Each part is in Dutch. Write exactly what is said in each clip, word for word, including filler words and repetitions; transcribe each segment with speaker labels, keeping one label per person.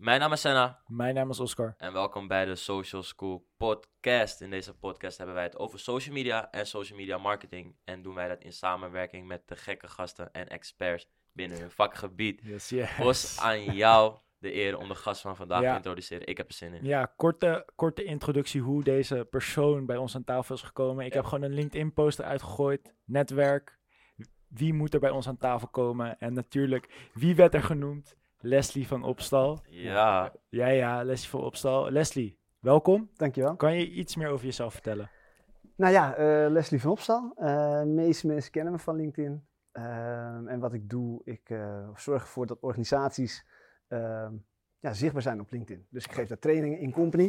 Speaker 1: Mijn naam is Senna.
Speaker 2: Mijn naam is Oscar.
Speaker 1: En welkom bij de Social School Podcast. In deze podcast hebben wij het over social media en social media marketing. En doen wij dat in samenwerking met de gekke gasten en experts binnen hun vakgebied.
Speaker 2: Yes, yes.
Speaker 1: Os, aan jou de eer om de gast van vandaag
Speaker 2: Ja.
Speaker 1: te introduceren. Ik heb er zin in.
Speaker 2: Ja, korte, korte introductie hoe deze persoon bij ons aan tafel is gekomen. Ik
Speaker 1: Ja.
Speaker 2: heb gewoon een LinkedIn-post eruit gegooid. Netwerk. Wie moet er bij ons aan tafel komen? En natuurlijk, wie werd er genoemd? Leslie van Opstal.
Speaker 1: Ja.
Speaker 2: Ja, ja, Leslie van Opstal. Leslie, welkom.
Speaker 3: Dankjewel.
Speaker 2: Kan je iets meer over jezelf vertellen?
Speaker 3: Nou ja, eh, Leslie van Opstal. Eh, de meeste mensen kennen me van LinkedIn. Ehm, en wat ik doe, ik eh, zorg ervoor dat organisaties ehm, ja, zichtbaar zijn op LinkedIn. Dus ik geef daar trainingen in company.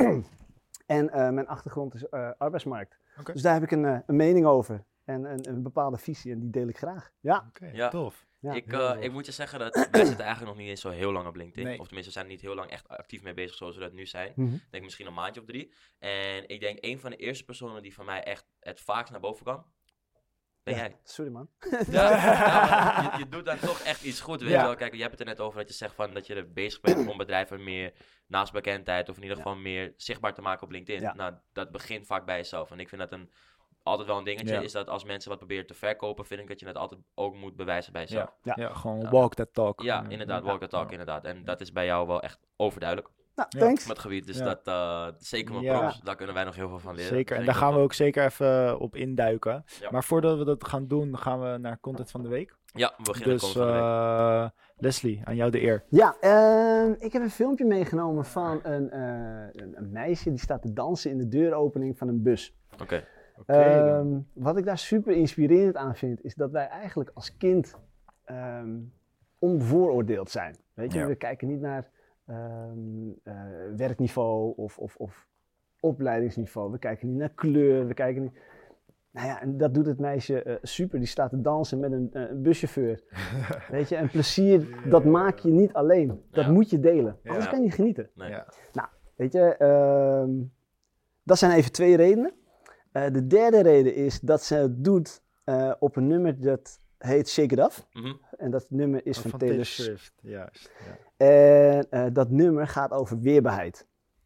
Speaker 3: en eh, mijn achtergrond is eh, arbeidsmarkt.
Speaker 2: Oké.
Speaker 3: Dus daar heb ik een, eh, een mening over en een, een bepaalde visie en die deel ik graag. Ja.
Speaker 2: Oké,
Speaker 1: Ja.
Speaker 2: tof.
Speaker 3: Ja.
Speaker 1: ik,
Speaker 2: heel
Speaker 1: eh,
Speaker 2: tof.
Speaker 1: ik moet je zeggen dat wij zitten eigenlijk nog niet eens zo heel lang op LinkedIn.
Speaker 2: Nee.
Speaker 1: Of tenminste, we zijn er niet heel lang echt actief mee bezig zoals we dat nu zijn.
Speaker 3: Mhm.
Speaker 1: Ik denk misschien een maandje of drie. En ik denk een van de eerste personen die van mij echt het vaakst naar boven kwam, ben
Speaker 3: Ja,
Speaker 1: jij.
Speaker 3: Sorry man.
Speaker 1: Ja, ja, want je, je doet dan toch echt iets goed, weet
Speaker 2: Ja.
Speaker 1: je wel. Kijk, je hebt het er net over dat je zegt van dat je er bezig bent om bedrijven meer naastbekendheid of in ieder
Speaker 3: Ja.
Speaker 1: geval meer zichtbaar te maken op LinkedIn.
Speaker 3: Ja.
Speaker 1: Nou, dat begint vaak bij jezelf. En ik vind dat een, altijd wel een dingetje,
Speaker 2: Ja.
Speaker 1: is dat als mensen wat proberen te verkopen, vind ik dat je het altijd ook moet bewijzen bij jezelf.
Speaker 2: Ja,
Speaker 3: Ja.
Speaker 2: ja. gewoon
Speaker 1: Ja.
Speaker 2: walk that talk.
Speaker 1: Ja, inderdaad, walk the talk,
Speaker 2: Ja.
Speaker 1: inderdaad. En dat is bij jou wel echt overduidelijk
Speaker 3: Nou,
Speaker 2: Ja.
Speaker 3: thanks.
Speaker 1: op het gebied. Dus
Speaker 2: Ja.
Speaker 1: dat, eh, zeker mijn
Speaker 2: Ja.
Speaker 1: props, daar kunnen wij nog heel veel van leren.
Speaker 2: Zeker, en daar gaan we ook zeker even op induiken.
Speaker 1: Ja.
Speaker 2: Maar voordat we dat gaan doen, gaan we naar content van de week.
Speaker 1: Ja, we beginnen
Speaker 2: Dus
Speaker 1: dus, van de week.
Speaker 2: eh, Leslie, aan jou de eer.
Speaker 3: Ja, ehm, ik heb een filmpje meegenomen van een, eh, een, een meisje die staat te dansen in de deuropening van een bus.
Speaker 1: Oké.
Speaker 3: Ehm, wat ik daar super inspirerend aan vind, is dat wij eigenlijk als kind ehm, onbevooroordeeld zijn. Weet je,
Speaker 2: Ja.
Speaker 3: we kijken niet naar ehm, eh, werkniveau of, of, of opleidingsniveau. We kijken niet naar kleur. We kijken niet. Nou ja, en dat doet het meisje eh, super. Die staat te dansen met een, eh, een buschauffeur. Weet je, en plezier, dat maak je niet alleen. Dat
Speaker 1: Ja.
Speaker 3: moet je delen. Anders
Speaker 1: Ja.
Speaker 3: kan je niet genieten.
Speaker 1: Nee.
Speaker 2: Ja.
Speaker 3: Weet je, ehm, dat zijn even twee redenen. Eh, de derde reden is dat ze het doet eh, op een nummer dat heet Shake It Off.
Speaker 1: Mhm.
Speaker 3: En dat nummer is
Speaker 2: Oh,
Speaker 3: van, Taylor
Speaker 2: Swift.
Speaker 3: Swift.
Speaker 2: Juist. Ja.
Speaker 3: En eh, dat nummer gaat over weerbaarheid.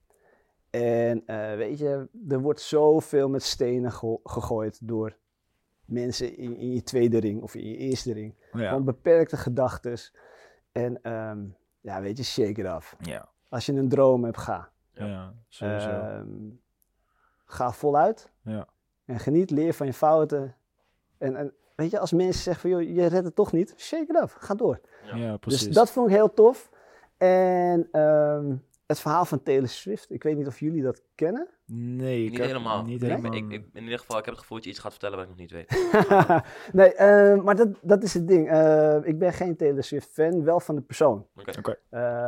Speaker 3: En eh, weet je, er wordt zoveel met stenen ge- gegooid door mensen in, in je tweede ring of in je eerste ring.
Speaker 2: Ja.
Speaker 3: Van beperkte gedachtes. En ehm, ja, weet je, shake it off.
Speaker 2: Ja.
Speaker 3: Als je een droom hebt, ga.
Speaker 1: Ja.
Speaker 2: Ja, sowieso.
Speaker 3: Ehm, ga voluit
Speaker 2: ja.
Speaker 3: en geniet, leer van je fouten. En, en weet je, als mensen zeggen van, joh, je redt het toch niet, shake it off, ga door.
Speaker 1: Ja.
Speaker 2: Ja, precies.
Speaker 3: Dus dat vond ik heel tof. En ehm, het verhaal van Taylor Swift, ik weet niet of jullie dat kennen.
Speaker 2: Nee, ik
Speaker 1: Niet
Speaker 2: heb-
Speaker 1: helemaal.
Speaker 2: Niet
Speaker 1: Ik-
Speaker 2: helemaal.
Speaker 1: Ik, ik, in ieder geval, ik heb het gevoel dat je iets gaat vertellen wat ik nog niet weet.
Speaker 3: nee, ehm, maar dat, dat is het ding. Eh, ik ben geen Taylor Swift fan, wel van de persoon.
Speaker 1: Oké.
Speaker 2: Oké.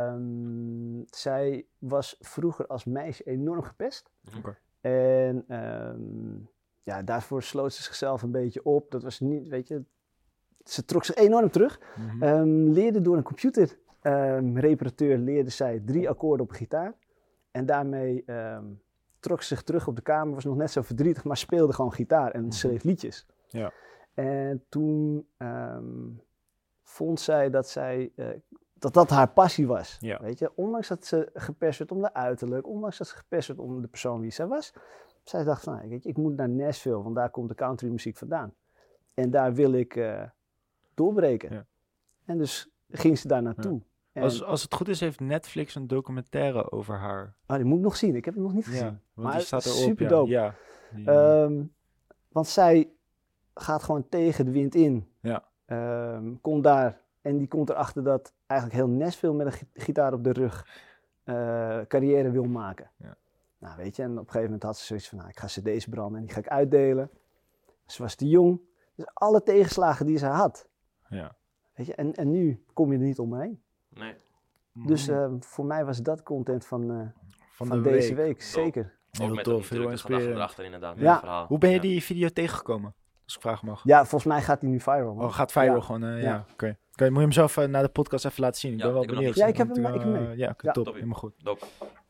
Speaker 3: Ehm, zij was vroeger als meisje enorm gepest.
Speaker 2: Oké.
Speaker 3: En ehm, ja, daarvoor sloot ze zichzelf een beetje op. Dat was niet, weet je, ze trok zich enorm terug.
Speaker 2: Mhm.
Speaker 3: Ehm, leerde door een computerreparateur leerde zij drie akkoorden op een gitaar. En daarmee ehm, trok ze zich terug op de kamer, was nog net zo verdrietig, maar speelde gewoon gitaar en schreef liedjes.
Speaker 2: Ja.
Speaker 3: En toen ehm, vond zij dat zij, eh, dat dat haar passie was.
Speaker 2: Ja.
Speaker 3: Weet je? Ondanks dat ze gepest werd om de uiterlijk, ondanks dat ze gepest werd om de persoon wie zij was. Zij dacht van, nou, weet je, ik moet naar Nashville, want daar komt de countrymuziek vandaan. En daar wil ik eh, doorbreken.
Speaker 2: Ja.
Speaker 3: En dus ging ze daar naartoe. En,
Speaker 2: Als, als het goed is, heeft Netflix een documentaire over haar.
Speaker 3: oh, die moet ik nog zien, ik heb hem nog niet gezien.
Speaker 2: Ja, want
Speaker 3: Maar
Speaker 2: die staat erop.
Speaker 3: super
Speaker 2: ja.
Speaker 3: dope.
Speaker 2: Ja. Die,
Speaker 3: Ehm, want zij gaat gewoon tegen de wind in.
Speaker 2: Ja.
Speaker 3: Ehm, komt daar en die komt erachter dat eigenlijk heel Nashville met een gi- gitaar op de rug eh, carrière wil maken.
Speaker 2: Ja.
Speaker 3: Nou weet je, en op een gegeven moment had ze zoiets van, nou, ik ga cd's branden en die ga ik uitdelen. Ze was te jong. Dus alle tegenslagen die ze had.
Speaker 2: ja.
Speaker 3: Weet je, en, en nu kom je er niet omheen.
Speaker 1: Nee.
Speaker 3: Dus
Speaker 2: Mhm.
Speaker 3: ehm, voor mij was dat content van, eh,
Speaker 2: van,
Speaker 3: van
Speaker 2: de
Speaker 3: deze
Speaker 2: week.
Speaker 3: week, zeker.
Speaker 2: Heel
Speaker 1: Ook met
Speaker 2: tof,
Speaker 1: een,
Speaker 2: heel
Speaker 1: natuurlijk de gedachte
Speaker 2: inspirerend.
Speaker 1: erachter inderdaad. Met
Speaker 3: Ja.
Speaker 1: het verhaal.
Speaker 2: Hoe ben je
Speaker 1: Ja.
Speaker 2: die video tegengekomen? Als ik vragen mag.
Speaker 3: Ja, volgens mij gaat die nu viral. man.
Speaker 2: Oh, gaat viral
Speaker 3: Ja.
Speaker 2: gewoon. eh, ja,
Speaker 3: Ja.
Speaker 2: oké. Oké, moet je hem zelf eh, na de podcast even laten zien? Ik
Speaker 1: Ja,
Speaker 2: ben wel
Speaker 1: ik heb hem
Speaker 2: benieuwd.
Speaker 1: nog
Speaker 3: niet gezien. Ja, ik heb
Speaker 2: Want,
Speaker 3: hem- ik heb hem
Speaker 2: eh,
Speaker 3: mee.
Speaker 2: Ja, oké,
Speaker 3: Ja.
Speaker 2: top.
Speaker 1: Toppie.
Speaker 2: Helemaal goed.
Speaker 1: Dope.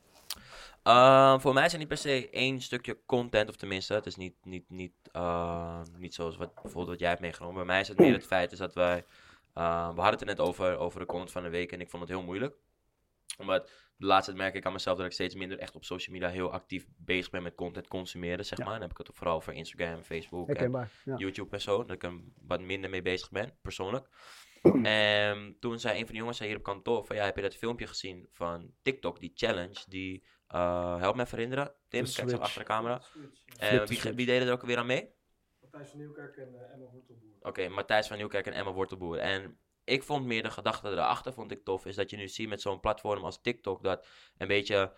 Speaker 1: Ehm, voor mij zijn niet per se één stukje content, of tenminste, het is niet, niet, niet, eh, niet zoals wat, bijvoorbeeld wat jij hebt meegenomen. Bij mij is het meer het feit is dat wij, eh, we hadden het er net over, over de content van de week en ik vond het heel moeilijk. Omdat de laatste tijd merk ik aan mezelf dat ik steeds minder echt op social media heel actief bezig ben met content consumeren, zeg
Speaker 3: Ja.
Speaker 1: maar. Dan heb ik het vooral over Instagram, Facebook en
Speaker 3: Herkenbaar. Ja.
Speaker 1: YouTube en zo. Dat ik er wat minder mee bezig ben, persoonlijk. En toen zei een van de jongens zei hier op kantoor van, ja, heb je dat filmpje gezien van TikTok, die challenge, die, uh, help me even herinneren, Tim,
Speaker 2: De
Speaker 1: kijk zo
Speaker 2: switch.
Speaker 1: achter de camera. En
Speaker 2: Flip the
Speaker 1: wie,
Speaker 2: switch.
Speaker 1: wie deden er ook weer aan mee?
Speaker 4: Matthijs van Nieuwkerk en uh, Emma Wortelboer.
Speaker 1: Oké, okay, Matthijs van Nieuwkerk en Emma Wortelboer. En ik vond meer de gedachte erachter, vond ik tof, is dat je nu ziet met zo'n platform als TikTok, dat een beetje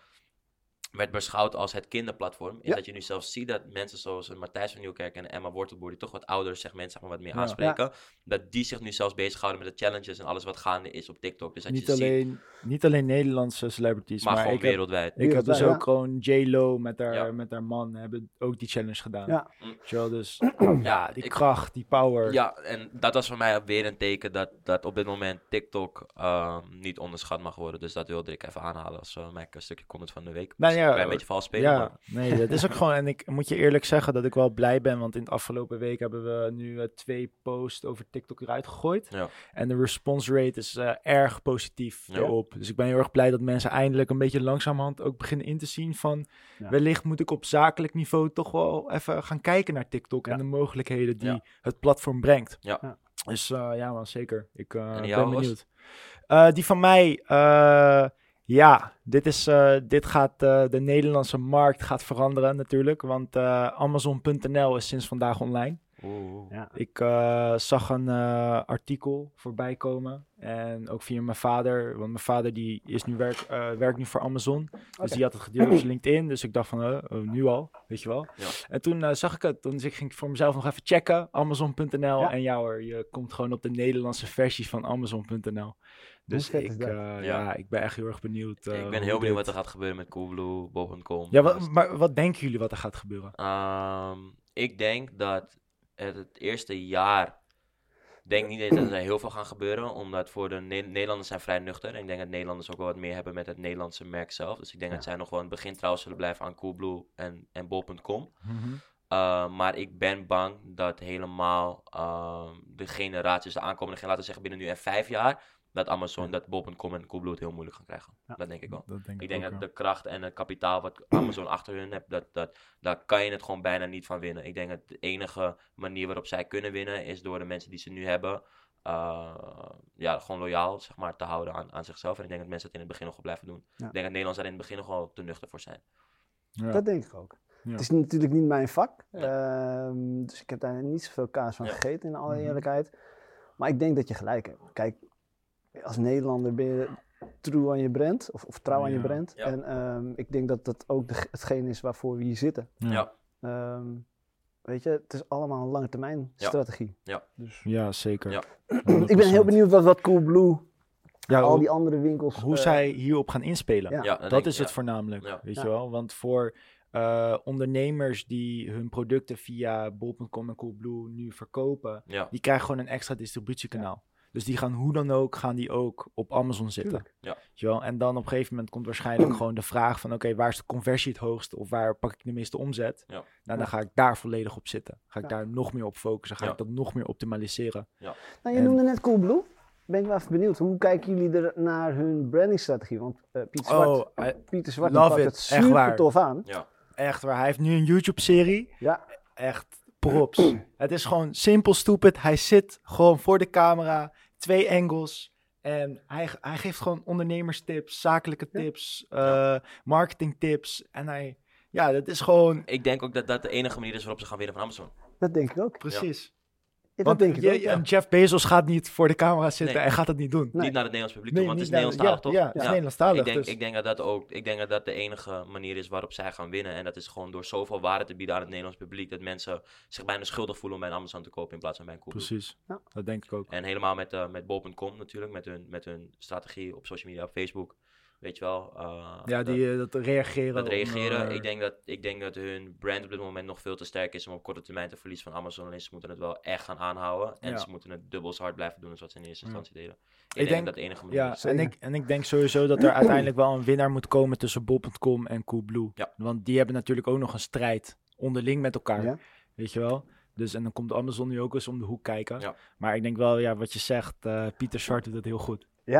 Speaker 1: werd beschouwd als het kinderplatform. Is
Speaker 3: Ja.
Speaker 1: dat je nu zelfs ziet dat mensen zoals een Matthijs van Nieuwkerk en Emma Wortelboer, die toch wat ouder segment, zeg maar, wat meer
Speaker 2: Ja.
Speaker 1: aanspreken, dat die zich nu zelfs bezighouden met de challenges en alles wat gaande is op TikTok. Dus dat
Speaker 2: Niet
Speaker 1: je ziet,
Speaker 2: alleen, niet alleen Nederlandse celebrities,
Speaker 1: maar,
Speaker 2: maar,
Speaker 1: gewoon
Speaker 2: ik heb,
Speaker 1: wereldwijd.
Speaker 2: ik heb dus
Speaker 3: Wereldwijd,
Speaker 2: ook gewoon J-Lo met haar,
Speaker 1: Ja.
Speaker 2: met haar man hebben ook die challenge gedaan.
Speaker 3: Ja.
Speaker 2: Weet je wel, dus ja, die
Speaker 1: ik-
Speaker 2: kracht, die power.
Speaker 1: Ja, en dat was voor mij weer een teken dat, dat op dit moment TikTok ehm, niet onderschat mag worden. Dus dat wilde ik even aanhalen als uh, mijn stukje comment van de week.
Speaker 2: Nou
Speaker 1: Dus
Speaker 2: ja,
Speaker 1: een klein beetje vals spelen.
Speaker 2: Ja,
Speaker 1: Maar,
Speaker 2: nee, dat is ook gewoon. En ik moet je eerlijk zeggen dat ik wel blij ben, want in het afgelopen week hebben we nu eh, twee posts over TikTok eruit gegooid.
Speaker 1: ja.
Speaker 2: En de response rate is eh, erg positief
Speaker 1: Ja.
Speaker 2: erop. Dus ik ben heel erg blij dat mensen eindelijk een beetje langzamerhand ook beginnen in te zien van,
Speaker 3: Ja.
Speaker 2: wellicht moet ik op zakelijk niveau toch wel even gaan kijken naar TikTok
Speaker 3: Ja.
Speaker 2: en de mogelijkheden die
Speaker 1: Ja.
Speaker 2: het platform brengt.
Speaker 1: Ja.
Speaker 3: Ja.
Speaker 2: Dus uh, ja man, zeker. Ik uh,
Speaker 1: En
Speaker 2: ben
Speaker 1: jouw, Ros?
Speaker 2: benieuwd. Uh, die van mij, uh, ja, dit, is, uh, dit gaat uh, de Nederlandse markt gaat veranderen natuurlijk, want uh, Amazon punt n l is sinds vandaag online.
Speaker 1: Oeh.
Speaker 3: Ja.
Speaker 2: Ik uh, zag een uh, artikel voorbij komen en ook via mijn vader, want mijn vader die is nu werk, uh, werkt nu voor Amazon, dus
Speaker 3: Oké.
Speaker 2: die had het gedeeld op zijn LinkedIn, dus ik dacht van, uh, oh, nu al, weet je wel.
Speaker 1: Ja.
Speaker 2: En toen uh, zag ik het, toen ging ik voor mezelf nog even checken, Amazon punt n l
Speaker 3: Ja.
Speaker 2: en ja hoor, je komt gewoon op de Nederlandse versie van Amazon punt n l. Dus
Speaker 3: vet is
Speaker 2: ik,
Speaker 3: dat?
Speaker 2: uh,
Speaker 1: Ja.
Speaker 2: ja, ik ben echt heel erg benieuwd. uh,
Speaker 1: ik ben
Speaker 2: hoe
Speaker 1: heel benieuwd
Speaker 2: dit-
Speaker 1: wat er gaat gebeuren met Coolblue, Bob punt com.
Speaker 2: Ja, wat, maar wat denken jullie wat er gaat gebeuren?
Speaker 1: Ehm, ik denk dat het, het eerste jaar, denk niet eens dat er heel veel gaan gebeuren, omdat voor de Ne- Nederlanders zijn vrij nuchter. En ik denk dat Nederlanders ook wel wat meer hebben met het Nederlandse merk zelf. Dus ik denk
Speaker 3: Ja.
Speaker 1: dat zij nog wel in het begin trouwens zullen blijven aan Coolblue en, en Bob punt com.
Speaker 2: Mhm.
Speaker 1: Uh, maar ik ben bang dat helemaal uh, de generaties, de aankomende generaties, laten we zeggen binnen nu en vijf jaar, dat Amazon, dat Bob punt com en Coolblue het heel moeilijk gaan krijgen.
Speaker 3: Ja.
Speaker 1: Dat denk ik wel.
Speaker 2: Dat denk
Speaker 1: Ik denk
Speaker 2: ook,
Speaker 1: dat
Speaker 2: ja.
Speaker 1: de kracht en het kapitaal wat Amazon achter hun hebt, dat, dat, daar kan je het gewoon bijna niet van winnen. Ik denk dat de enige manier waarop zij kunnen winnen, is door de mensen die ze nu hebben, uh, ja, gewoon loyaal, zeg maar, te houden aan, aan zichzelf. En ik denk dat mensen dat in het begin nog wel blijven doen.
Speaker 3: Ja.
Speaker 1: Ik denk dat Nederlanders daar in het begin nog wel te nuchter voor zijn.
Speaker 2: Ja.
Speaker 3: Dat denk ik ook.
Speaker 2: Ja.
Speaker 3: Het is natuurlijk niet mijn vak,
Speaker 1: Nee.
Speaker 3: ehm, dus ik heb daar niet zoveel kaas van
Speaker 1: Ja.
Speaker 3: gegeten, in alle
Speaker 2: Mhm.
Speaker 3: eerlijkheid. Maar ik denk dat je gelijk hebt. Kijk, als Nederlander ben je true aan je brand, of, of trouw aan je
Speaker 2: Ja.
Speaker 3: brand.
Speaker 1: Ja.
Speaker 3: En ehm, ik denk dat dat ook de, hetgeen is waarvoor we hier zitten.
Speaker 2: Ja.
Speaker 1: Ja.
Speaker 3: Ehm, weet je, het is allemaal een lange termijn
Speaker 1: Ja.
Speaker 3: strategie.
Speaker 1: Ja.
Speaker 3: Dus
Speaker 2: Ja, zeker.
Speaker 1: Ja.
Speaker 3: ik ben heel benieuwd wat, wat Coolblue,
Speaker 2: Ja,
Speaker 3: al
Speaker 2: hoe,
Speaker 3: die andere winkels...
Speaker 2: hoe
Speaker 3: eh,
Speaker 2: zij hierop gaan inspelen.
Speaker 3: Ja.
Speaker 1: Ja,
Speaker 2: Dat
Speaker 1: denk
Speaker 2: is
Speaker 1: ik,
Speaker 2: het
Speaker 1: ja.
Speaker 2: voornamelijk,
Speaker 1: Ja.
Speaker 2: weet
Speaker 3: Ja.
Speaker 2: je wel. Want voor uh, ondernemers die hun producten via bol punt com en Coolblue nu verkopen,
Speaker 1: Ja.
Speaker 2: die krijgen gewoon een extra distributiekanaal. Dus die gaan hoe dan ook, gaan die ook op Amazon zitten.
Speaker 3: Tuurlijk.
Speaker 1: Ja.
Speaker 2: Weet je wel? En dan op een gegeven moment komt waarschijnlijk gewoon de vraag van, oké, waar is de conversie het hoogst? Of waar pak ik de meeste omzet?
Speaker 1: Ja.
Speaker 2: Nou, dan
Speaker 3: Ja.
Speaker 2: ga ik daar volledig op zitten. Ga ik
Speaker 3: Ja.
Speaker 2: daar nog meer op focussen. Ga
Speaker 1: Ja.
Speaker 2: ik dat nog meer optimaliseren.
Speaker 3: Nou, je
Speaker 2: En-
Speaker 3: noemde net Coolblue. Ben ik wel even benieuwd. Hoe kijken jullie er naar hun brandingstrategie? Want eh, Pieter Zwart,
Speaker 2: Oh, I-
Speaker 3: Pieter Zwart die
Speaker 2: love
Speaker 3: pakt
Speaker 2: it.
Speaker 3: het
Speaker 2: Echt
Speaker 3: super
Speaker 2: waar.
Speaker 3: tof aan.
Speaker 1: Ja.
Speaker 2: echt waar. Hij heeft nu een YouTube-serie.
Speaker 3: Ja,
Speaker 2: Echt props. Het is gewoon simpel stupid. Hij zit gewoon voor de camera. Twee angles. En hij, hij geeft gewoon ondernemerstips, zakelijke
Speaker 3: Ja.
Speaker 2: tips, uh, marketingtips. En hij, ja, dat is gewoon
Speaker 1: Ik denk ook dat dat de enige manier is waarop ze gaan winnen van Amazon.
Speaker 3: dat denk ik ook.
Speaker 2: precies.
Speaker 3: Ja, dat
Speaker 2: Want
Speaker 3: denk ik
Speaker 2: je-
Speaker 3: ook.
Speaker 2: en Jeff Bezos gaat niet voor de camera zitten
Speaker 1: Nee.
Speaker 2: en gaat dat niet doen.
Speaker 3: Nee.
Speaker 1: Niet naar het Nederlands publiek
Speaker 2: Nee,
Speaker 1: toe, want het
Speaker 2: niet
Speaker 1: is
Speaker 2: naar-
Speaker 1: Nederlandstalig, toch?
Speaker 2: ja, Ja, het is
Speaker 1: Ja.
Speaker 2: Nederlandstalig.
Speaker 1: Ik denk,
Speaker 2: dus.
Speaker 1: ik denk dat dat ook, ik denk dat dat de enige manier is waarop zij gaan winnen. En dat is gewoon door zoveel waarde te bieden aan het Nederlands publiek, dat mensen zich bijna schuldig voelen om bij een Amazon te kopen in plaats van bij een Coolblue.
Speaker 2: Precies,
Speaker 3: Ja.
Speaker 2: dat denk ik ook.
Speaker 1: En helemaal met, uh, met bol punt com natuurlijk, met hun, met hun strategie op social media, op Facebook. Weet je wel. uh,
Speaker 2: Ja,
Speaker 1: dat-
Speaker 2: die, eh, dat reageren.
Speaker 1: Dat reageren.
Speaker 2: onder-
Speaker 1: Ik, denk dat, ik denk dat hun brand op dit moment nog veel te sterk is om op korte termijn te verliezen van Amazon. Alleen ze moeten het wel echt gaan aanhouden. En
Speaker 2: Ja.
Speaker 1: ze moeten het dubbel zo hard blijven doen als wat ze in eerste
Speaker 2: Ja.
Speaker 1: instantie deden. Ik,
Speaker 2: denk-
Speaker 1: denk dat dat de enige manier
Speaker 2: Ja,
Speaker 1: is.
Speaker 2: en
Speaker 3: Zeker.
Speaker 2: ik, en ik denk sowieso dat er uiteindelijk wel een winnaar moet komen tussen bol punt com en Coolblue.
Speaker 1: Ja.
Speaker 2: Want die hebben natuurlijk ook nog een strijd onderling met elkaar.
Speaker 3: Ja.
Speaker 2: Weet je wel? Dus en dan komt Amazon nu ook eens om de hoek kijken.
Speaker 1: Ja.
Speaker 2: Maar ik denk wel, ja, wat je zegt, eh, Pieter Zwart doet dat heel goed.
Speaker 3: Ja,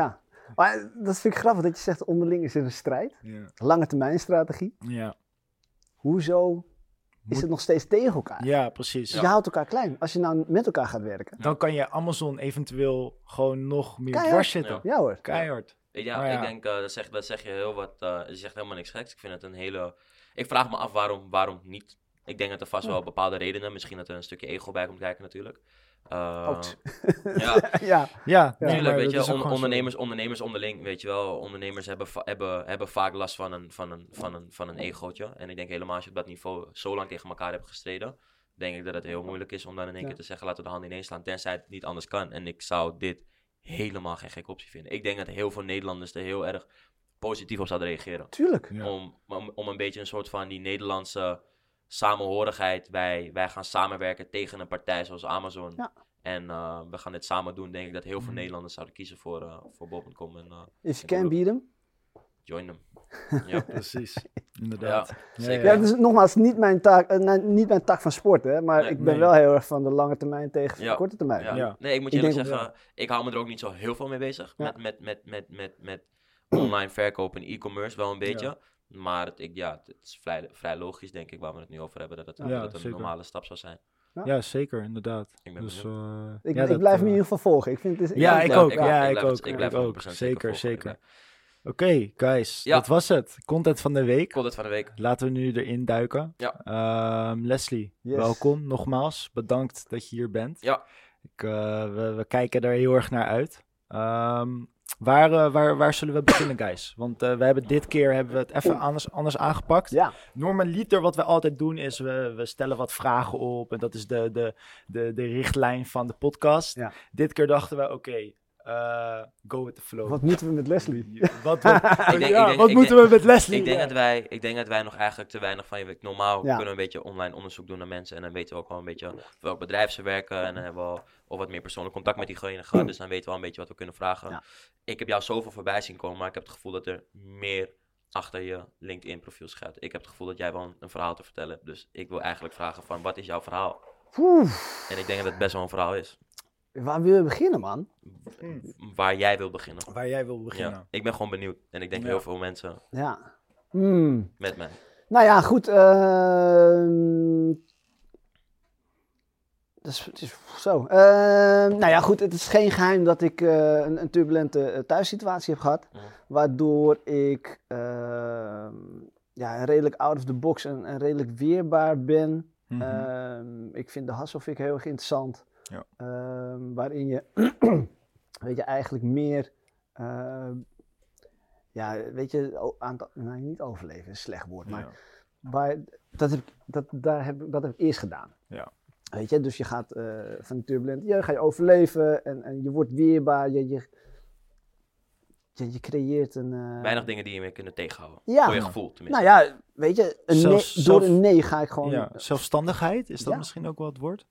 Speaker 3: Maar dat vind ik grappig dat je zegt onderling is er een strijd.
Speaker 2: Ja.
Speaker 3: Lange termijn strategie.
Speaker 2: Ja.
Speaker 3: Hoezo is
Speaker 2: Moet-
Speaker 3: het nog steeds tegen elkaar?
Speaker 2: ja, precies.
Speaker 3: Dus je houdt elkaar klein. Als je nou met elkaar gaat werken.
Speaker 2: Dan kan je Amazon eventueel gewoon nog meer
Speaker 3: Keihard.
Speaker 2: dwars zitten.
Speaker 1: Ja.
Speaker 3: Ja hoor.
Speaker 2: Keihard.
Speaker 1: Ja,
Speaker 2: Maar ja.
Speaker 1: ik denk, eh, dat, zeg, dat zeg je heel wat, uh, je zegt helemaal niks geks. Ik vind het een hele, ik vraag me af waarom, waarom niet. Ik denk dat er vast
Speaker 3: Ja.
Speaker 1: wel bepaalde redenen, misschien dat er een stukje ego bij komt kijken natuurlijk. Uh,
Speaker 3: Oud.
Speaker 1: ja,
Speaker 3: ja.
Speaker 2: Ja, nee,
Speaker 1: Tuurlijk,
Speaker 2: maar
Speaker 1: weet
Speaker 2: dat
Speaker 1: je,
Speaker 2: is ook
Speaker 1: on-
Speaker 2: gewoon zo.
Speaker 1: ondernemers, ondernemers onderling, weet je wel, ondernemers hebben, va- hebben, hebben vaak last van een, van, een, van, een, van een egootje. En ik denk helemaal als je op dat niveau zo lang tegen elkaar hebt gestreden, denk ik dat het heel moeilijk is om dan in één
Speaker 3: Ja.
Speaker 1: keer te zeggen, laten we de handen ineens slaan, tenzij het niet anders kan. En ik zou dit helemaal geen gekke optie vinden. Ik denk dat heel veel Nederlanders er heel erg positief op zouden reageren.
Speaker 3: Tuurlijk.
Speaker 2: Ja.
Speaker 1: Om, om, om een beetje een soort van die Nederlandse samenhorigheid, wij, wij gaan samenwerken tegen een partij zoals Amazon.
Speaker 3: Ja.
Speaker 1: En uh, we gaan dit samen doen, denk ik dat heel veel
Speaker 2: Mhm.
Speaker 1: Nederlanders zouden kiezen voor, uh, voor bol punt com en uh,
Speaker 3: If you
Speaker 1: Ik
Speaker 3: can
Speaker 1: bedoel-
Speaker 3: beat them.
Speaker 1: join them. Ja,
Speaker 2: Precies, inderdaad.
Speaker 1: Ja,
Speaker 2: Ja,
Speaker 1: zeker.
Speaker 3: Ja, het is nogmaals niet mijn, taak, eh, nou, niet mijn tak van sport, hè, maar
Speaker 1: Nee.
Speaker 3: ik ben
Speaker 2: Nee.
Speaker 3: wel heel erg van de lange termijn tegen de
Speaker 1: Ja.
Speaker 3: korte termijn.
Speaker 1: Ja.
Speaker 2: Ja.
Speaker 1: Nee, ik moet je
Speaker 3: Ik
Speaker 1: eerlijk
Speaker 3: denk
Speaker 1: zeggen, ik hou me er ook niet zo heel veel mee bezig.
Speaker 3: Ja.
Speaker 1: Met, met, met, met, met, met online verkoop en e-commerce wel een beetje. Maar het, ik, ja, het is vrij, vrij logisch, denk ik, waar we het nu over hebben, dat het,
Speaker 2: Ja,
Speaker 1: dat het een
Speaker 2: zeker.
Speaker 1: normale stap zou zijn.
Speaker 2: Ja, zeker, inderdaad.
Speaker 1: Ik ben
Speaker 2: Dus,
Speaker 1: benieuwd.
Speaker 2: eh,
Speaker 3: Ik,
Speaker 2: ja,
Speaker 3: ik
Speaker 2: dat,
Speaker 3: blijf me
Speaker 2: eh,
Speaker 3: in ieder geval volgen. Ik vind het,
Speaker 2: Ja,
Speaker 1: Ja,
Speaker 2: ik
Speaker 1: ik
Speaker 2: ook.
Speaker 1: blijf-
Speaker 2: Ja,
Speaker 1: ik
Speaker 2: ik
Speaker 1: blijf-
Speaker 2: ook.
Speaker 1: ik blijf
Speaker 2: Ik ook.
Speaker 1: honderd procent zeker
Speaker 2: Zeker,
Speaker 1: volgen.
Speaker 2: zeker.
Speaker 1: Ik
Speaker 2: Oké, guys.
Speaker 1: Ja.
Speaker 2: Dat was het. Content van de week.
Speaker 1: Content van de week.
Speaker 2: Laten we nu erin duiken.
Speaker 1: Ja.
Speaker 2: Ehm, Leslie,
Speaker 3: Yes.
Speaker 2: welkom nogmaals. Bedankt dat je hier bent.
Speaker 1: Ja.
Speaker 2: Ik, eh, we, we kijken er heel erg naar uit. Ehm, waar, eh, waar, waar zullen we beginnen, guys? Want eh, we hebben dit keer hebben we het even anders, anders aangepakt.
Speaker 3: Ja,
Speaker 2: Normaliter wat we altijd doen is we, we stellen wat vragen op. En dat is de, de, de, de richtlijn van de podcast.
Speaker 3: Ja.
Speaker 2: Dit keer dachten we, oké, eh, go with the flow.
Speaker 3: wat moeten we met Leslie?
Speaker 2: Wat, we-
Speaker 1: Ik denk-
Speaker 2: ja,
Speaker 1: ik denk-
Speaker 2: wat
Speaker 1: ik
Speaker 2: moeten
Speaker 1: denk-
Speaker 2: we met Leslie?
Speaker 1: Ik denk,
Speaker 2: Ja.
Speaker 1: dat wij, ik denk dat wij nog eigenlijk te weinig van je weet. Normaal
Speaker 3: Ja.
Speaker 1: kunnen we een beetje online onderzoek doen naar mensen. En dan weten we ook wel een beetje welk bedrijf ze werken. En dan hebben we al, al wat meer persoonlijk contact met diegene gehad. Dus dan weten we al een beetje wat we kunnen vragen.
Speaker 3: Ja.
Speaker 1: Ik heb jou zoveel voorbij zien komen. Maar ik heb het gevoel dat er meer achter je LinkedIn profiel schuilt. Ik heb het gevoel dat jij wel een, een verhaal te vertellen hebt. Dus ik wil eigenlijk vragen van wat is jouw verhaal?
Speaker 3: Oeh,
Speaker 1: En ik denk dat het best wel een verhaal is.
Speaker 3: waar wil je beginnen, man?
Speaker 1: Waar jij wil beginnen.
Speaker 2: Waar jij wil beginnen.
Speaker 1: Ja, ik ben gewoon benieuwd. En ik denk
Speaker 2: Ja.
Speaker 1: heel veel mensen
Speaker 3: Ja. Hmm.
Speaker 1: met mij.
Speaker 3: Nou ja, goed. ehm dat is, het is zo. Ehm, nou ja, goed. Het is geen geheim dat ik eh, een, een turbulente eh, thuissituatie heb gehad.
Speaker 1: Ja.
Speaker 3: Waardoor ik ehm, ja, redelijk out of the box en, en redelijk weerbaar ben.
Speaker 2: Mhm.
Speaker 3: Ehm, ik vind de hustle vind ik heel erg interessant.
Speaker 2: Ja.
Speaker 3: Ehm, waarin je, weet je, eigenlijk meer, ehm, ja, weet je, o- aan het- nou, niet overleven is een slecht woord, maar
Speaker 2: Ja.
Speaker 3: waar, dat, heb, ik- dat, daar heb, ik- dat heb ik eerst gedaan.
Speaker 2: Ja.
Speaker 3: Weet je, dus je gaat eh, van die turbulente jeugd, ga je overleven en, en je wordt weerbaar, je, je, je, je creëert een... eh,
Speaker 1: Weinig dingen die je meer kunnen tegenhouden.
Speaker 3: Ja.
Speaker 1: Voor je gevoel tenminste.
Speaker 3: Nou ja, weet je, een nee,
Speaker 2: Zelfs-
Speaker 3: door
Speaker 2: zelf-
Speaker 3: een nee ga ik gewoon...
Speaker 2: Ja, zelfstandigheid, is dat
Speaker 3: Ja.
Speaker 2: misschien ook wel het woord?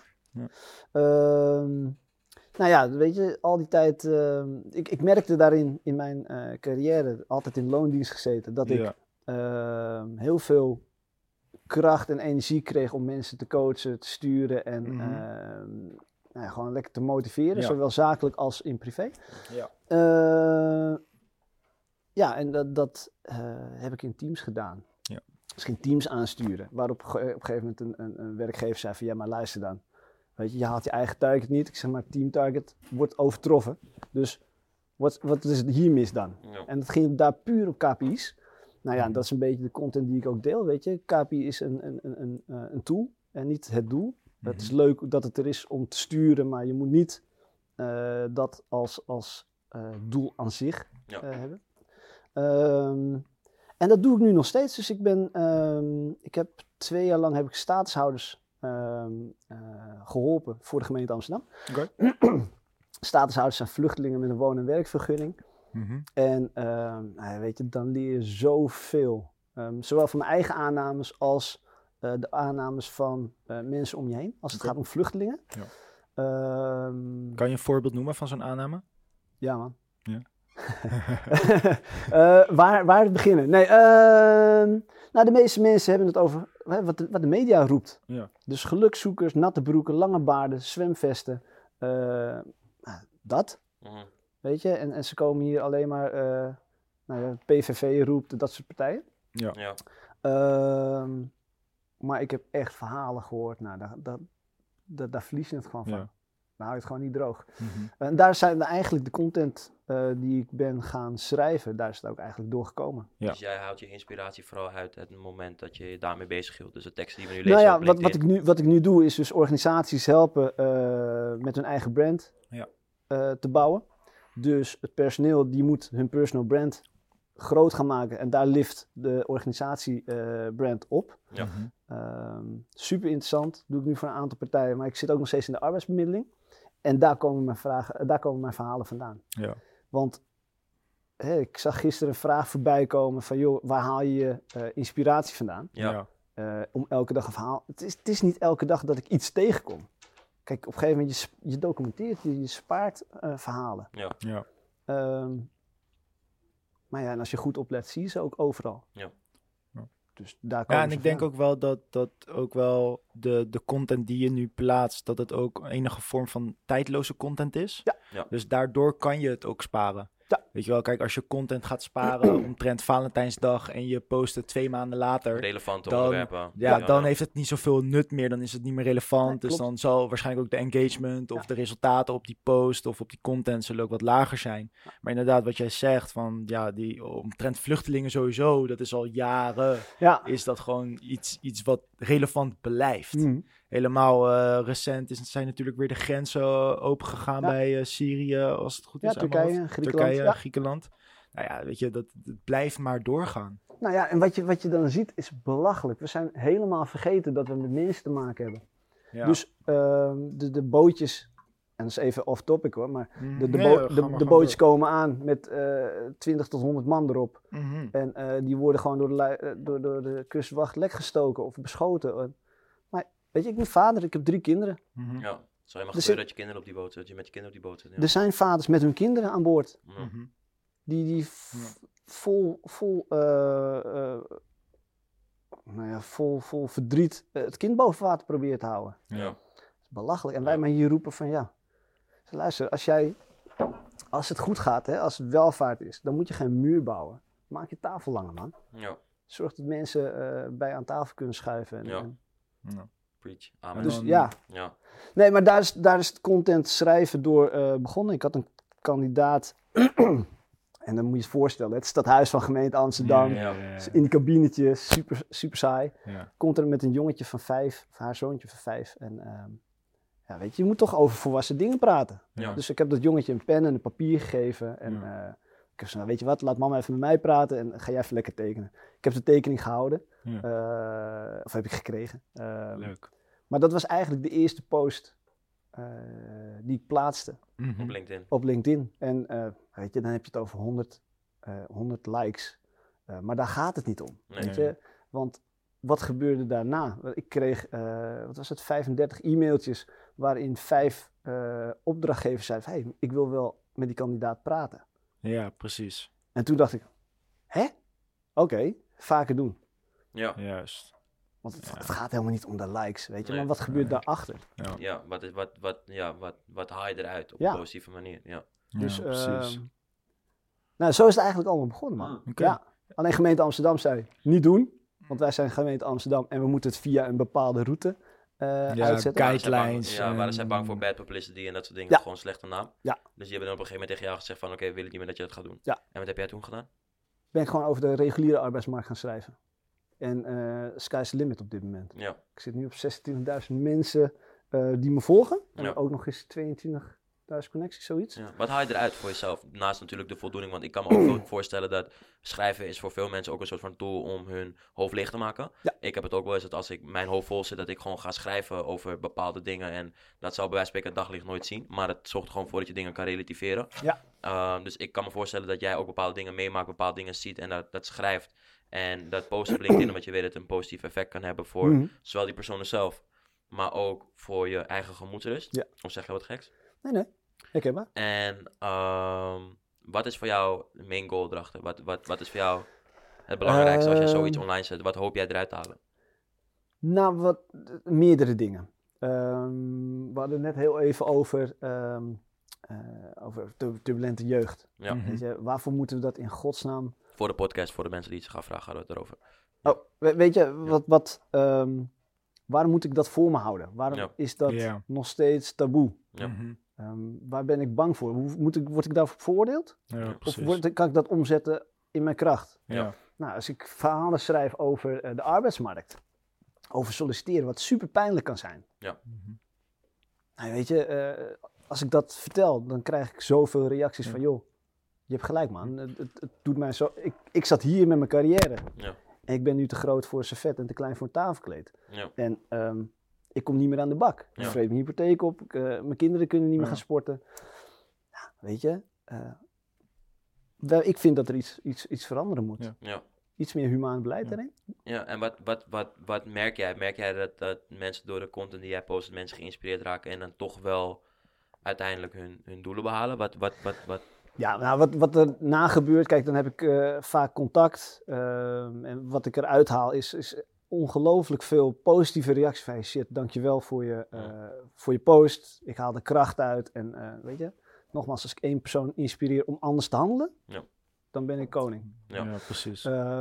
Speaker 3: Ehm, nou ja, weet je, al die tijd, ehm, ik, ik merkte daarin in mijn eh, carrière, altijd in loondienst gezeten, dat ik
Speaker 2: Ja.
Speaker 3: ehm, heel veel kracht en energie kreeg om mensen te coachen, te sturen en
Speaker 2: Mhm.
Speaker 3: ehm, nou ja, gewoon lekker te motiveren,
Speaker 2: Ja.
Speaker 3: zowel zakelijk als in privé.
Speaker 2: Ja.
Speaker 3: Eh, ja, en dat, dat eh, heb ik in teams gedaan.
Speaker 2: Ja.
Speaker 3: Misschien teams aansturen, waarop ge- op een gegeven moment een, een, een werkgever zei van ja, maar luister dan. Weet je, je haalt je eigen target niet. Ik zeg maar, team target wordt overtroffen. Dus wat, wat is het hier mis dan?
Speaker 1: Ja.
Speaker 3: En dat ging daar puur op K P I's. Nou ja, dat is een beetje de content die ik ook deel, weet je. K P I is een, een, een, een, eh, een tool en niet het doel. Het is leuk dat het er is om te sturen, maar je moet niet eh, dat als, als eh, doel aan zich
Speaker 1: Ja.
Speaker 3: eh, hebben. Ehm, en dat doe ik nu nog steeds. Dus ik ben, ehm, ik heb twee jaar lang heb ik statushouders ehm, eh, geholpen voor de gemeente Amsterdam.
Speaker 2: Oké.
Speaker 3: Statushouders zijn vluchtelingen met een woon- en werkvergunning.
Speaker 2: Mhm.
Speaker 3: En ehm, nou ja, weet je, dan leer je zoveel. Ehm, zowel van mijn eigen aannames als eh, de aannames van eh, mensen om je heen. Als het
Speaker 2: Oké.
Speaker 3: gaat om vluchtelingen.
Speaker 2: Ja.
Speaker 3: Ehm,
Speaker 2: Kan je een voorbeeld noemen van zo'n aanname?
Speaker 3: ja, man.
Speaker 2: Ja.
Speaker 3: Eh, waar, waar het beginnen? Nee, ehm, nou, de meeste mensen hebben het over hè, wat, de, wat de media roept.
Speaker 2: Ja.
Speaker 3: Dus gelukzoekers, natte broeken, lange baarden, zwemvesten. eh, nou, dat.
Speaker 1: Mhm.
Speaker 3: weet je. En, en ze komen hier alleen maar, uh, nou ja, P V V roept, dat soort partijen.
Speaker 2: Ja.
Speaker 1: Ja.
Speaker 3: Uh, maar ik heb echt verhalen gehoord, nou, daar, daar, daar, daar verlies je het gewoon van.
Speaker 2: Ja.
Speaker 3: Dan hou je het gewoon niet droog.
Speaker 2: Mm-hmm.
Speaker 3: En daar zijn eigenlijk de content uh, die ik ben gaan schrijven, daar is het ook eigenlijk doorgekomen.
Speaker 2: Ja.
Speaker 1: Dus jij haalt je inspiratie vooral uit het moment dat je je daarmee bezig hield. Dus de teksten die we nu
Speaker 3: Nou
Speaker 1: lezen
Speaker 3: ja,
Speaker 1: op
Speaker 3: wat,
Speaker 1: LinkedIn.
Speaker 3: wat, ik nu, wat ik nu doe is dus organisaties helpen uh, met hun eigen brand
Speaker 2: Ja.
Speaker 3: uh, te bouwen. Dus het personeel die moet hun personal brand groot gaan maken en daar lift de organisatie uh, brand op.
Speaker 1: Ja.
Speaker 2: Mm-hmm.
Speaker 3: Um, super interessant, doe ik nu voor een aantal partijen, maar ik zit ook nog steeds in de arbeidsbemiddeling. En daar komen mijn, vragen, daar komen mijn verhalen vandaan.
Speaker 2: Ja.
Speaker 3: Want hey, ik zag gisteren een vraag voorbij komen van, joh, waar haal je je uh, inspiratie vandaan?
Speaker 1: Ja.
Speaker 3: Ja. Uh, om elke dag een verhaal. Het is, het is niet elke dag dat ik iets tegenkom. Kijk, op een gegeven moment, je, je documenteert, je, je spaart uh, verhalen.
Speaker 1: Ja.
Speaker 2: Ja.
Speaker 3: Um, maar ja, en als je goed oplet, zie je ze ook overal.
Speaker 1: Ja.
Speaker 3: Dus daar
Speaker 2: Ja,
Speaker 3: komen
Speaker 2: en
Speaker 3: ze
Speaker 2: ik denk
Speaker 3: vandaan.
Speaker 2: ook wel dat, dat ook wel de, de content die je nu plaatst, dat het ook enige vorm van tijdloze content is.
Speaker 3: Ja.
Speaker 1: Ja.
Speaker 2: Dus daardoor kan je het ook sparen.
Speaker 3: Ja.
Speaker 2: Weet je wel, kijk, als je content gaat sparen omtrent Valentijnsdag en je post het twee maanden later,
Speaker 1: Relevante
Speaker 2: Dan-
Speaker 1: onderwerpen.
Speaker 2: ja, dan heeft het niet zoveel nut meer, dan is het niet meer relevant.
Speaker 3: Nee,
Speaker 2: dus
Speaker 3: klopt.
Speaker 2: dan zal waarschijnlijk ook de engagement of
Speaker 3: Ja.
Speaker 2: de resultaten op die post of op die content zullen ook wat lager zijn. Maar inderdaad, wat jij zegt, van ja, die omtrent vluchtelingen sowieso, dat is al jaren,
Speaker 3: Ja.
Speaker 2: is dat gewoon iets, iets wat relevant blijft.
Speaker 3: Mm.
Speaker 2: Helemaal uh, recent is, zijn natuurlijk weer de grenzen uh, opengegaan
Speaker 3: Ja.
Speaker 2: bij uh, Syrië, als het goed
Speaker 3: Ja,
Speaker 2: is. uit mijn
Speaker 3: Turkije,
Speaker 2: hoofd.
Speaker 3: Griekenland,
Speaker 2: Turkije,
Speaker 3: ja.
Speaker 2: Griekenland. Nou ja, weet je, dat, dat blijft maar doorgaan.
Speaker 3: Nou ja, en wat je, wat je dan ziet is belachelijk. We zijn helemaal vergeten dat we met mensen te maken hebben.
Speaker 2: Ja.
Speaker 3: Dus uh, de, de bootjes, en dat is even off topic hoor, maar
Speaker 2: Mhm.
Speaker 3: de, de,
Speaker 2: Nee,
Speaker 3: bo-
Speaker 2: ga maar
Speaker 3: de,
Speaker 2: gewoon
Speaker 3: de bootjes komen aan met uh, twintig tot honderd man erop.
Speaker 2: door. Mhm.
Speaker 3: En uh, die worden gewoon door de, lui- uh, door, door de kustwacht lek gestoken of beschoten. Maar weet je, ik ben vader, ik heb drie kinderen.
Speaker 2: Mhm.
Speaker 1: Ja. Zou je maar
Speaker 3: Dus
Speaker 1: gebeuren
Speaker 3: ik-
Speaker 1: dat je kinderen op die boot zit, dat je met je kinderen op die boot zit. Ja.
Speaker 3: Er zijn vaders met hun kinderen aan boord.
Speaker 1: Ja.
Speaker 2: Mhm.
Speaker 3: Die, die f- vol, vol, uh, uh, nou ja, vol, vol verdriet uh, het kind boven water proberen te houden.
Speaker 1: Ja.
Speaker 3: Dat is belachelijk. En wij
Speaker 1: Ja.
Speaker 3: maar hier roepen van ja, luister, als jij, als het goed gaat, hè, als het welvaart is, dan moet je geen muur bouwen. Maak je tafel langer, man.
Speaker 1: Ja.
Speaker 3: Zorg dat mensen uh, bij aan tafel kunnen schuiven. En,
Speaker 1: Ja.
Speaker 3: en-
Speaker 2: Ja.
Speaker 1: Preach. Amen.
Speaker 2: En
Speaker 3: dus
Speaker 2: dan-
Speaker 3: ja,
Speaker 1: Ja.
Speaker 3: nee, maar daar is, daar is het content schrijven door uh, begonnen. Ik had een kandidaat, en dan moet je je voorstellen, het stadhuis van gemeente Amsterdam,
Speaker 2: Ja, ja, ja, ja.
Speaker 3: in die kabinetje, super, super saai.
Speaker 2: Ja.
Speaker 3: Komt er met een jongetje van vijf, of haar zoontje van vijf. En uh, ja, weet je, je moet toch over volwassen dingen praten.
Speaker 1: Ja.
Speaker 3: Dus ik heb dat jongetje een pen en een papier gegeven. En
Speaker 2: Ja.
Speaker 3: uh, ik heb gezegd, nou, weet je wat, laat mama even met mij praten en ga jij even lekker tekenen. Ik heb de tekening gehouden,
Speaker 2: Ja.
Speaker 3: uh, of heb ik gekregen. Uh,
Speaker 2: Leuk.
Speaker 3: maar dat was eigenlijk de eerste post uh, die ik plaatste
Speaker 2: Mhm.
Speaker 1: Op LinkedIn.
Speaker 3: op LinkedIn. En uh, weet je, dan heb je het over honderd, uh, honderd likes. Uh, maar daar gaat het niet om,
Speaker 1: Nee.
Speaker 3: weet je. Want wat gebeurde daarna? Ik kreeg, uh, wat was het, vijfendertig e-mailtjes waarin vijf uh, opdrachtgevers zeiden, hey, ik wil wel met die kandidaat praten.
Speaker 2: Ja, precies.
Speaker 3: En toen dacht ik, hè? Oké, okay, vaker doen.
Speaker 1: Ja.
Speaker 2: Juist.
Speaker 3: Want het,
Speaker 2: Ja.
Speaker 3: het gaat helemaal niet om de likes, weet je.
Speaker 1: Nee.
Speaker 3: Maar wat gebeurt
Speaker 2: Nee.
Speaker 3: daarachter?
Speaker 2: Ja,
Speaker 1: Ja. Wat, is, wat, wat, ja wat, wat haal je eruit op
Speaker 3: Ja.
Speaker 1: een positieve manier? Ja.
Speaker 3: Dus,
Speaker 2: ja, precies.
Speaker 3: uh, nou, zo is het eigenlijk allemaal begonnen, man.
Speaker 1: Ah,
Speaker 2: oké.
Speaker 3: Ja, alleen gemeente Amsterdam zei, niet doen. Want wij zijn gemeente Amsterdam en we moeten het via een bepaalde route uh,
Speaker 2: Ja,
Speaker 3: uitzetten.
Speaker 2: kijk.
Speaker 1: Waren zij bang-
Speaker 2: Guidelines
Speaker 1: Ja, waren
Speaker 2: en-
Speaker 1: zij bang voor bad publicity en dat soort dingen?
Speaker 3: Ja.
Speaker 1: Gewoon een slechte naam.
Speaker 3: Ja.
Speaker 1: Dus die hebben dan op een gegeven moment tegen jou gezegd van oké, we willen niet meer dat je dat gaat doen.
Speaker 3: Ja.
Speaker 1: En wat heb jij toen gedaan?
Speaker 3: Ben ik gewoon over de reguliere arbeidsmarkt gaan schrijven. En uh, sky's the limit op dit moment.
Speaker 1: Ja.
Speaker 3: Ik zit nu op zesentwintigduizend mensen uh, die me volgen. En
Speaker 1: Ja.
Speaker 3: ook nog eens tweeëntwintigduizend connecties, zoiets.
Speaker 1: Ja. Wat haal je eruit voor jezelf? Naast natuurlijk de voldoening, want ik kan me ook wel voorstellen dat schrijven is voor veel mensen ook een soort van tool om hun hoofd leeg te maken.
Speaker 3: Ja.
Speaker 1: Ik heb het ook wel eens dat als ik mijn hoofd vol zit, dat ik gewoon ga schrijven over bepaalde dingen en dat zal bij wijze van spreken het daglicht nooit zien, maar het zorgt er gewoon voor dat je dingen kan relativeren.
Speaker 3: Ja.
Speaker 1: Uh, dus ik kan me voorstellen dat jij ook bepaalde dingen meemaakt, bepaalde dingen ziet en dat, dat schrijft en dat post op LinkedIn, omdat je weet dat het een positief effect kan hebben voor
Speaker 3: Mhm.
Speaker 1: zowel die persoon zelf, maar ook voor je eigen gemoedsrust.
Speaker 3: Ja.
Speaker 1: Of zeg je wat geks?
Speaker 3: Nee, nee. Herkenbaar.
Speaker 1: En um, wat is voor jou de main goal erachter? Wat, wat, wat is voor jou het belangrijkste als je
Speaker 3: Ehm.
Speaker 1: zoiets online zet? Wat hoop jij eruit te halen?
Speaker 3: Nou, wat, meerdere dingen. Um, we hadden het net heel even over um, uh, over tu- turbulente jeugd.
Speaker 1: Ja.
Speaker 2: Mhm.
Speaker 3: Weet je, waarvoor moeten we dat in godsnaam...
Speaker 1: Voor de podcast, voor de mensen die het zich afvragen, hadden we het erover.
Speaker 3: Oh, we- weet je, wat, wat, um, waarom moet ik dat voor me houden? Waarom
Speaker 1: Ja.
Speaker 3: is dat
Speaker 2: Ja.
Speaker 3: nog steeds taboe?
Speaker 1: Ja.
Speaker 2: Mhm.
Speaker 3: Um, waar ben ik bang voor? Hoe, moet ik, word ik daarvoor veroordeeld?
Speaker 2: Ja,
Speaker 3: Of
Speaker 2: precies.
Speaker 3: word, kan ik dat omzetten in mijn kracht?
Speaker 2: Ja.
Speaker 3: Nou, als ik verhalen schrijf over uh, de arbeidsmarkt, over solliciteren, wat super pijnlijk kan zijn.
Speaker 2: Mhm.
Speaker 3: Nou, weet je, uh, als ik dat vertel, dan krijg ik zoveel reacties
Speaker 2: Ja.
Speaker 3: van, joh, je hebt gelijk man, het, het, het doet mij zo... Ik, ik zat hier met mijn carrière
Speaker 1: Ja.
Speaker 3: en ik ben nu te groot voor een servet en te klein voor een tafelkleed.
Speaker 1: Ja.
Speaker 3: En um, ik kom niet meer aan de bak. Ik
Speaker 1: Ja.
Speaker 3: vreet mijn hypotheek op, ik, uh, mijn kinderen kunnen niet meer
Speaker 2: Ja.
Speaker 3: gaan sporten. Ja, weet je, uh, wel, ik vind dat er iets, iets, iets veranderen moet.
Speaker 2: Ja.
Speaker 1: Ja.
Speaker 3: Iets meer humaan beleid
Speaker 2: Ja.
Speaker 3: daarin.
Speaker 1: Ja, en wat, wat, wat, wat merk jij? Merk jij dat, dat mensen door de content die jij post, dat mensen geïnspireerd raken en dan toch wel uiteindelijk hun, hun doelen behalen? Wat, wat, wat, wat?
Speaker 3: Ja, nou, wat, wat er na gebeurt, kijk, dan heb ik uh, vaak contact. Uh, en wat ik eruit haal is, is ongelooflijk veel positieve reacties van, hey, shit, dankjewel voor je, uh,
Speaker 1: Ja.
Speaker 3: voor je post. Ik haal de kracht uit. En uh, weet je, nogmaals, als ik één persoon inspireer om anders te handelen,
Speaker 1: Ja.
Speaker 3: dan ben ik koning.
Speaker 1: Ja.
Speaker 2: Ja, precies.
Speaker 3: Uh,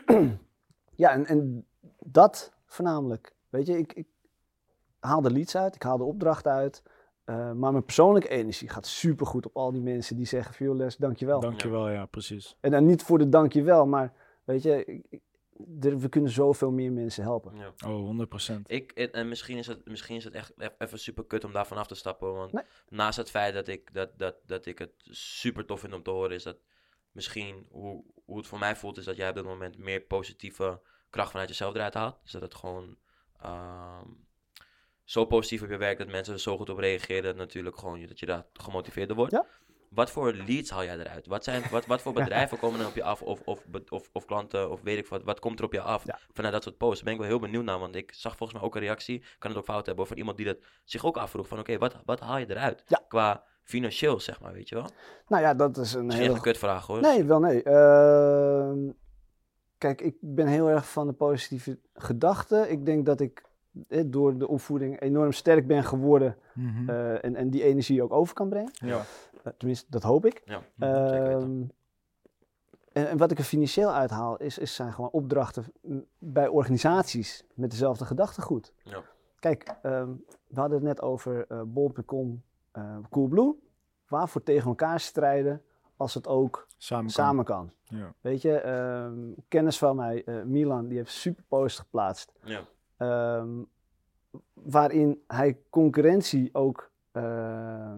Speaker 3: ja, en, en dat voornamelijk. Weet je, ik, ik haal de leads uit, ik haal de opdracht uit. Uh, maar mijn persoonlijke energie gaat supergoed op al die mensen die zeggen, joh Les, dankjewel.
Speaker 2: Dankjewel, ja, precies.
Speaker 3: En dan niet voor de dankjewel, maar weet je, ik, ik, er, we kunnen zoveel meer mensen helpen.
Speaker 1: Ja.
Speaker 2: Oh, honderd procent.
Speaker 1: Ik, en en misschien is het, misschien is het echt e- even super kut om daar vanaf te stappen. Want
Speaker 3: Nee.
Speaker 1: naast het feit dat ik, dat, dat, dat ik het super tof vind om te horen, is dat misschien hoe, hoe het voor mij voelt, is dat jij op dit moment meer positieve kracht vanuit jezelf eruit haalt. Dus dat het gewoon um, zo positief op je werkt dat mensen er zo goed op reageren. Dat natuurlijk gewoon dat je daar gemotiveerd door wordt.
Speaker 3: Ja.
Speaker 1: Wat voor leads haal jij eruit? Wat, zijn, wat, wat voor bedrijven komen er op je af? Of, of, of, of klanten, of weet ik wat. Wat komt er op je af
Speaker 3: Ja.
Speaker 1: vanuit dat soort posts? Daar ben ik wel heel benieuwd naar. Want ik zag volgens mij ook een reactie, kan het ook fout hebben, van iemand die dat zich ook afvroeg. Van oké, okay, wat, wat haal je eruit?
Speaker 3: Ja.
Speaker 1: Qua financieel, zeg maar, weet je wel?
Speaker 3: Nou ja, dat is een
Speaker 1: Misschien echt
Speaker 3: hele...
Speaker 1: een kutvraag hoor.
Speaker 3: Nee, wel nee. Uh, kijk, ik ben heel erg van de positieve gedachten. Ik denk dat ik eh, door de opvoeding enorm sterk ben geworden
Speaker 2: Mhm.
Speaker 3: uh, en, en die energie ook over kan brengen.
Speaker 2: Ja.
Speaker 3: Uh, tenminste, dat hoop ik.
Speaker 1: Ja,
Speaker 2: Mhm,
Speaker 1: zeker weten.
Speaker 3: Um, en, en wat ik er financieel uithaal, is, is zijn gewoon opdrachten m- bij organisaties met dezelfde gedachtegoed.
Speaker 1: Ja.
Speaker 3: Kijk, um, we hadden het net over uh, bol punt com, uh, Coolblue. Waarvoor tegen elkaar strijden als het ook
Speaker 2: Samen kan.
Speaker 3: samen kan.
Speaker 2: Ja.
Speaker 3: Weet je, um, kennis van mij, uh, Milan, die heeft super post geplaatst.
Speaker 1: Ja.
Speaker 3: Um, waarin hij concurrentie ook... Uh,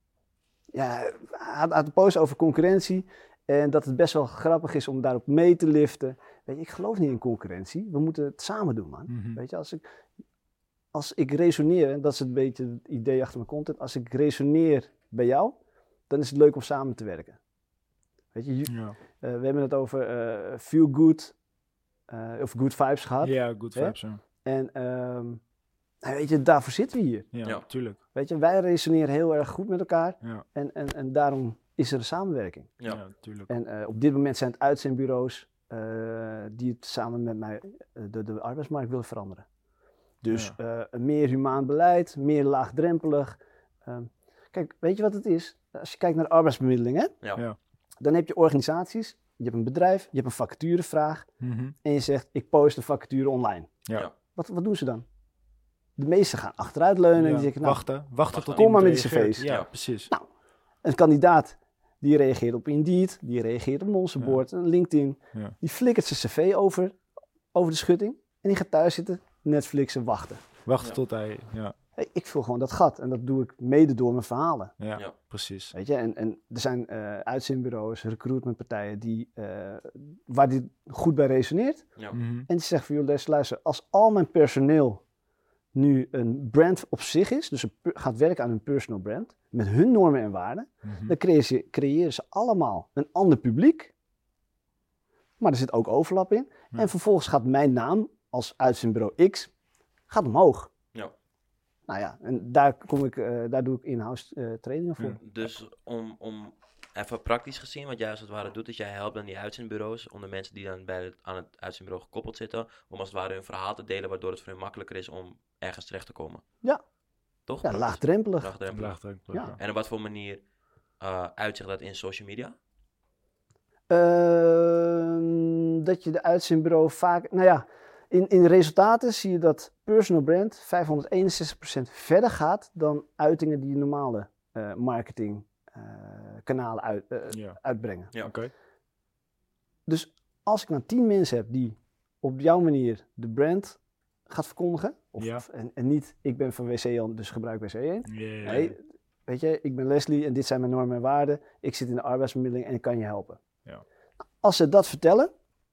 Speaker 3: ja, hij had, had een post over concurrentie. En dat het best wel grappig is om daarop mee te liften. Weet je, ik geloof niet in concurrentie. We moeten het samen doen, man.
Speaker 2: Mhm.
Speaker 3: Weet je, als ik, als ik resoneer, en dat is een beetje het idee achter mijn content. Als ik resoneer bij jou, dan is het leuk om samen te werken. Weet je, ju-
Speaker 2: Ja.
Speaker 3: uh, we hebben het over uh, feel good, uh, of good vibes gehad.
Speaker 2: Ja, good
Speaker 3: Hè?
Speaker 2: vibes. Ja,
Speaker 3: En um, nou, weet je, daarvoor zitten we hier.
Speaker 2: ja,
Speaker 1: Ja.
Speaker 2: tuurlijk.
Speaker 3: Weet je, wij resoneren heel erg goed met elkaar.
Speaker 2: Ja,
Speaker 3: En, en, en daarom is er een samenwerking.
Speaker 1: Ja.
Speaker 2: ja. tuurlijk.
Speaker 3: En uh, op dit moment zijn het uitzendbureaus uh, die het samen met mij uh, de, de arbeidsmarkt willen veranderen. Dus
Speaker 2: Ja.
Speaker 3: uh, een meer humaan beleid, meer laagdrempelig. Um, kijk, weet je wat het is? Als je kijkt naar de arbeidsbemiddeling, hè?
Speaker 1: Ja.
Speaker 2: Ja.
Speaker 3: Dan heb je organisaties, je hebt een bedrijf, je hebt een vacaturevraag
Speaker 2: Mhm.
Speaker 3: en je zegt, ik post een vacature online.
Speaker 2: Ja.
Speaker 1: Ja.
Speaker 3: Wat, wat doen ze dan? De meesten gaan achteruitleunen en
Speaker 2: Ja,
Speaker 3: die zeggen, nou,
Speaker 2: wachten, wachten tot
Speaker 1: Kom
Speaker 2: iemand
Speaker 3: maar met die
Speaker 2: reageert.
Speaker 3: cv's.
Speaker 2: Ja,
Speaker 1: Ja.
Speaker 2: precies.
Speaker 3: Nou, een kandidaat die reageert op Indeed, die reageert op Monsterboard, LinkedIn.
Speaker 2: Ja.
Speaker 3: Die flikkert zijn cv over, over de schutting en die gaat thuis zitten, Netflixen, wachten.
Speaker 2: Wachten
Speaker 1: Ja.
Speaker 2: tot hij... Ja,
Speaker 3: Hey, ik vul gewoon dat gat en dat doe ik mede door mijn verhalen.
Speaker 2: ja,
Speaker 1: Ja.
Speaker 2: precies.
Speaker 3: Weet je? En, en er zijn uh, uitzendbureaus, recruitmentpartijen die, uh, waar dit goed bij resoneert.
Speaker 1: Ja.
Speaker 2: Mhm.
Speaker 3: En die zeggen van, joh, Les, luister, als al mijn personeel nu een brand op zich is, dus een pu- gaat werken aan een personal brand, met hun normen en waarden,
Speaker 2: Mhm.
Speaker 3: dan creëren ze, creëren ze allemaal een ander publiek. Maar er zit ook overlap in.
Speaker 2: Ja.
Speaker 3: En vervolgens gaat mijn naam als uitzendbureau X gaat omhoog.
Speaker 1: Ja.
Speaker 3: Nou ja, en daar, kom ik, uh, daar doe ik in-house uh, trainingen voor.
Speaker 2: Ja.
Speaker 1: Dus om, om even praktisch gezien, wat jij als het ware doet, is jij helpt dan die uitzendbureaus, om de mensen die dan bij het, aan het uitzendbureau gekoppeld zitten, om als het ware hun verhaal te delen, waardoor het voor hen makkelijker is om ergens terecht te komen.
Speaker 3: Ja.
Speaker 1: toch?
Speaker 3: Ja, laagdrempelig.
Speaker 1: Laagdrempelig.
Speaker 2: Laagdrempelig,
Speaker 3: Ja.
Speaker 2: ja.
Speaker 1: En op wat voor manier uh, uitzicht dat in social media?
Speaker 3: Ehm, dat je de uitzendbureau vaak... Nou ja, in, in de resultaten zie je dat personal brand vijfhonderdeenenzestig procent verder gaat dan uitingen die normale uh, marketing uh, kanalen uit, uh,
Speaker 2: Ja.
Speaker 3: uitbrengen.
Speaker 1: Ja.
Speaker 2: Oké. Okay.
Speaker 3: Dus als ik nou tien mensen heb die op jouw manier de brand gaat verkondigen, of,
Speaker 2: Ja.
Speaker 3: en, en niet ik ben van W C Jan, dus gebruik W C één.
Speaker 2: Yeah.
Speaker 3: Nee, weet je, ik ben Leslie en dit zijn mijn normen en waarden. Ik zit in de arbeidsbemiddeling en ik kan je helpen.
Speaker 2: Ja.
Speaker 3: Als ze dat vertellen,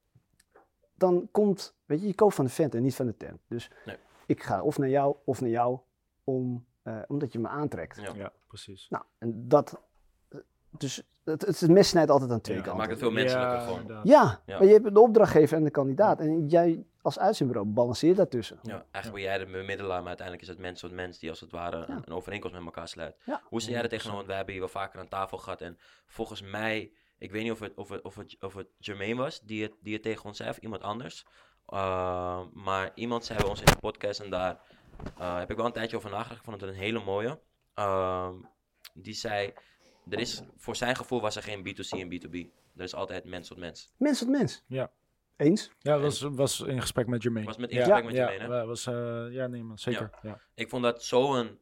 Speaker 3: dan komt, weet je, je koopt van de vent en niet van de tent. Dus
Speaker 1: Nee.
Speaker 3: ik ga of naar jou of naar jou, om, uh, omdat je me aantrekt.
Speaker 1: Ja.
Speaker 2: Ja, precies.
Speaker 3: Nou, en dat, dus het, het, het mes snijdt altijd aan twee
Speaker 2: Ja,
Speaker 1: Dat
Speaker 3: kanten.
Speaker 1: maakt het veel menselijker
Speaker 2: Ja,
Speaker 1: gewoon.
Speaker 2: inderdaad.
Speaker 3: Ja,
Speaker 1: Ja.
Speaker 3: maar je hebt de opdrachtgever en de kandidaat. En jij als uitzendbureau balanceert daartussen.
Speaker 1: Ja, eigenlijk ben jij de bemiddelaar, maar uiteindelijk is het mens tot mens die als het ware
Speaker 3: Ja.
Speaker 1: een, een overeenkomst met elkaar sluit.
Speaker 3: Ja.
Speaker 1: Hoe sta jij er tegenover? Want wij hebben hier wel vaker aan tafel gehad en volgens mij, ik weet niet of het, of het, of het, of het Jermaine was die het, die het tegen ons zei of iemand anders. Uh, maar iemand zei bij ons in de podcast en daar uh, heb ik wel een tijdje over nagedacht. Ik vond het een hele mooie. Uh, die zei, er is, voor zijn gevoel was er geen B twee C en B twee B. Er is altijd mens tot mens.
Speaker 3: Mens tot mens.
Speaker 2: Ja.
Speaker 3: Eens?
Speaker 2: Ja, dat was, was in gesprek met Jermaine.
Speaker 1: Was met in
Speaker 2: ja.
Speaker 1: gesprek met
Speaker 2: ja,
Speaker 1: Jermaine, hè?
Speaker 2: Ja, was, uh, ja, nee man, zeker. Ja. Ja.
Speaker 1: Ik vond dat zo'n...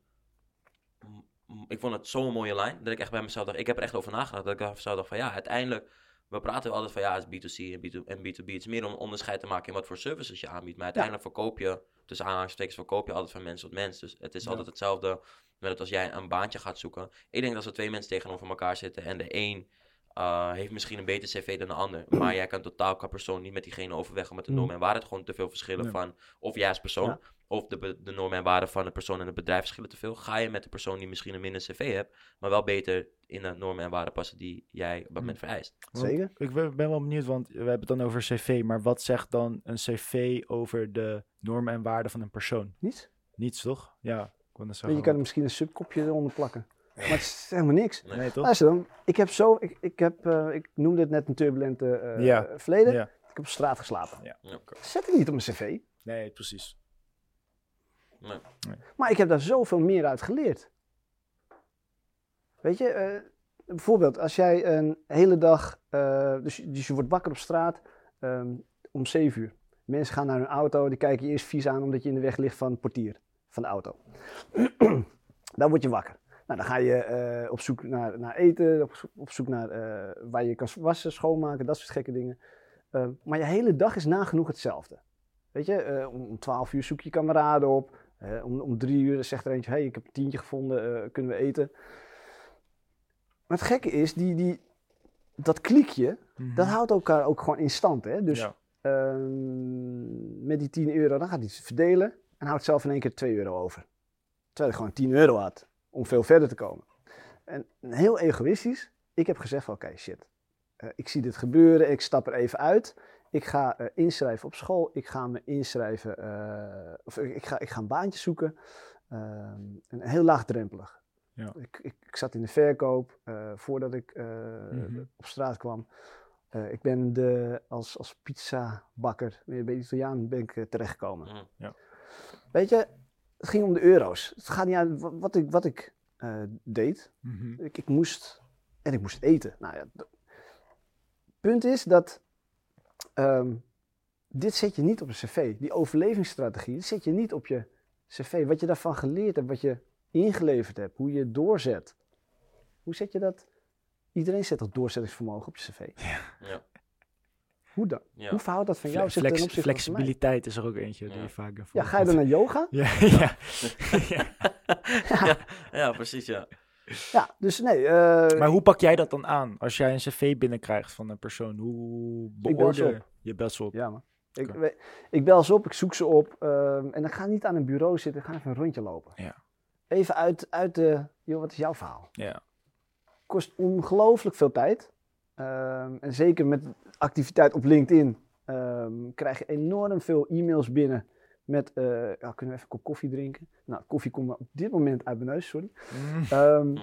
Speaker 1: Ik vond het zo'n mooie lijn, dat ik echt bij mezelf dacht... Ik heb er echt over nagedacht, dat ik bij mezelf dacht van... Ja, uiteindelijk... We praten altijd van ja, het is B twee C en B twee, en B twee B. Het is meer om een onderscheid te maken in wat voor services je aanbiedt. Maar uiteindelijk ja. verkoop je, tussen aanhalingstekens, verkoop je altijd van mens tot mens. Dus het is ja. altijd hetzelfde met het als jij een baantje gaat zoeken. Ik denk dat als er twee mensen tegenover elkaar zitten en de een uh, heeft misschien een beter cv dan de ander. Maar jij kan totaal qua persoon niet met diegene overweg met de normen en waarden gewoon te veel verschillen ja. van of jij als persoon... Ja. Of de, de normen en waarden van de persoon en het bedrijf verschillen te veel. Ga je met de persoon die misschien een minder cv hebt, maar wel beter in de normen en waarden passen die jij op dat moment vereist.
Speaker 3: Zeker.
Speaker 2: Ik ben wel benieuwd, want we hebben het dan over cv, maar wat zegt dan een cv over de normen en waarden van een persoon?
Speaker 3: Niets.
Speaker 2: Niets, toch? Ja. Ik kon
Speaker 3: je kan er misschien een subkopje eronder plakken. Ja. Maar het is helemaal niks.
Speaker 2: Nee, nee toch?
Speaker 3: Luister dan, ik heb zo, ik, ik heb, uh, ik noemde het net een turbulente uh,
Speaker 2: ja.
Speaker 3: verleden.
Speaker 2: Ja.
Speaker 3: Ik heb op straat geslapen.
Speaker 2: Ja. Ja.
Speaker 3: Zet het niet op mijn cv.
Speaker 2: Nee, precies.
Speaker 1: Nee.
Speaker 2: Nee.
Speaker 3: Maar ik heb daar zoveel meer uit geleerd. Weet je, uh, bijvoorbeeld als jij een hele dag, uh, dus, dus je wordt wakker op straat um, om zeven uur. Mensen gaan naar hun auto, die kijken je eerst vies aan omdat je in de weg ligt van het portier van de auto. Dan word je wakker. Nou, dan ga je uh, op zoek naar, naar eten, op zoek, op zoek naar uh, waar je kan wassen, schoonmaken, dat soort gekke dingen. Uh, maar je hele dag is nagenoeg hetzelfde. Weet je, uh, om, om twaalf uur zoek je kameraden op. Uh, om, om drie uur zegt er eentje, hé, hey, ik heb een tientje gevonden, uh, kunnen we eten? Maar het gekke is, die, die, dat kliekje, mm-hmm. dat houdt elkaar ook gewoon in stand. Hè? Dus ja. uh, met die tien euro, dan gaat hij het verdelen en houdt zelf in één keer twee euro over. Terwijl hij gewoon tien euro had om veel verder te komen. En heel egoïstisch, ik heb gezegd van oké, okay, shit. Uh, ik zie dit gebeuren, ik stap er even uit. Ik ga uh, inschrijven op school, ik ga me inschrijven, uh, of ik ga, ik ga een baantje zoeken. Uh, en heel laagdrempelig. Ja. Ik, ik, ik zat in de verkoop uh, voordat ik uh, mm-hmm. op straat kwam. Uh, ik ben de, als, als pizzabakker bij de Italiaan ben ik uh, terechtgekomen. Mm. Ja. Weet je, het ging om de euro's. Het gaat niet aan wat, wat ik, wat ik uh, deed. Mm-hmm. Ik, ik moest, en ik moest eten. Nou ja, d- punt is dat um, dit zet je niet op een cv. Die overlevingsstrategie, dit zet je niet op je cv. Wat je daarvan geleerd hebt, wat je ingeleverd hebt, hoe je het doorzet. Hoe zet je dat? Iedereen zet dat doorzettingsvermogen op je cv. Ja. Ja. Hoe dan? Ja. Hoe verhoudt dat van jou?
Speaker 2: Flex, ten opzichte flexibiliteit is er ook eentje
Speaker 1: ja.
Speaker 2: die je vaak...
Speaker 3: Ja, ga je dan naar yoga?
Speaker 2: Ja, ja.
Speaker 1: ja. ja. ja, precies, ja.
Speaker 3: Ja, dus nee. Uh,
Speaker 2: maar hoe pak jij dat dan aan? Als jij een cv binnenkrijgt van een persoon, hoe beoordeel je? Je belt ze op.
Speaker 3: Ja, man. Ik, okay. ik bel ze op, ik zoek ze op. Uh, en dan ga ik niet aan een bureau zitten, ik ga even een rondje lopen.
Speaker 2: Ja.
Speaker 3: Even uit, uit de, joh, wat is jouw verhaal?
Speaker 2: Ja.
Speaker 3: Kost ongelooflijk veel tijd. Um, en zeker met activiteit op LinkedIn um, krijg je enorm veel e-mails binnen met, uh, ja, kunnen we even een kop koffie drinken? Nou, koffie komt maar op dit moment uit mijn neus, sorry. Mm. Um,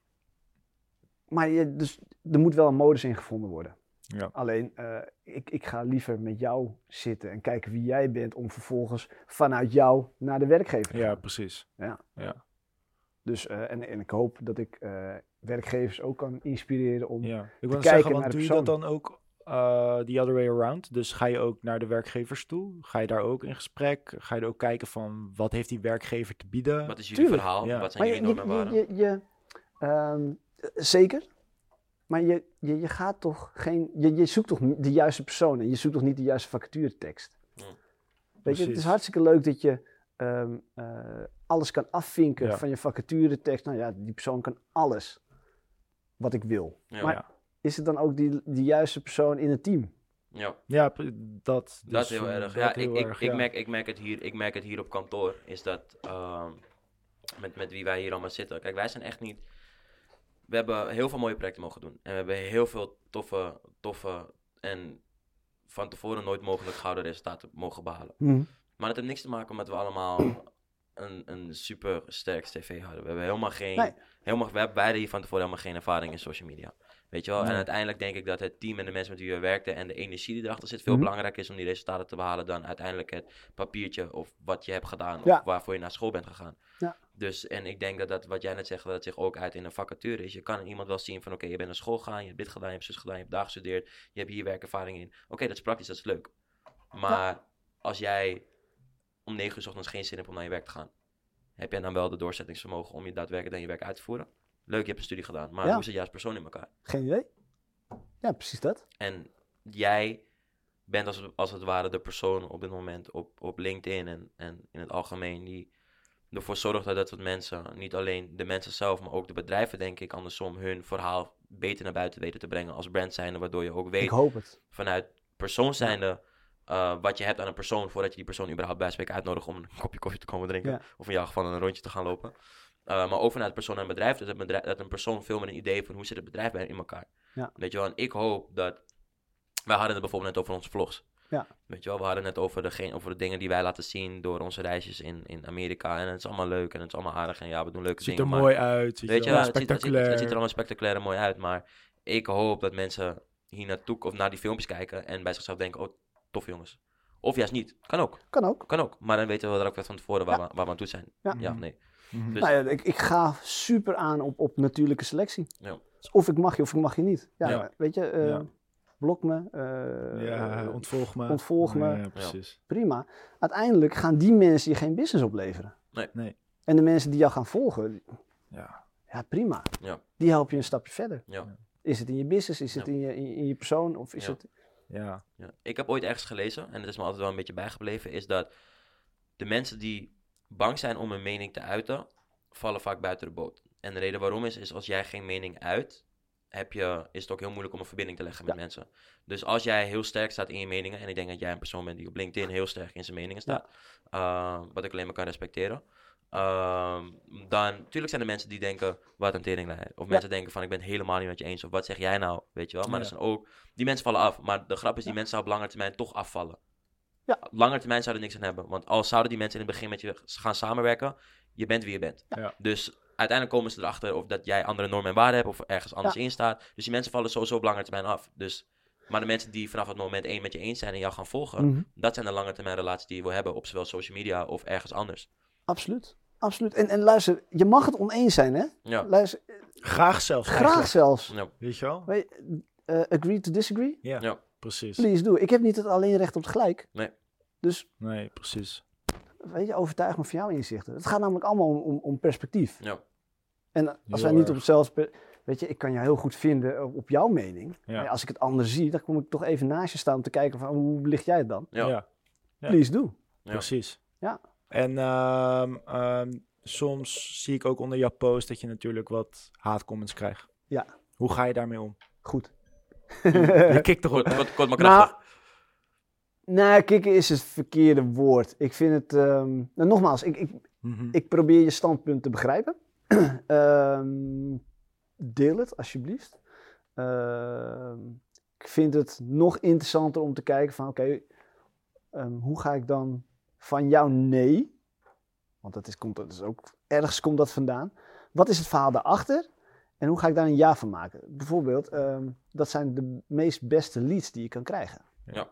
Speaker 3: maar je, dus, er moet wel een modus in gevonden worden. Ja. Alleen, uh, ik, ik ga liever met jou zitten en kijken wie jij bent om vervolgens vanuit jou naar de werkgever te gaan.
Speaker 2: Ja, precies.
Speaker 3: Ja.
Speaker 2: Ja.
Speaker 3: Dus, uh, en, en ik hoop dat ik uh, werkgevers ook kan inspireren om
Speaker 2: ja. Ik
Speaker 3: te
Speaker 2: wil
Speaker 3: kijken
Speaker 2: zeggen,
Speaker 3: naar
Speaker 2: want
Speaker 3: de
Speaker 2: doe je
Speaker 3: persoon.
Speaker 2: dat dan ook uh, the other way around? Dus ga je ook naar de werkgevers toe? Ga je daar ook in gesprek? Ga je er ook kijken van, wat heeft die werkgever te bieden?
Speaker 1: Wat is jullie
Speaker 3: Tuurlijk.
Speaker 1: verhaal?
Speaker 2: Ja.
Speaker 1: Wat zijn
Speaker 3: Maar
Speaker 1: jullie
Speaker 3: je,
Speaker 1: normen en
Speaker 3: je,
Speaker 1: waarden?
Speaker 3: je, je, um, zeker. Maar je, je, je gaat toch geen... Je, je zoekt toch de juiste persoon en je zoekt toch niet de juiste vacaturetekst?
Speaker 1: Ja.
Speaker 3: Weet je, het is
Speaker 2: Precies.
Speaker 3: hartstikke leuk dat je um, uh, alles kan afvinken
Speaker 2: Ja.
Speaker 3: van je vacaturetekst. Nou ja, die persoon kan alles wat ik wil.
Speaker 1: Ja.
Speaker 3: Maar is het dan ook die, die juiste persoon in het team?
Speaker 1: Ja.
Speaker 2: Ja, p- dat.
Speaker 1: Dat
Speaker 2: dus,
Speaker 1: heel
Speaker 2: uh,
Speaker 1: erg.
Speaker 2: dat
Speaker 1: Ja,
Speaker 2: heel
Speaker 1: ik, ik,
Speaker 2: erg,
Speaker 1: ik,
Speaker 2: ja.
Speaker 1: merk, ik, merk het hier, ik merk het hier op kantoor. Is dat ehm, met, met wie wij hier allemaal zitten. Kijk, wij zijn echt niet. We hebben heel veel mooie projecten mogen doen. En we hebben heel veel toffe, toffe en van tevoren nooit mogelijk gouden resultaten mogen behalen.
Speaker 3: Mm.
Speaker 1: Maar dat heeft niks te maken met we allemaal een, een super sterk cv hadden. We hebben helemaal geen.
Speaker 3: Nee.
Speaker 1: Helemaal, we hebben beide hier van tevoren helemaal geen ervaring in social media. Weet je wel?
Speaker 2: Nee.
Speaker 1: En uiteindelijk denk ik dat het team en de mensen met wie we werkten en de energie die erachter zit veel
Speaker 3: Mhm.
Speaker 1: belangrijker is om die resultaten te behalen dan uiteindelijk het papiertje of wat je hebt gedaan of
Speaker 3: Ja.
Speaker 1: waarvoor je naar school bent gegaan.
Speaker 3: Ja.
Speaker 1: Dus, en ik denk dat, dat wat jij net zegt, dat het zich ook uit in een vacature is. Je kan iemand wel zien van, oké, je bent naar school gegaan, je hebt dit gedaan, je hebt zus gedaan, je hebt daar gestudeerd, je hebt hier werkervaring in. Oké, dat is praktisch, dat is leuk. Maar als jij om negen uur 's ochtends geen zin hebt om naar je werk te gaan, heb jij dan wel de doorzettingsvermogen om je daadwerkelijk dan je werk uit te voeren? Leuk, je hebt een studie gedaan, maar
Speaker 3: Ja.
Speaker 1: hoe zit jij als persoon in elkaar?
Speaker 3: Geen idee. Ja, precies dat.
Speaker 1: En jij bent als, als het ware de persoon op dit moment op, op LinkedIn en, en in het algemeen die ervoor zorgt dat dat soort mensen, niet alleen de mensen zelf, maar ook de bedrijven, denk ik, andersom hun verhaal beter naar buiten weten te brengen als brand zijnde, waardoor je ook weet
Speaker 3: Ik hoop het.
Speaker 1: vanuit persoon zijnde uh, wat je hebt aan een persoon voordat je die persoon überhaupt bij spreken uitnodigt om een kopje koffie te komen drinken.
Speaker 3: Ja.
Speaker 1: Of in jouw geval een rondje te gaan lopen. Uh, maar ook vanuit persoon en bedrijf, dat, het bedrijf, dat een persoon veel meer een idee heeft van hoe zit het bedrijf bij in elkaar.
Speaker 3: Ja.
Speaker 1: Weet je wel, en ik hoop dat, wij hadden het bijvoorbeeld net over onze vlogs.
Speaker 3: Ja.
Speaker 1: Weet je wel, we hadden het over de, over de dingen die wij laten zien door onze reisjes in, in Amerika. En het is allemaal leuk en het is allemaal aardig en ja, we doen leuke
Speaker 2: Het ziet
Speaker 1: dingen.
Speaker 2: er
Speaker 1: maar,
Speaker 2: mooi uit. Weet,
Speaker 1: weet je
Speaker 2: wel,
Speaker 1: wel, het ziet, het, ziet,
Speaker 2: spectaculair.
Speaker 1: het ziet er allemaal spectaculair en mooi uit. Maar ik hoop dat mensen hier naartoe of naar die filmpjes kijken en bij zichzelf denken, oh, tof jongens. Of juist niet. Kan ook.
Speaker 3: Kan ook.
Speaker 1: Kan ook. Maar dan weten we er ook wat van tevoren waar,
Speaker 3: Ja.
Speaker 1: we, waar we aan toe zijn.
Speaker 3: Ja.
Speaker 1: Ja of nee.
Speaker 2: Mhm.
Speaker 1: Dus,
Speaker 3: Nou ja, ik, ik ga super aan op, op natuurlijke selectie.
Speaker 1: Ja.
Speaker 3: Dus of ik mag je of ik mag je niet. Ja,
Speaker 1: Ja.
Speaker 3: weet je, uh,
Speaker 2: Ja.
Speaker 3: blok me, uh,
Speaker 2: ja,
Speaker 3: uh,
Speaker 2: ontvolg me.
Speaker 3: ontvolg me.
Speaker 2: Ja, ja, precies.
Speaker 3: prima. Uiteindelijk gaan die mensen je geen business opleveren.
Speaker 1: Nee.
Speaker 2: Nee.
Speaker 3: En de mensen die jou gaan volgen,
Speaker 2: Ja.
Speaker 3: ja prima.
Speaker 1: Ja.
Speaker 3: Die help je een stapje verder.
Speaker 1: Ja.
Speaker 3: Is het in je business, is het
Speaker 1: Ja.
Speaker 3: in, je, in, in je persoon of is
Speaker 1: Ja.
Speaker 3: het...
Speaker 2: Ja.
Speaker 1: Ja. Ik heb ooit ergens gelezen, en het is me altijd wel een beetje bijgebleven, is dat de mensen die bang zijn om hun mening te uiten, vallen vaak buiten de boot. En de reden waarom is, is als jij geen mening uit, heb je, is het ook heel moeilijk om een verbinding te leggen met
Speaker 3: Ja.
Speaker 1: mensen. Dus als jij heel sterk staat in je meningen, en ik denk dat jij een persoon bent die op LinkedIn heel sterk in zijn meningen staat, uh, wat ik alleen maar kan respecteren, uh, dan, natuurlijk zijn er mensen die denken, wat een teringlijn. Of
Speaker 3: Ja.
Speaker 1: mensen denken van, ik ben het helemaal niet met je eens, of wat zeg jij nou, weet je wel. Maar
Speaker 2: Ja.
Speaker 1: er zijn ook, die mensen vallen af. Maar de grap is, die
Speaker 3: Ja.
Speaker 1: mensen zouden op lange termijn toch afvallen.
Speaker 3: Ja.
Speaker 1: Lange termijn zouden er niks aan hebben. Want al zouden die mensen in het begin met je gaan samenwerken, je bent wie je bent.
Speaker 2: Ja.
Speaker 1: Dus uiteindelijk komen ze erachter of dat jij andere normen en waarden hebt, of ergens anders
Speaker 3: Ja.
Speaker 1: in staat. Dus die mensen vallen sowieso op lange termijn af. Dus, maar de mensen die vanaf het moment één met je eens zijn en jou gaan volgen,
Speaker 3: Mhm.
Speaker 1: dat zijn de lange termijn relaties die je wil hebben op zowel social media of ergens anders.
Speaker 3: Absoluut. Absoluut. En, en luister, je mag het oneens zijn, hè?
Speaker 1: Ja.
Speaker 3: Luister,
Speaker 2: Graag zelfs.
Speaker 3: graag
Speaker 2: eigenlijk.
Speaker 3: zelfs.
Speaker 1: Ja.
Speaker 2: Weet je wel?
Speaker 3: Weet je, uh, agree to disagree?
Speaker 2: Ja,
Speaker 1: Ja.
Speaker 2: precies.
Speaker 3: Please do. Ik heb niet het alleen recht op het gelijk.
Speaker 1: Nee.
Speaker 3: Dus,
Speaker 2: Nee, precies.
Speaker 3: weet je, overtuig me van jouw inzichten. Het gaat namelijk allemaal om, om, om perspectief.
Speaker 1: Ja.
Speaker 3: En als
Speaker 2: Heel
Speaker 3: wij niet
Speaker 2: erg.
Speaker 3: op hetzelfde... per- Weet je, ik kan je heel goed vinden op, op jouw mening.
Speaker 2: Ja.
Speaker 3: Maar als ik het anders zie, dan kom ik toch even naast je staan om te kijken van hoe licht jij het dan?
Speaker 1: Ja.
Speaker 2: Ja, Ja.
Speaker 3: Please do.
Speaker 1: Ja.
Speaker 2: precies.
Speaker 3: Ja.
Speaker 2: En ehm, ehm, soms zie ik ook onder jouw post dat je natuurlijk wat haatcomments krijgt.
Speaker 3: Ja.
Speaker 2: Hoe ga je daarmee om?
Speaker 3: Goed.
Speaker 2: Je kikt erop.
Speaker 1: Kort, kort, kort maar
Speaker 3: Nou,
Speaker 1: krachtig.
Speaker 3: Nee, kikken is het verkeerde woord. Ik vind het... ehm, nou, nogmaals, ik, ik,
Speaker 2: Mhm.
Speaker 3: ik probeer je standpunt te begrijpen. Ehm, deel het, alsjeblieft. Ehm, ik vind het nog interessanter om te kijken van... Oké, ehm, hoe ga ik dan van jouw nee... Want dat is, komt, dat is ook... Ergens komt dat vandaan. Wat is het verhaal daarachter? En hoe ga ik daar een ja van maken? Bijvoorbeeld, ehm, dat zijn de meest beste leads die je kan krijgen.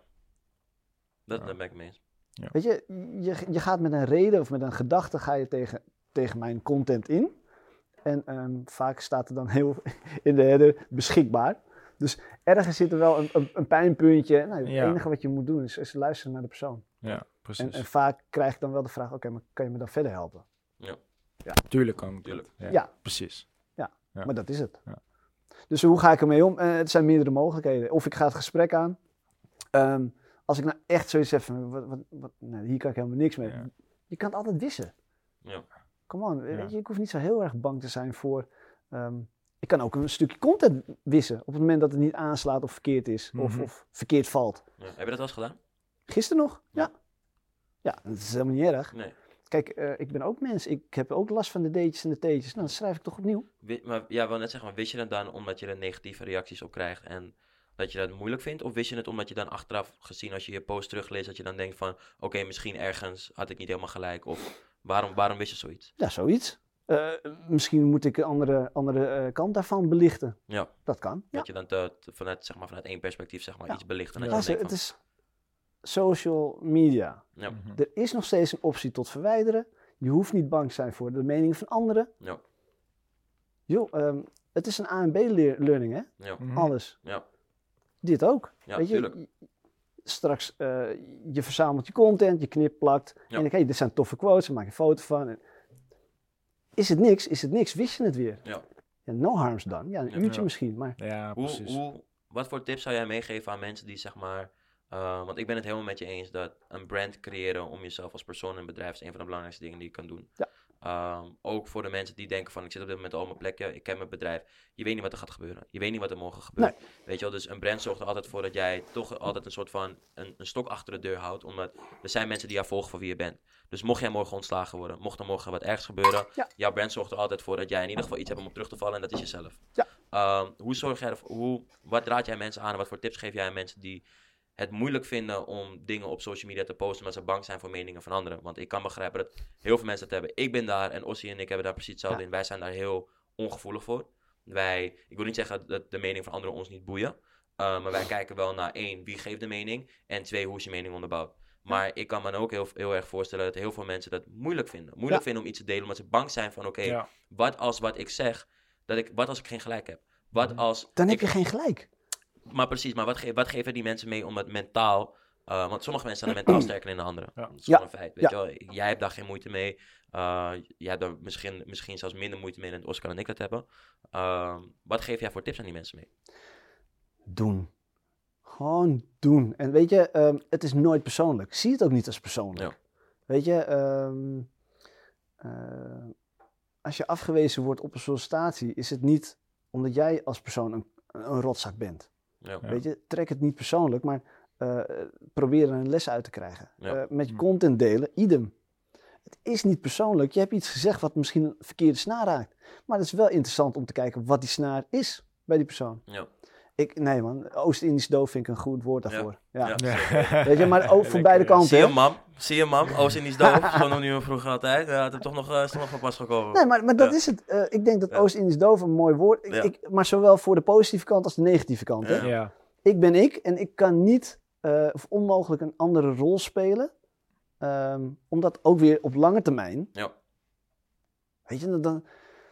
Speaker 1: Dat,
Speaker 2: Ja.
Speaker 1: daar ben ik mee eens.
Speaker 3: Weet je, je, je gaat met een reden of met een gedachte ga je tegen, tegen mijn content in. En um, vaak staat er dan heel in de header beschikbaar. Dus ergens zit er wel een, een, een pijnpuntje. Nou, het
Speaker 2: Ja.
Speaker 3: enige wat je moet doen is, is luisteren naar de persoon.
Speaker 2: Ja, precies.
Speaker 3: En, en vaak krijg ik dan wel de vraag, oké, okay, maar kan je me dan verder helpen?
Speaker 2: Tuurlijk kan ik.
Speaker 1: Tuurlijk.
Speaker 2: Ja,
Speaker 3: Ja.
Speaker 2: precies.
Speaker 3: Ja,
Speaker 2: Ja.
Speaker 3: maar dat is het.
Speaker 2: Ja.
Speaker 3: Dus hoe ga ik ermee om? Uh, het zijn meerdere mogelijkheden. Of ik ga het gesprek aan. Um, als ik nou echt zoiets heb van, wat, wat, wat, nee, hier kan ik helemaal niks mee.
Speaker 2: Ja.
Speaker 3: Je kan het altijd wissen.
Speaker 1: Ja.
Speaker 3: Come on,
Speaker 2: Ja.
Speaker 3: weet je, ik hoef niet zo heel erg bang te zijn voor... Um, ik kan ook een stukje content wissen op het moment dat het niet aanslaat of verkeerd is. Mm-hmm. of, of verkeerd valt.
Speaker 1: Ja. Heb je dat wel eens gedaan?
Speaker 3: Gisteren nog?
Speaker 1: Ja.
Speaker 3: Ja. Ja, dat is helemaal niet erg.
Speaker 1: Nee.
Speaker 3: Kijk, uh, ik ben ook mens. Ik heb ook last van de D'tjes en de T'tjes. Nou, dan schrijf ik toch opnieuw.
Speaker 1: Wie, maar ja, ik wil net zeggen, maar wist je het dan omdat je er negatieve reacties op krijgt en dat je dat moeilijk vindt? Of wist je het omdat je dan achteraf gezien, als je je post terugleest, dat je dan denkt van, oké, okay, misschien ergens had ik niet helemaal gelijk. Of waarom, waarom wist je zoiets?
Speaker 3: Ja, zoiets. Uh, misschien moet ik een andere, andere uh, kant daarvan belichten.
Speaker 1: Ja.
Speaker 3: Dat kan.
Speaker 1: Dat
Speaker 3: ja.
Speaker 1: je dan te, te, vanuit, zeg maar, vanuit één perspectief zeg maar,
Speaker 3: ja.
Speaker 1: iets belicht. En
Speaker 3: ja,
Speaker 1: dat je
Speaker 3: het
Speaker 1: van,
Speaker 3: is social media.
Speaker 1: Ja.
Speaker 2: Mm-hmm.
Speaker 3: Er is nog steeds een optie tot verwijderen. Je hoeft niet bang te zijn voor de meningen van anderen.
Speaker 1: Ja.
Speaker 3: Joh, um, het is een A en B learning, hè?
Speaker 1: Ja.
Speaker 2: Mm-hmm.
Speaker 3: Alles.
Speaker 1: Ja.
Speaker 3: Dit ook.
Speaker 1: Ja,
Speaker 3: weet je,
Speaker 1: tuurlijk.
Speaker 3: straks, uh, je verzamelt je content, je knipt, plakt. Ja. En dan denk je, dit zijn toffe quotes, daar maak je een foto van. En is het niks, is het niks, wist je het weer.
Speaker 1: Ja.
Speaker 3: Ja, no harms done. Ja, een
Speaker 1: Ja.
Speaker 3: uurtje
Speaker 2: Ja.
Speaker 3: misschien, maar...
Speaker 2: Ja,
Speaker 1: Hoe,
Speaker 2: precies.
Speaker 1: hoe, wat voor tips zou jij meegeven aan mensen die zeg maar... Uh, want ik ben het helemaal met je eens dat een brand creëren om jezelf als persoon in een bedrijf is een van de belangrijkste dingen die je kan doen.
Speaker 3: Ja.
Speaker 1: Um, ook voor de mensen die denken van ik zit op dit moment al op mijn plekje, ik ken mijn bedrijf. Je weet niet wat er gaat gebeuren. Je weet niet wat er morgen gebeurt.
Speaker 3: Nee.
Speaker 1: Weet je wel, dus een brand zorgt er altijd voor dat jij toch altijd een soort van een, een stok achter de deur houdt. Omdat er zijn mensen die jou volgen voor wie je bent. Dus mocht jij morgen ontslagen worden, mocht er morgen wat ergs gebeuren,
Speaker 3: Ja.
Speaker 1: jouw brand zorgt er altijd voor dat jij in ieder geval iets hebt om op terug te vallen en dat is jezelf.
Speaker 3: Ja.
Speaker 1: Um, hoe zorg jij ervoor, hoe, wat raad jij mensen aan en wat voor tips geef jij aan mensen die het moeilijk vinden om dingen op social media te posten omdat ze bang zijn voor meningen van anderen? Want ik kan begrijpen dat heel veel mensen dat hebben. Ik ben daar en Ossie en ik hebben daar precies hetzelfde
Speaker 3: Ja.
Speaker 1: in. Wij zijn daar heel ongevoelig voor. Wij, ik wil niet zeggen dat de mening van anderen ons niet boeien. Uh, maar wij kijken wel naar één, wie geeft de mening? En twee, hoe is je mening onderbouwd? Maar ik kan me ook heel, heel erg voorstellen dat heel veel mensen dat moeilijk vinden. Moeilijk
Speaker 3: Ja.
Speaker 1: vinden om iets te delen omdat ze bang zijn van oké, okay,
Speaker 2: Ja.
Speaker 1: wat als wat ik zeg, dat ik, wat als ik geen gelijk heb? Wat als
Speaker 3: Dan
Speaker 1: ik,
Speaker 3: heb je geen gelijk.
Speaker 1: Maar precies, maar wat, ge wat geven die mensen mee om het mentaal... Uh, want sommige mensen zijn er mentaal sterker dan de anderen.
Speaker 2: Ja.
Speaker 1: Dat is
Speaker 3: Ja.
Speaker 1: gewoon een feit. Weet
Speaker 3: Ja.
Speaker 1: je wel? Jij hebt daar geen moeite mee. Uh, jij hebt daar misschien, misschien zelfs minder moeite mee dan Oscar en ik dat hebben. Uh, wat geef jij voor tips aan die mensen mee?
Speaker 3: Doen. Gewoon doen. En weet je, um, het is nooit persoonlijk. Zie het ook niet als persoonlijk.
Speaker 1: Ja.
Speaker 3: Weet je, um, uh, als je afgewezen wordt op een sollicitatie, is het niet omdat jij als persoon een, een rotzak bent.
Speaker 1: Ja.
Speaker 3: Weet je, trek het niet persoonlijk, maar uh, probeer er een les uit te krijgen.
Speaker 1: Ja.
Speaker 3: Uh, met je content delen, idem. Het is niet persoonlijk. Je hebt iets gezegd wat misschien een verkeerde snaar raakt. Maar het is wel interessant om te kijken wat die snaar is bij die persoon.
Speaker 1: Ja.
Speaker 3: Ik, nee man, Oost-Indisch doof vind ik een goed woord daarvoor. Ja.
Speaker 1: Ja.
Speaker 2: Ja.
Speaker 3: Weet je, maar ook voor beide
Speaker 2: Lekker.
Speaker 3: kanten.
Speaker 1: Zie je
Speaker 3: hè?
Speaker 1: mam? Zie je mam? Oost-Indisch doof? Zo noemde je me vroeger altijd. Ja, het is toch nog, uh, is toch nog van pas gekomen.
Speaker 3: Nee, maar, maar dat
Speaker 1: Ja.
Speaker 3: is het. Uh, ik denk dat
Speaker 1: Ja.
Speaker 3: Oost-Indisch doof een mooi woord is.
Speaker 1: Ja.
Speaker 3: Maar zowel voor de positieve kant als de negatieve kant. Hè?
Speaker 1: Ja.
Speaker 2: Ja.
Speaker 3: Ik ben ik en ik kan niet uh, of onmogelijk een andere rol spelen. Um, omdat ook weer op lange termijn.
Speaker 1: Ja.
Speaker 3: Weet je, dan, dan,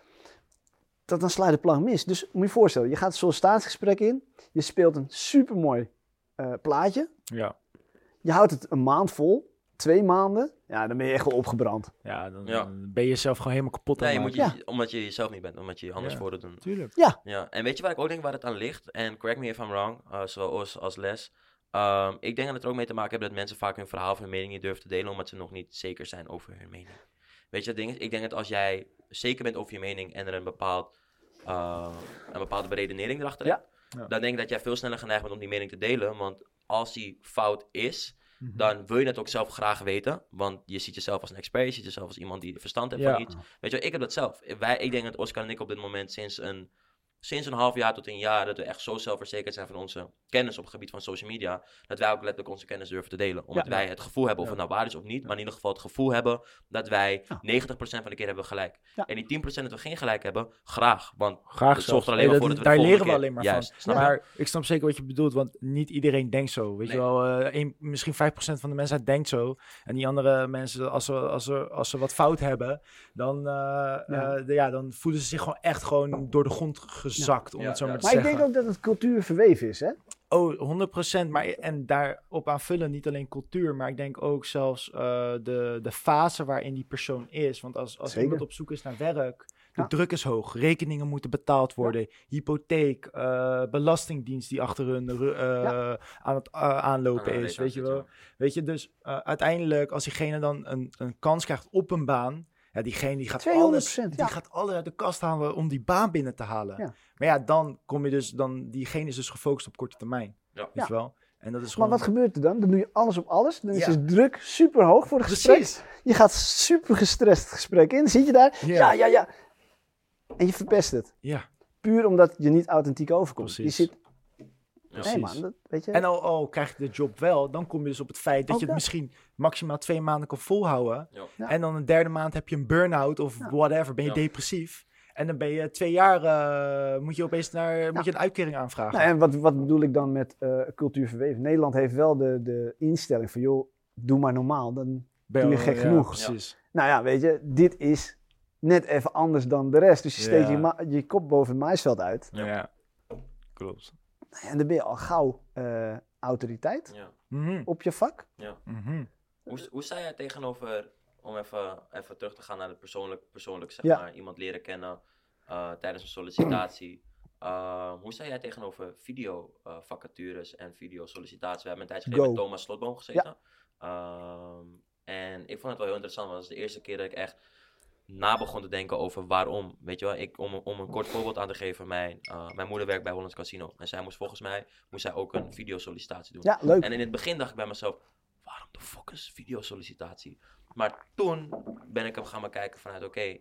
Speaker 3: dan, dan sla je de plank mis. Dus moet je je voorstellen, je gaat een sollicitatiegesprek in. Je speelt een supermooi uh, plaatje.
Speaker 2: Ja.
Speaker 3: Je houdt het een maand vol. Twee maanden. Ja, dan ben je echt wel opgebrand.
Speaker 2: Ja, dan,
Speaker 1: Ja.
Speaker 2: dan ben je zelf gewoon helemaal kapot aan
Speaker 1: Nee, je
Speaker 2: het
Speaker 1: moet je,
Speaker 3: Ja.
Speaker 1: omdat je jezelf niet bent, omdat je je anders
Speaker 2: Ja.
Speaker 1: voor te doen.
Speaker 2: maken. Tuurlijk.
Speaker 1: Ja, en weet je waar ik ook denk waar het aan ligt? En correct me if I'm wrong, uh, zoals als les. Um, ik denk dat het er ook mee te maken heeft dat mensen vaak hun verhaal of hun mening niet durven te delen, omdat ze nog niet zeker zijn over hun mening. Weet je, het ding is, ik denk dat als jij zeker bent over je mening en er een, bepaald, uh, een bepaalde beredenering erachter
Speaker 3: Ja.
Speaker 1: hebt,
Speaker 2: Ja.
Speaker 1: dan denk ik dat jij veel sneller geneigd bent om die mening te delen. Want als die fout is,
Speaker 2: Mhm.
Speaker 1: dan wil je het ook zelf graag weten. Want je ziet jezelf als een expert, je ziet jezelf als iemand die verstand heeft
Speaker 2: Ja.
Speaker 1: van iets. Weet je, ik heb dat zelf. Wij, ik denk dat Oscar en ik op dit moment sinds een sinds een half jaar tot een jaar dat we echt zo zelfverzekerd zijn van onze kennis op het gebied van social media, dat wij ook letterlijk onze kennis durven te delen. Omdat
Speaker 3: Ja.
Speaker 1: wij het gevoel hebben, of
Speaker 3: Ja.
Speaker 1: het nou waar is of niet, maar in ieder geval het gevoel hebben dat wij
Speaker 3: Ja.
Speaker 1: negentig procent van de keer hebben we gelijk.
Speaker 3: Ja.
Speaker 1: En die tien procent dat we geen gelijk hebben, graag. Want
Speaker 2: Graag
Speaker 1: dat
Speaker 2: zo.
Speaker 1: zorgt er alleen maar voor dat we de
Speaker 2: daar
Speaker 1: volgende
Speaker 2: leren we
Speaker 1: keer-
Speaker 2: alleen maar
Speaker 1: Juist,
Speaker 2: van.
Speaker 1: snap je?
Speaker 2: Maar ik snap zeker wat je bedoelt, want niet iedereen denkt zo. Weet je
Speaker 1: Nee.
Speaker 2: wel, eh, één- misschien vijf procent van de mensen denkt zo. En die andere mensen, als ze, als ze, als ze wat fout hebben, dan, eh,
Speaker 3: Ja.
Speaker 2: eh, de- ja, dan voelen ze zich gewoon echt gewoon door de grond gezakt, om
Speaker 1: Ja,
Speaker 2: het zo
Speaker 1: ja.
Speaker 2: maar te
Speaker 3: Maar ik
Speaker 2: zeggen.
Speaker 3: denk ook dat het cultuur verweven is, hè?
Speaker 2: Oh, honderd procent. Maar en daarop aanvullen niet alleen cultuur, maar ik denk ook zelfs eh, de, de fase waarin die persoon is. Want als, als
Speaker 3: Zeker.
Speaker 2: iemand op zoek is naar werk, de
Speaker 3: Ja.
Speaker 2: druk is hoog, rekeningen moeten betaald worden, hypotheek, eh, belastingdienst die achter hun ru- eh, aan het eh, aanlopen
Speaker 1: Ah,
Speaker 2: is,
Speaker 1: weet
Speaker 2: weet je
Speaker 1: het,
Speaker 2: wel.
Speaker 1: ja.
Speaker 2: Weet je, dus eh, uiteindelijk als diegene dan een, een kans krijgt op een baan, ja, diegene die gaat
Speaker 3: tweehonderd
Speaker 2: alles,
Speaker 3: procent,
Speaker 2: die
Speaker 3: ja.
Speaker 2: gaat alles uit de kast halen om die baan binnen te halen.
Speaker 3: Ja.
Speaker 2: Maar ja, dan kom je dus, dan, diegene is dus gefocust op korte termijn.
Speaker 1: Ja.
Speaker 2: Weet
Speaker 3: Ja.
Speaker 2: je wel? En dat is
Speaker 3: Maar
Speaker 2: gewoon...
Speaker 3: wat gebeurt er dan? Dan doe je alles op alles. Dan is
Speaker 2: Ja.
Speaker 3: de druk super hoog voor het gesprek.
Speaker 2: Precies.
Speaker 3: Je gaat super gestrest het gesprek in. Zit je daar?
Speaker 2: Ja.
Speaker 3: Ja, ja, ja. En je verpest het.
Speaker 2: Ja,
Speaker 3: Puur omdat je niet authentiek overkomt.
Speaker 2: Precies.
Speaker 3: Je zit...
Speaker 2: precies.
Speaker 3: Nee man, dat, weet je.
Speaker 2: En al, al krijg je de job wel, dan kom je dus op het feit dat
Speaker 3: Ook
Speaker 2: je het
Speaker 3: dat.
Speaker 2: misschien maximaal twee maanden kan volhouden.
Speaker 1: Ja.
Speaker 3: Ja.
Speaker 2: En dan een derde maand heb je een burn-out of
Speaker 3: Ja.
Speaker 2: whatever, ben je
Speaker 1: Ja.
Speaker 2: depressief. En dan ben je twee jaar, eh, moet je opeens naar, moet je een uitkering aanvragen.
Speaker 3: Nou, en wat, wat bedoel ik dan met eh, cultuur verweven? Nederland heeft wel de, de instelling van, joh, doe maar normaal. Dan...
Speaker 2: Ben
Speaker 3: doe je
Speaker 2: wel-
Speaker 3: gek
Speaker 2: ja,
Speaker 3: genoeg.
Speaker 2: Precies.
Speaker 3: Nou ja, weet je, dit is net even anders dan de rest. Dus je steekt
Speaker 2: Ja.
Speaker 3: je, ma- je kop boven het maisveld uit.
Speaker 2: Ja, klopt.
Speaker 3: En dan ben je al gauw eh, autoriteit
Speaker 1: Ja.
Speaker 2: Mhm.
Speaker 3: op je vak.
Speaker 2: Mhm.
Speaker 1: Hoe, hoe sta jij tegenover, om even, even terug te gaan naar het persoonlijk, persoonlijk zeg
Speaker 3: Ja.
Speaker 1: maar, iemand leren kennen uh, tijdens een sollicitatie. Uh, hoe sta jij tegenover video uh, vacatures en video sollicitaties? We hebben een tijdje geleden
Speaker 3: Go.
Speaker 1: met Thomas Slotboom gezeten. Um, en ik vond het wel heel interessant, want dat is de eerste keer dat ik echt na begon te denken over waarom. Weet je wel, ik, om, om een kort voorbeeld aan te geven, mijn, uh, mijn moeder werkt bij Hollands Casino. En zij moest volgens mij, moest zij ook een videosollicitatie doen.
Speaker 3: Ja, leuk.
Speaker 1: En in het begin dacht ik bij mezelf, waarom de fuck is videosollicitatie? Maar toen ben ik hem gaan bekijken vanuit, oké, okay,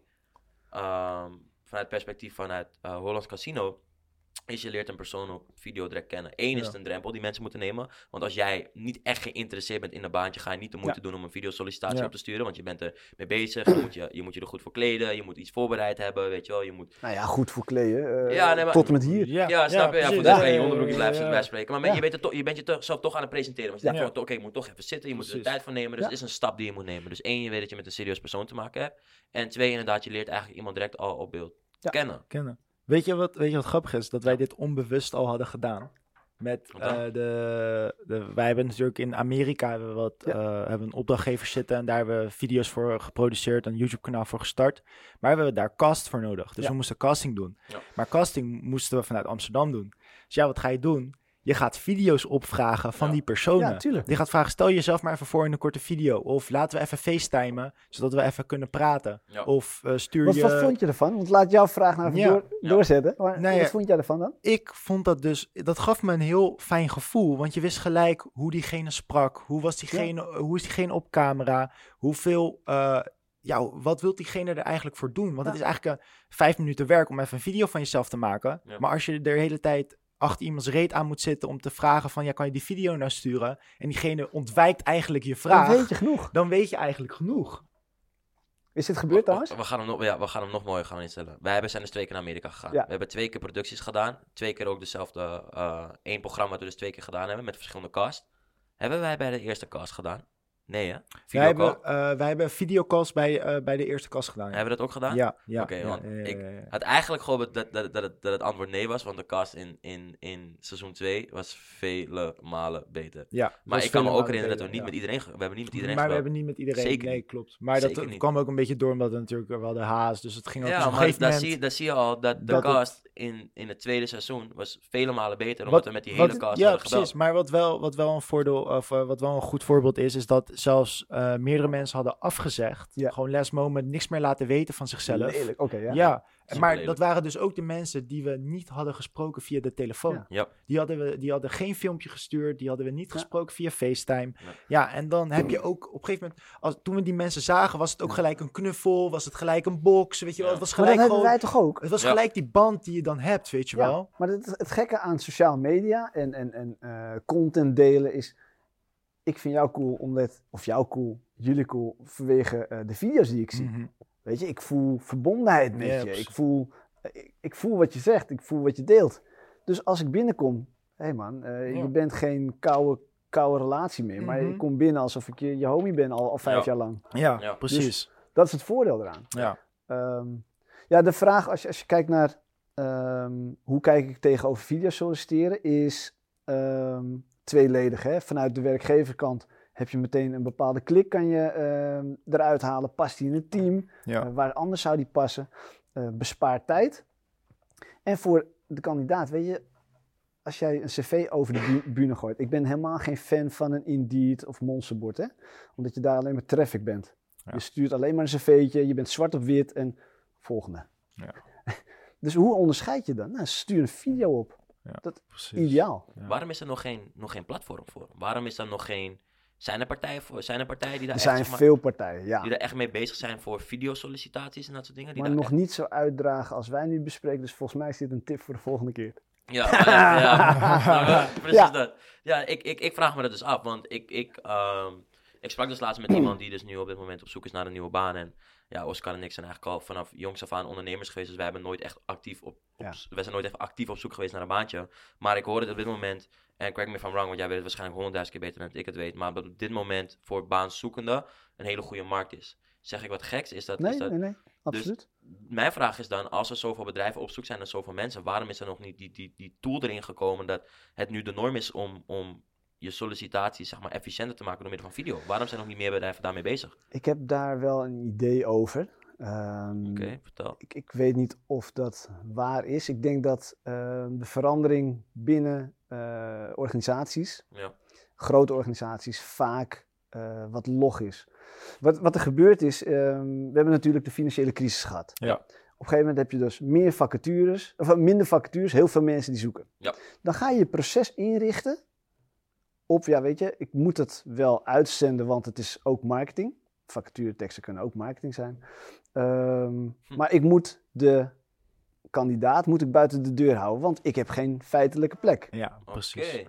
Speaker 1: um, vanuit perspectief vanuit uh, Hollands Casino, is je leert een persoon op video direct kennen. Eén
Speaker 2: Ja.
Speaker 1: is het een drempel die mensen moeten nemen. Want als jij niet echt geïnteresseerd bent in een baantje, ga je niet de moeite
Speaker 3: Ja.
Speaker 1: doen om een videosollicitatie
Speaker 2: Ja.
Speaker 1: op te sturen. Want je bent er mee bezig. Je moet je, je moet je er goed voor kleden. Je moet iets voorbereid hebben. Weet je wel. Je moet...
Speaker 3: Nou ja, goed voor kleden. eh,
Speaker 1: Ja, nee, maar-
Speaker 3: tot en met hier.
Speaker 2: Ja,
Speaker 1: Ja, snap je? Ja,
Speaker 2: precies.
Speaker 1: voor dat
Speaker 2: Ja,
Speaker 1: kan je
Speaker 2: ja,
Speaker 1: onderbroekje
Speaker 2: ja,
Speaker 1: blijven
Speaker 2: ja.
Speaker 1: bij spreken. Maar men-
Speaker 3: Ja.
Speaker 1: je, bent er toch, je bent jezelf toch aan het presenteren. Want je denkt
Speaker 2: Ja.
Speaker 1: van, oké, ik moet toch even zitten. Je moet er de
Speaker 2: Precies.
Speaker 1: tijd voor nemen. Dus
Speaker 3: Ja.
Speaker 1: het is een stap die je moet nemen. Dus één, je weet dat je met een serieus persoon te maken hebt. En twee, inderdaad, je leert eigenlijk iemand direct al op beeld
Speaker 3: Ja.
Speaker 1: kennen.
Speaker 2: Kennen. Weet je, wat, weet je wat grappig is? Dat wij
Speaker 1: Ja.
Speaker 2: dit onbewust al hadden gedaan. Met
Speaker 1: Wat dan?
Speaker 2: eh, de, de... Wij hebben natuurlijk in Amerika hebben we wat,
Speaker 3: Ja.
Speaker 2: eh, hebben een opdrachtgever zitten. En daar hebben we video's voor geproduceerd. Een YouTube-kanaal voor gestart. Maar we hebben daar cast voor nodig. Dus
Speaker 3: Ja.
Speaker 2: we moesten casting doen.
Speaker 1: Ja.
Speaker 2: Maar casting moesten we vanuit Amsterdam doen. Dus ja, wat ga je doen? Je gaat video's opvragen van
Speaker 1: Ja.
Speaker 2: die personen.
Speaker 3: Ja, tuurlijk.
Speaker 2: Je gaat vragen, stel jezelf maar even voor in een korte video. Of laten we even facetimen, zodat we even kunnen praten.
Speaker 1: Ja.
Speaker 2: Of eh, stuur
Speaker 3: Wat,
Speaker 2: je...
Speaker 3: wat vond je ervan? Want laat jouw vraag nou even
Speaker 2: Ja.
Speaker 3: door,
Speaker 1: Ja.
Speaker 3: doorzetten. Maar
Speaker 2: Nou
Speaker 3: wat
Speaker 2: ja.
Speaker 3: vond jij ervan dan?
Speaker 2: Ik vond dat dus, dat gaf me een heel fijn gevoel. Want je wist gelijk hoe diegene sprak. Hoe was diegene, hoe is diegene op camera? Hoeveel, eh, ja, wat wil diegene er eigenlijk voor doen? Want
Speaker 3: Ja.
Speaker 2: het is eigenlijk een vijf minuten werk om even een video van jezelf te maken.
Speaker 1: Ja.
Speaker 2: Maar als je er de hele tijd achter iemands reet aan moet zitten om te vragen van, ja, kan je die video nou sturen? En diegene ontwijkt eigenlijk je vraag.
Speaker 3: Dan weet je genoeg.
Speaker 2: Dan weet je eigenlijk genoeg.
Speaker 3: Is dit gebeurd
Speaker 1: We,
Speaker 3: trouwens?
Speaker 1: we, gaan hem nog, ja, we gaan hem nog mooier gaan instellen. Wij hebben, zijn dus twee keer naar Amerika gegaan.
Speaker 3: Ja.
Speaker 1: We hebben twee keer producties gedaan. Twee keer ook dezelfde, uh, één programma dat we dus twee keer gedaan hebben met verschillende cast. Hebben wij bij de eerste cast gedaan? Nee hè?
Speaker 2: Wij
Speaker 1: Videocall?
Speaker 2: hebben, eh, wij hebben videocalls bij, eh, bij de eerste kast gedaan. Ja,
Speaker 1: Hebben we dat ook gedaan?
Speaker 2: ja. ja,
Speaker 1: Oké,
Speaker 2: ja,
Speaker 1: want
Speaker 2: ja, ja,
Speaker 1: ik-
Speaker 2: ja, ja.
Speaker 1: Het eigenlijk gehoopt dat, dat, dat, het, dat het antwoord nee was, want de cast in, in, in seizoen twee was vele malen beter.
Speaker 2: Ja,
Speaker 1: Maar
Speaker 2: was
Speaker 1: ik kan me
Speaker 2: vele
Speaker 1: ook
Speaker 2: malen
Speaker 1: herinneren dat we
Speaker 2: beter,
Speaker 1: niet
Speaker 2: ja.
Speaker 1: met iedereen, ge- we hebben niet met iedereen
Speaker 2: Maar we
Speaker 1: gebeld.
Speaker 2: hebben niet met iedereen,
Speaker 1: Zeker
Speaker 2: nee,
Speaker 1: niet.
Speaker 2: klopt. Maar dat
Speaker 1: Zeker niet.
Speaker 2: kwam ook een beetje door omdat we natuurlijk wel de haast, dus het ging ook
Speaker 1: Ja,
Speaker 2: dus op een
Speaker 1: maar
Speaker 2: gegeven
Speaker 1: daar
Speaker 2: moment...
Speaker 1: zie, je, daar zie je al dat de
Speaker 2: dat het-
Speaker 1: cast in, in het tweede seizoen was vele malen beter, omdat
Speaker 2: Wat-
Speaker 1: we met die
Speaker 2: wat-
Speaker 1: hele cast
Speaker 2: ja,
Speaker 1: hadden
Speaker 2: precies.
Speaker 1: gebeld.
Speaker 2: Maar wat wel, wat wel een voordeel, of eh, wat wel een goed voorbeeld is, is dat zelfs uh, meerdere mensen hadden afgezegd.
Speaker 3: Ja.
Speaker 2: Gewoon last moment, niks meer laten weten van zichzelf.
Speaker 3: Lelijk, oké, ja.
Speaker 2: Ja,
Speaker 1: Super
Speaker 2: maar
Speaker 1: lelijk.
Speaker 2: dat waren dus ook de mensen die we niet hadden gesproken via de telefoon.
Speaker 3: Ja.
Speaker 1: Ja.
Speaker 2: Die, hadden we, die hadden geen filmpje gestuurd, die hadden we niet
Speaker 3: Ja.
Speaker 2: gesproken via FaceTime.
Speaker 1: Nee.
Speaker 2: Ja, en dan heb je ook op een gegeven moment, als, toen we die mensen zagen, was het ook gelijk een knuffel, was het gelijk een box, weet je wel.
Speaker 1: Ja.
Speaker 2: Het was
Speaker 3: Maar dat
Speaker 2: gelijk
Speaker 3: hebben
Speaker 2: gewoon,
Speaker 3: wij toch ook?
Speaker 2: het was
Speaker 1: Ja.
Speaker 2: gelijk die band die je dan hebt, weet je
Speaker 3: Ja,
Speaker 2: wel.
Speaker 3: maar het, het gekke aan sociale media en, en, en uh, content delen is... Ik vind jou cool omdat... Of jou cool, jullie cool vanwege uh, de video's die ik zie.
Speaker 2: Mhm.
Speaker 3: Weet je, ik voel verbondenheid met
Speaker 2: Ja,
Speaker 3: je.
Speaker 2: precies.
Speaker 3: Ik voel, ik, ik voel wat je zegt. Ik voel wat je deelt. Dus als ik binnenkom... Hé hey man, uh,
Speaker 2: Ja.
Speaker 3: je bent geen koude, koude relatie meer. Maar
Speaker 2: Mhm.
Speaker 3: ik kom binnen alsof ik je, je homie ben al, al vijf
Speaker 1: Ja.
Speaker 3: jaar lang.
Speaker 2: Ja,
Speaker 1: Ja.
Speaker 2: precies.
Speaker 3: Dat is het voordeel eraan.
Speaker 2: ja.
Speaker 3: Um, ja, de vraag als je, als je kijkt naar um, hoe kijk ik tegenover video solliciteren is um, tweeledig. Hè? Vanuit de werkgeverkant heb je meteen een bepaalde klik kan je um, eruit halen. Past die in het team?
Speaker 2: Ja.
Speaker 3: Uh, waar anders zou die passen? Uh, bespaart tijd. En voor de kandidaat, weet je, als jij een cv over de bu- bühne gooit. Ik ben helemaal geen fan van een Indeed of Monsterbord, hè? Omdat je daar alleen maar traffic bent.
Speaker 2: Ja.
Speaker 3: Je stuurt alleen maar een cv'tje, je bent zwart op wit en volgende.
Speaker 2: Ja.
Speaker 3: Dus hoe onderscheid je dan? Nou, stuur een video op.
Speaker 2: Ja,
Speaker 3: dat
Speaker 2: precies.
Speaker 3: Ideaal.
Speaker 2: Ja.
Speaker 1: Waarom is er nog geen, nog geen platform voor? Waarom is er nog geen... Zijn er partijen, voor, zijn er partijen die daar
Speaker 3: Er
Speaker 1: echt,
Speaker 3: zijn
Speaker 1: zeg maar,
Speaker 3: veel partijen, ja.
Speaker 1: die er echt mee bezig zijn voor videosollicitaties en dat soort dingen? Die
Speaker 3: Maar
Speaker 1: daar
Speaker 3: nog
Speaker 1: echt-
Speaker 3: niet zo uitdragen als wij nu bespreken. Dus volgens mij is dit een tip voor de volgende keer.
Speaker 1: Ja, maar ja, ja. Nou, ja, precies
Speaker 3: Ja.
Speaker 1: dat. Ja, ik, ik, ik vraag me dat dus af, want ik, ik, ehm, ik sprak dus laatst met iemand die dus nu op dit moment op zoek is naar een nieuwe baan. En ja, Oscar en ik zijn eigenlijk al vanaf jongs af aan ondernemers geweest, dus wij hebben nooit echt actief op, op
Speaker 3: Ja.
Speaker 1: wij zijn nooit echt actief op zoek geweest naar een baantje. Maar ik hoorde het op dit moment, en correct me if I'm wrong, want jij weet het waarschijnlijk honderdduizend keer beter dan dat ik het weet, maar dat op dit moment voor baanzoekenden een hele goede markt is. Zeg ik wat geks, is dat...
Speaker 3: Nee,
Speaker 1: is dat
Speaker 3: nee, nee. Absoluut.
Speaker 1: Mijn vraag is dan, als er zoveel bedrijven op zoek zijn naar zoveel mensen, waarom is er nog niet die, die, die tool erin gekomen dat het nu de norm is om, om je sollicitaties, zeg maar, efficiënter te maken door middel van video? Waarom zijn nog niet meer bedrijven daarmee bezig?
Speaker 3: Ik heb daar wel een idee over. Um,
Speaker 1: Oké, okay, vertel.
Speaker 3: Ik, ik weet niet of dat waar is. Ik denk dat uh, de verandering binnen uh, organisaties, ja. grote organisaties, vaak uh, wat log is. Wat, wat er gebeurd is, um, we hebben natuurlijk de financiële crisis gehad.
Speaker 2: Ja.
Speaker 3: Op een gegeven moment heb je dus meer vacatures, of minder vacatures, heel veel mensen die zoeken.
Speaker 1: Ja.
Speaker 3: Dan ga je je proces inrichten op, ja weet je, ik moet het wel uitzenden, want het is ook marketing. Vacatureteksten kunnen ook marketing zijn. Um, hm. Maar ik moet de kandidaat moet ik buiten de deur houden, want ik heb geen feitelijke plek.
Speaker 2: Ja, precies.
Speaker 1: Okay.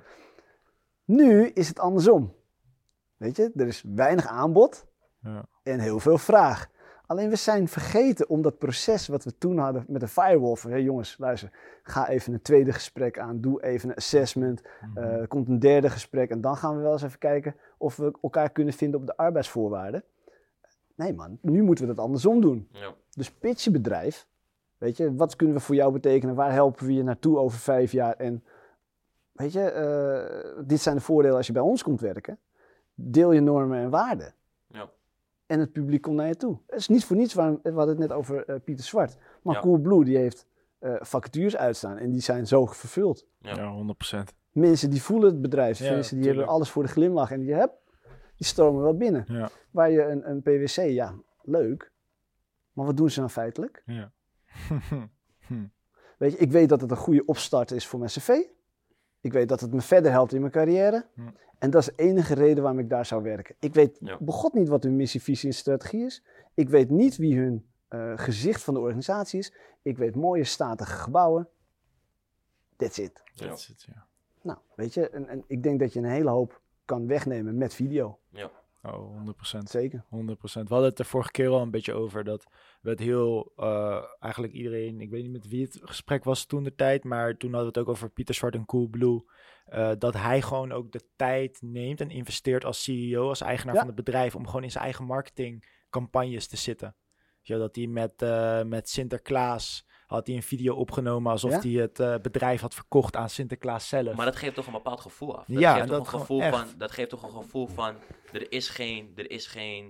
Speaker 3: Nu is het andersom. Weet je, er is weinig aanbod
Speaker 2: ja.
Speaker 3: en heel veel vraag. Alleen we zijn vergeten om dat proces wat we toen hadden met de firewall. Van, hey jongens, luister, ga even een tweede gesprek aan. Doe even een assessment. Mm-hmm. Uh, er komt een derde gesprek. En dan gaan we wel eens even kijken of we elkaar kunnen vinden op de arbeidsvoorwaarden. Nee man, nu moeten we dat andersom doen.
Speaker 1: Ja.
Speaker 3: Dus pitch je bedrijf. Weet je, wat kunnen we voor jou betekenen? Waar helpen we je naartoe over vijf jaar? En weet je, uh, dit zijn de voordelen als je bij ons komt werken. Deel je normen en waarden.
Speaker 1: Ja.
Speaker 3: En het publiek komt naar je toe. Het is niet voor niets, waarom, we hadden het net over uh, Pieter Zwart. Maar
Speaker 1: ja.
Speaker 3: Coolblue die heeft uh, vacatures uitstaan en die zijn zo vervuld.
Speaker 2: Ja, ja honderd procent.
Speaker 3: Mensen die voelen het bedrijf, ja, mensen die tuurlijk. hebben alles voor de glimlach en die, heb, die stromen wel binnen.
Speaker 2: Ja.
Speaker 3: Waar je een, een P W C, ja, leuk. Maar wat doen ze nou feitelijk?
Speaker 2: Ja.
Speaker 3: hm. Weet je, ik weet dat het een goede opstart is voor mijn cv. Ik weet dat het me verder helpt in mijn carrière. Hm. En dat is de enige reden waarom ik daar zou werken. Ik weet ja. begot niet wat hun missie, visie en strategie is. Ik weet niet wie hun uh, gezicht van de organisatie is. Ik weet mooie statige gebouwen. That's it.
Speaker 2: That's ja. it, ja.
Speaker 3: Nou, weet je, en, en ik denk dat je een hele hoop kan wegnemen met video.
Speaker 1: Ja.
Speaker 2: Oh, honderd procent.
Speaker 3: Zeker.
Speaker 2: honderd procent. We hadden het de vorige keer al een beetje over dat we het heel, uh, eigenlijk iedereen, ik weet niet met wie het gesprek was toen de tijd, maar toen hadden we het ook over Pieter Zwart en Coolblue. Uh, dat hij gewoon ook de tijd neemt en investeert als C E O, als eigenaar ja. van het bedrijf, om gewoon in zijn eigen marketingcampagnes te zitten. Ja, dat hij met, uh, met Sinterklaas had hij een video opgenomen alsof ja? hij het uh, bedrijf had verkocht aan Sinterklaas zelf.
Speaker 1: Maar dat geeft toch een bepaald gevoel af. Dat
Speaker 2: ja,
Speaker 1: geeft
Speaker 2: dat
Speaker 1: toch een gevoel van, dat geeft toch een gevoel van, er is geen, er is geen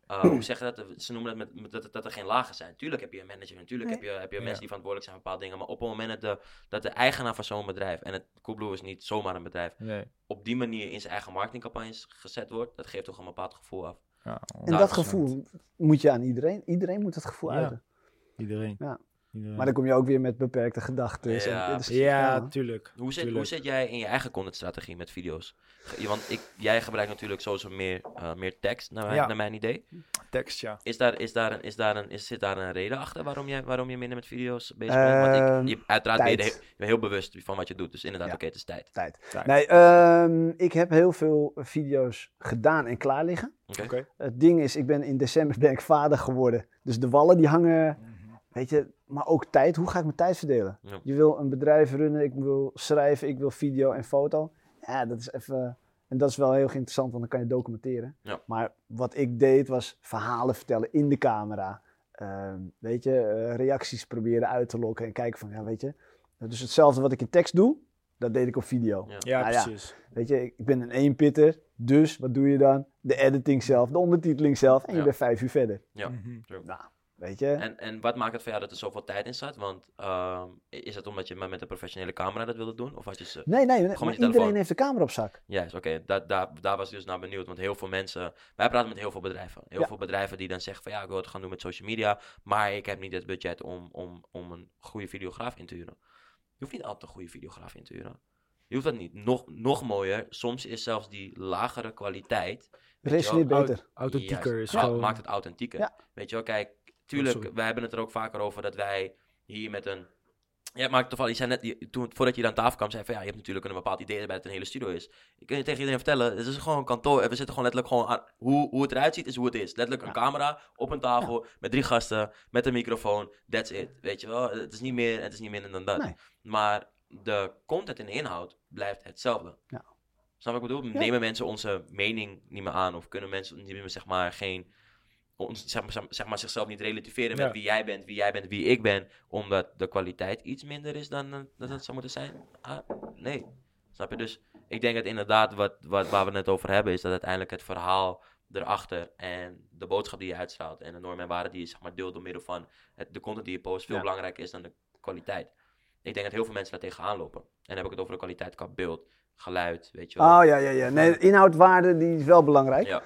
Speaker 1: Uh, hoe zeg je dat? Ze noemen dat met, met, dat, dat er geen lagen zijn. Tuurlijk heb je een manager, natuurlijk
Speaker 3: Nee.
Speaker 1: heb je, heb je
Speaker 2: Ja.
Speaker 1: mensen die verantwoordelijk zijn voor bepaalde dingen. Maar op het moment dat de, dat de eigenaar van zo'n bedrijf, en het Coolblue is niet zomaar een bedrijf,
Speaker 2: Nee.
Speaker 1: op die manier in zijn eigen marketingcampagnes gezet wordt, dat geeft toch een bepaald gevoel af.
Speaker 2: Ja,
Speaker 3: En
Speaker 1: Nou,
Speaker 3: dat
Speaker 1: dat is
Speaker 3: gevoel moet je aan iedereen. Iedereen moet dat gevoel
Speaker 2: Ja.
Speaker 3: uiten.
Speaker 2: Iedereen.
Speaker 3: Ja.
Speaker 2: Iedereen.
Speaker 3: Maar dan kom je ook weer met beperkte gedachten.
Speaker 1: Ja,
Speaker 3: en, dus-
Speaker 2: Ja,
Speaker 3: man.
Speaker 2: tuurlijk.
Speaker 1: Hoe zit, hoe
Speaker 2: tuurlijk.
Speaker 1: zit jij in je eigen contentstrategie met video's? Ge- Want ik, jij gebruikt natuurlijk sowieso meer, uh, meer tekst, naar mijn,
Speaker 2: Ja.
Speaker 1: naar mijn idee.
Speaker 2: Tekst, ja.
Speaker 1: Is daar, is daar een, is daar een, is, zit daar een reden achter waarom je, waarom je minder met video's bezig bent? Want
Speaker 3: Ehm,
Speaker 1: ik, je, uiteraard ben je, er
Speaker 3: tijd.
Speaker 1: heel, je bent heel bewust van wat je doet. Dus inderdaad,
Speaker 3: Ja.
Speaker 1: oké, het is tijd.
Speaker 3: Tijd.
Speaker 2: Tijd.
Speaker 3: Nee, ehm, ik heb heel veel video's gedaan en klaar liggen.
Speaker 1: Oké?
Speaker 2: Oké.
Speaker 3: Het ding is, ik ben in december ben ik vader geworden. Dus de wallen die hangen, weet je, maar ook tijd. Hoe ga ik mijn tijd verdelen?
Speaker 1: Ja.
Speaker 3: Je wil een bedrijf runnen, ik wil schrijven, ik wil video en foto. Ja, dat is even, en dat is wel heel interessant, want dan kan je documenteren.
Speaker 1: Ja.
Speaker 3: Maar wat ik deed was verhalen vertellen in de camera. Ehm, weet je, eh, reacties proberen uit te lokken en kijken van, ja, weet je. Dus hetzelfde wat ik in tekst doe, dat deed ik op video.
Speaker 1: Ja.
Speaker 2: Ja,
Speaker 3: Nou ja.
Speaker 2: precies.
Speaker 3: Weet je, ik ben een eenpitter, dus wat doe je dan? De editing zelf, de ondertiteling zelf en je
Speaker 1: Ja.
Speaker 3: bent vijf uur verder.
Speaker 1: Ja.
Speaker 2: Mhm.
Speaker 3: Nou, weet je.
Speaker 1: En, en wat maakt het voor jou dat er zoveel tijd in staat? Want ehm, is het omdat je maar met een professionele camera dat wilde doen? Of had je ze...
Speaker 3: Nee, nee, nee,
Speaker 1: met
Speaker 3: maar
Speaker 1: je telefoon.
Speaker 3: iedereen heeft de camera op zak.
Speaker 1: Juist, oké. Da- da- daar was ik dus naar benieuwd. Want heel veel mensen... Wij praten met heel veel bedrijven. Heel
Speaker 3: Ja.
Speaker 1: veel bedrijven die dan zeggen van... Ja, ik wil het gaan doen met social media. Maar ik heb niet het budget om, om, om een goede videograaf in te huren. Je hoeft niet altijd een goede videograaf in te huren. Je hoeft dat niet. Nog, nog mooier. Soms is zelfs die lagere kwaliteit... weet je
Speaker 3: Resoneert
Speaker 1: wel,
Speaker 3: beter.
Speaker 2: Authentieker
Speaker 1: Juist.
Speaker 2: is
Speaker 1: Ja,
Speaker 2: gewoon...
Speaker 1: maakt het authentieker.
Speaker 3: Ja.
Speaker 1: Weet je wel, kijk, tuurlijk,
Speaker 2: sorry.
Speaker 1: wij hebben het er ook vaker over dat wij hier met een... Ja, maar toevallig, je zei net, je- toen, voordat je hier aan tafel kwam, zei je van ja, je hebt natuurlijk een bepaald idee bij dat het een hele studio is. Ik kan je tegen iedereen vertellen, het is gewoon een kantoor en we zitten gewoon letterlijk gewoon aan, hoe, hoe het eruit ziet is hoe het is. Letterlijk een camera op een tafel, met drie gasten, met een microfoon, that's it. Weet je wel, het is niet meer en het is niet minder dan dat.
Speaker 3: Nee.
Speaker 1: Maar de content en de inhoud blijft hetzelfde.
Speaker 3: Ja.
Speaker 1: Snap wat ik bedoel?
Speaker 3: Ja.
Speaker 1: Nemen mensen onze mening niet meer aan of kunnen mensen niet meer, zeg maar, geen... Ons, zeg, maar, zeg maar zichzelf niet relativeren met
Speaker 2: Ja.
Speaker 1: wie jij bent, wie jij bent, wie ik ben, omdat de kwaliteit iets minder is dan uh, dat het zou moeten zijn? Ah, nee. Snap je? Dus ik denk dat inderdaad wat, wat, waar we het over hebben, is dat uiteindelijk het verhaal erachter en de boodschap die je uitstraalt en de normen en waarden die je zeg maar deelt door middel van het, de content die je post veel
Speaker 3: Ja.
Speaker 1: belangrijker is dan de kwaliteit. Ik denk dat heel veel mensen daar tegenaan lopen. En dan heb ik het over de kwaliteit qua beeld, geluid, weet je wel.
Speaker 3: Oh ja, ja, ja. Nee, inhoudwaarde die is wel belangrijk.
Speaker 1: Ja.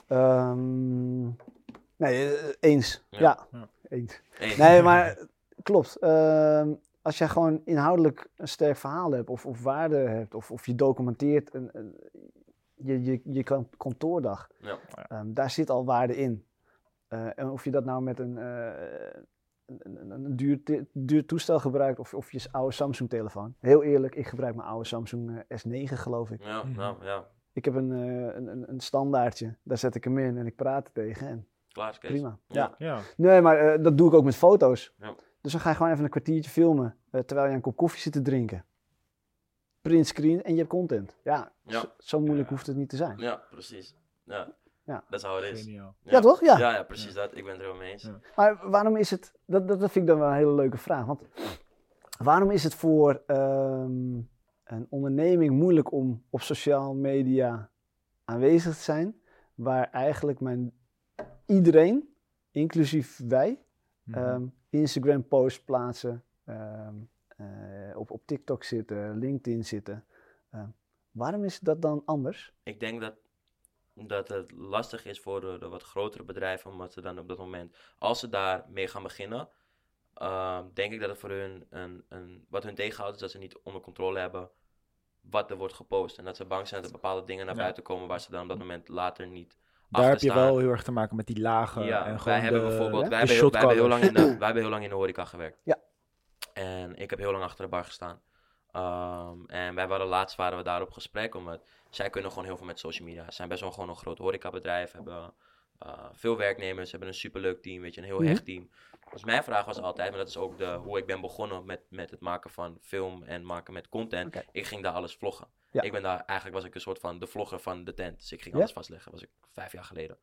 Speaker 3: Ehm, nee, eh, eens.
Speaker 1: Ja.
Speaker 3: Ja,
Speaker 2: Ja.
Speaker 3: eens.
Speaker 1: Eens.
Speaker 3: Nee, maar eh, klopt. Ehm, als jij gewoon inhoudelijk een sterk verhaal hebt of, of waarde hebt of, of je documenteert een, een, je, je, je kan- kantoordag,
Speaker 1: Ja.
Speaker 3: ehm, daar zit al waarde in. Eh, en of je dat nou met een, eh, een, een, een duur, te- duur toestel gebruikt of, of je oude Samsung telefoon. Heel eerlijk, ik gebruik mijn oude Samsung eh, S negen geloof ik.
Speaker 1: Ja,
Speaker 2: Mhm.
Speaker 1: nou, ja.
Speaker 3: Ik heb een, eh, een, een, een standaardje, daar zet ik hem in en ik praat er tegen en
Speaker 1: Klaar is Kees.
Speaker 3: prima.
Speaker 1: Ja.
Speaker 3: Ja.
Speaker 2: Ja.
Speaker 3: Nee, maar eh, dat doe ik ook met foto's.
Speaker 1: Ja.
Speaker 3: Dus dan ga je gewoon even een kwartiertje filmen eh, terwijl je een kop koffie zit te drinken. Print screen en je hebt content. Ja,
Speaker 1: Ja.
Speaker 3: Zo, zo moeilijk
Speaker 2: Ja.
Speaker 3: hoeft het niet te zijn.
Speaker 1: Ja, precies. Ja.
Speaker 3: Ja.
Speaker 1: Dat is how it is.
Speaker 2: Geniaal.
Speaker 3: Ja, toch? Ja.
Speaker 1: Ja, ja, precies dat. Ik ben het er wel mee eens.
Speaker 2: Ja.
Speaker 3: Maar waarom is het, dat, dat, dat vind ik dan wel een hele leuke vraag. Want waarom is het voor ehm, een onderneming moeilijk om op sociale media aanwezig te zijn, waar eigenlijk mijn, iedereen, inclusief wij,
Speaker 2: Mhm.
Speaker 3: ehm, Instagram posts plaatsen, ehm, eh, op, op TikTok zitten, LinkedIn zitten. Ehm, waarom is dat dan anders?
Speaker 1: Ik denk dat, dat het lastig is voor de, de wat grotere bedrijven, omdat ze dan op dat moment, als ze daarmee gaan beginnen, ehm, denk ik dat het voor hun, een, een, wat hun tegenhoudt, is dat ze niet onder controle hebben wat er wordt gepost. En dat ze bang zijn dat er bepaalde dingen naar
Speaker 2: Ja.
Speaker 1: buiten komen waar ze dan op dat moment later niet
Speaker 2: Daar heb
Speaker 1: achter
Speaker 2: je
Speaker 1: staan.
Speaker 2: wel heel erg te maken met die lagen.
Speaker 1: Ja,
Speaker 2: en
Speaker 1: wij
Speaker 2: gewoon
Speaker 1: hebben
Speaker 2: de,
Speaker 1: bijvoorbeeld,
Speaker 2: de
Speaker 1: wij hebben, heel, wij, hebben heel lang in
Speaker 2: shotcallers.
Speaker 1: de, wij hebben heel lang in de horeca gewerkt.
Speaker 3: Ja.
Speaker 1: En ik heb heel lang achter de bar gestaan. Ehm, en wij waren laatst waren we daar op gesprek, omdat zij kunnen gewoon heel veel met social media. Ze zijn best wel gewoon een groot horecabedrijf, hebben uh, veel werknemers, hebben een superleuk team, weet je, een heel
Speaker 3: Mhm.
Speaker 1: hecht team. Dus mijn vraag was altijd, maar dat is ook de, hoe ik ben begonnen met, met het maken van film en maken met content.
Speaker 3: Oké.
Speaker 1: Ik ging daar alles vloggen.
Speaker 3: Ja.
Speaker 1: Ik ben daar, eigenlijk was ik een soort van de vlogger van de tent. Dus ik ging
Speaker 3: Ja.
Speaker 1: alles vastleggen, was ik vijf jaar geleden.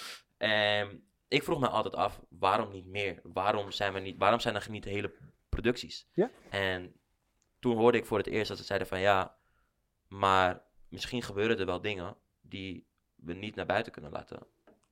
Speaker 1: En ik vroeg me altijd af, waarom niet meer? Waarom zijn, we niet, waarom zijn er niet hele producties?
Speaker 3: Ja.
Speaker 1: En toen hoorde ik voor het eerst dat ze zeiden van ja, maar misschien gebeuren er wel dingen die we niet naar buiten kunnen laten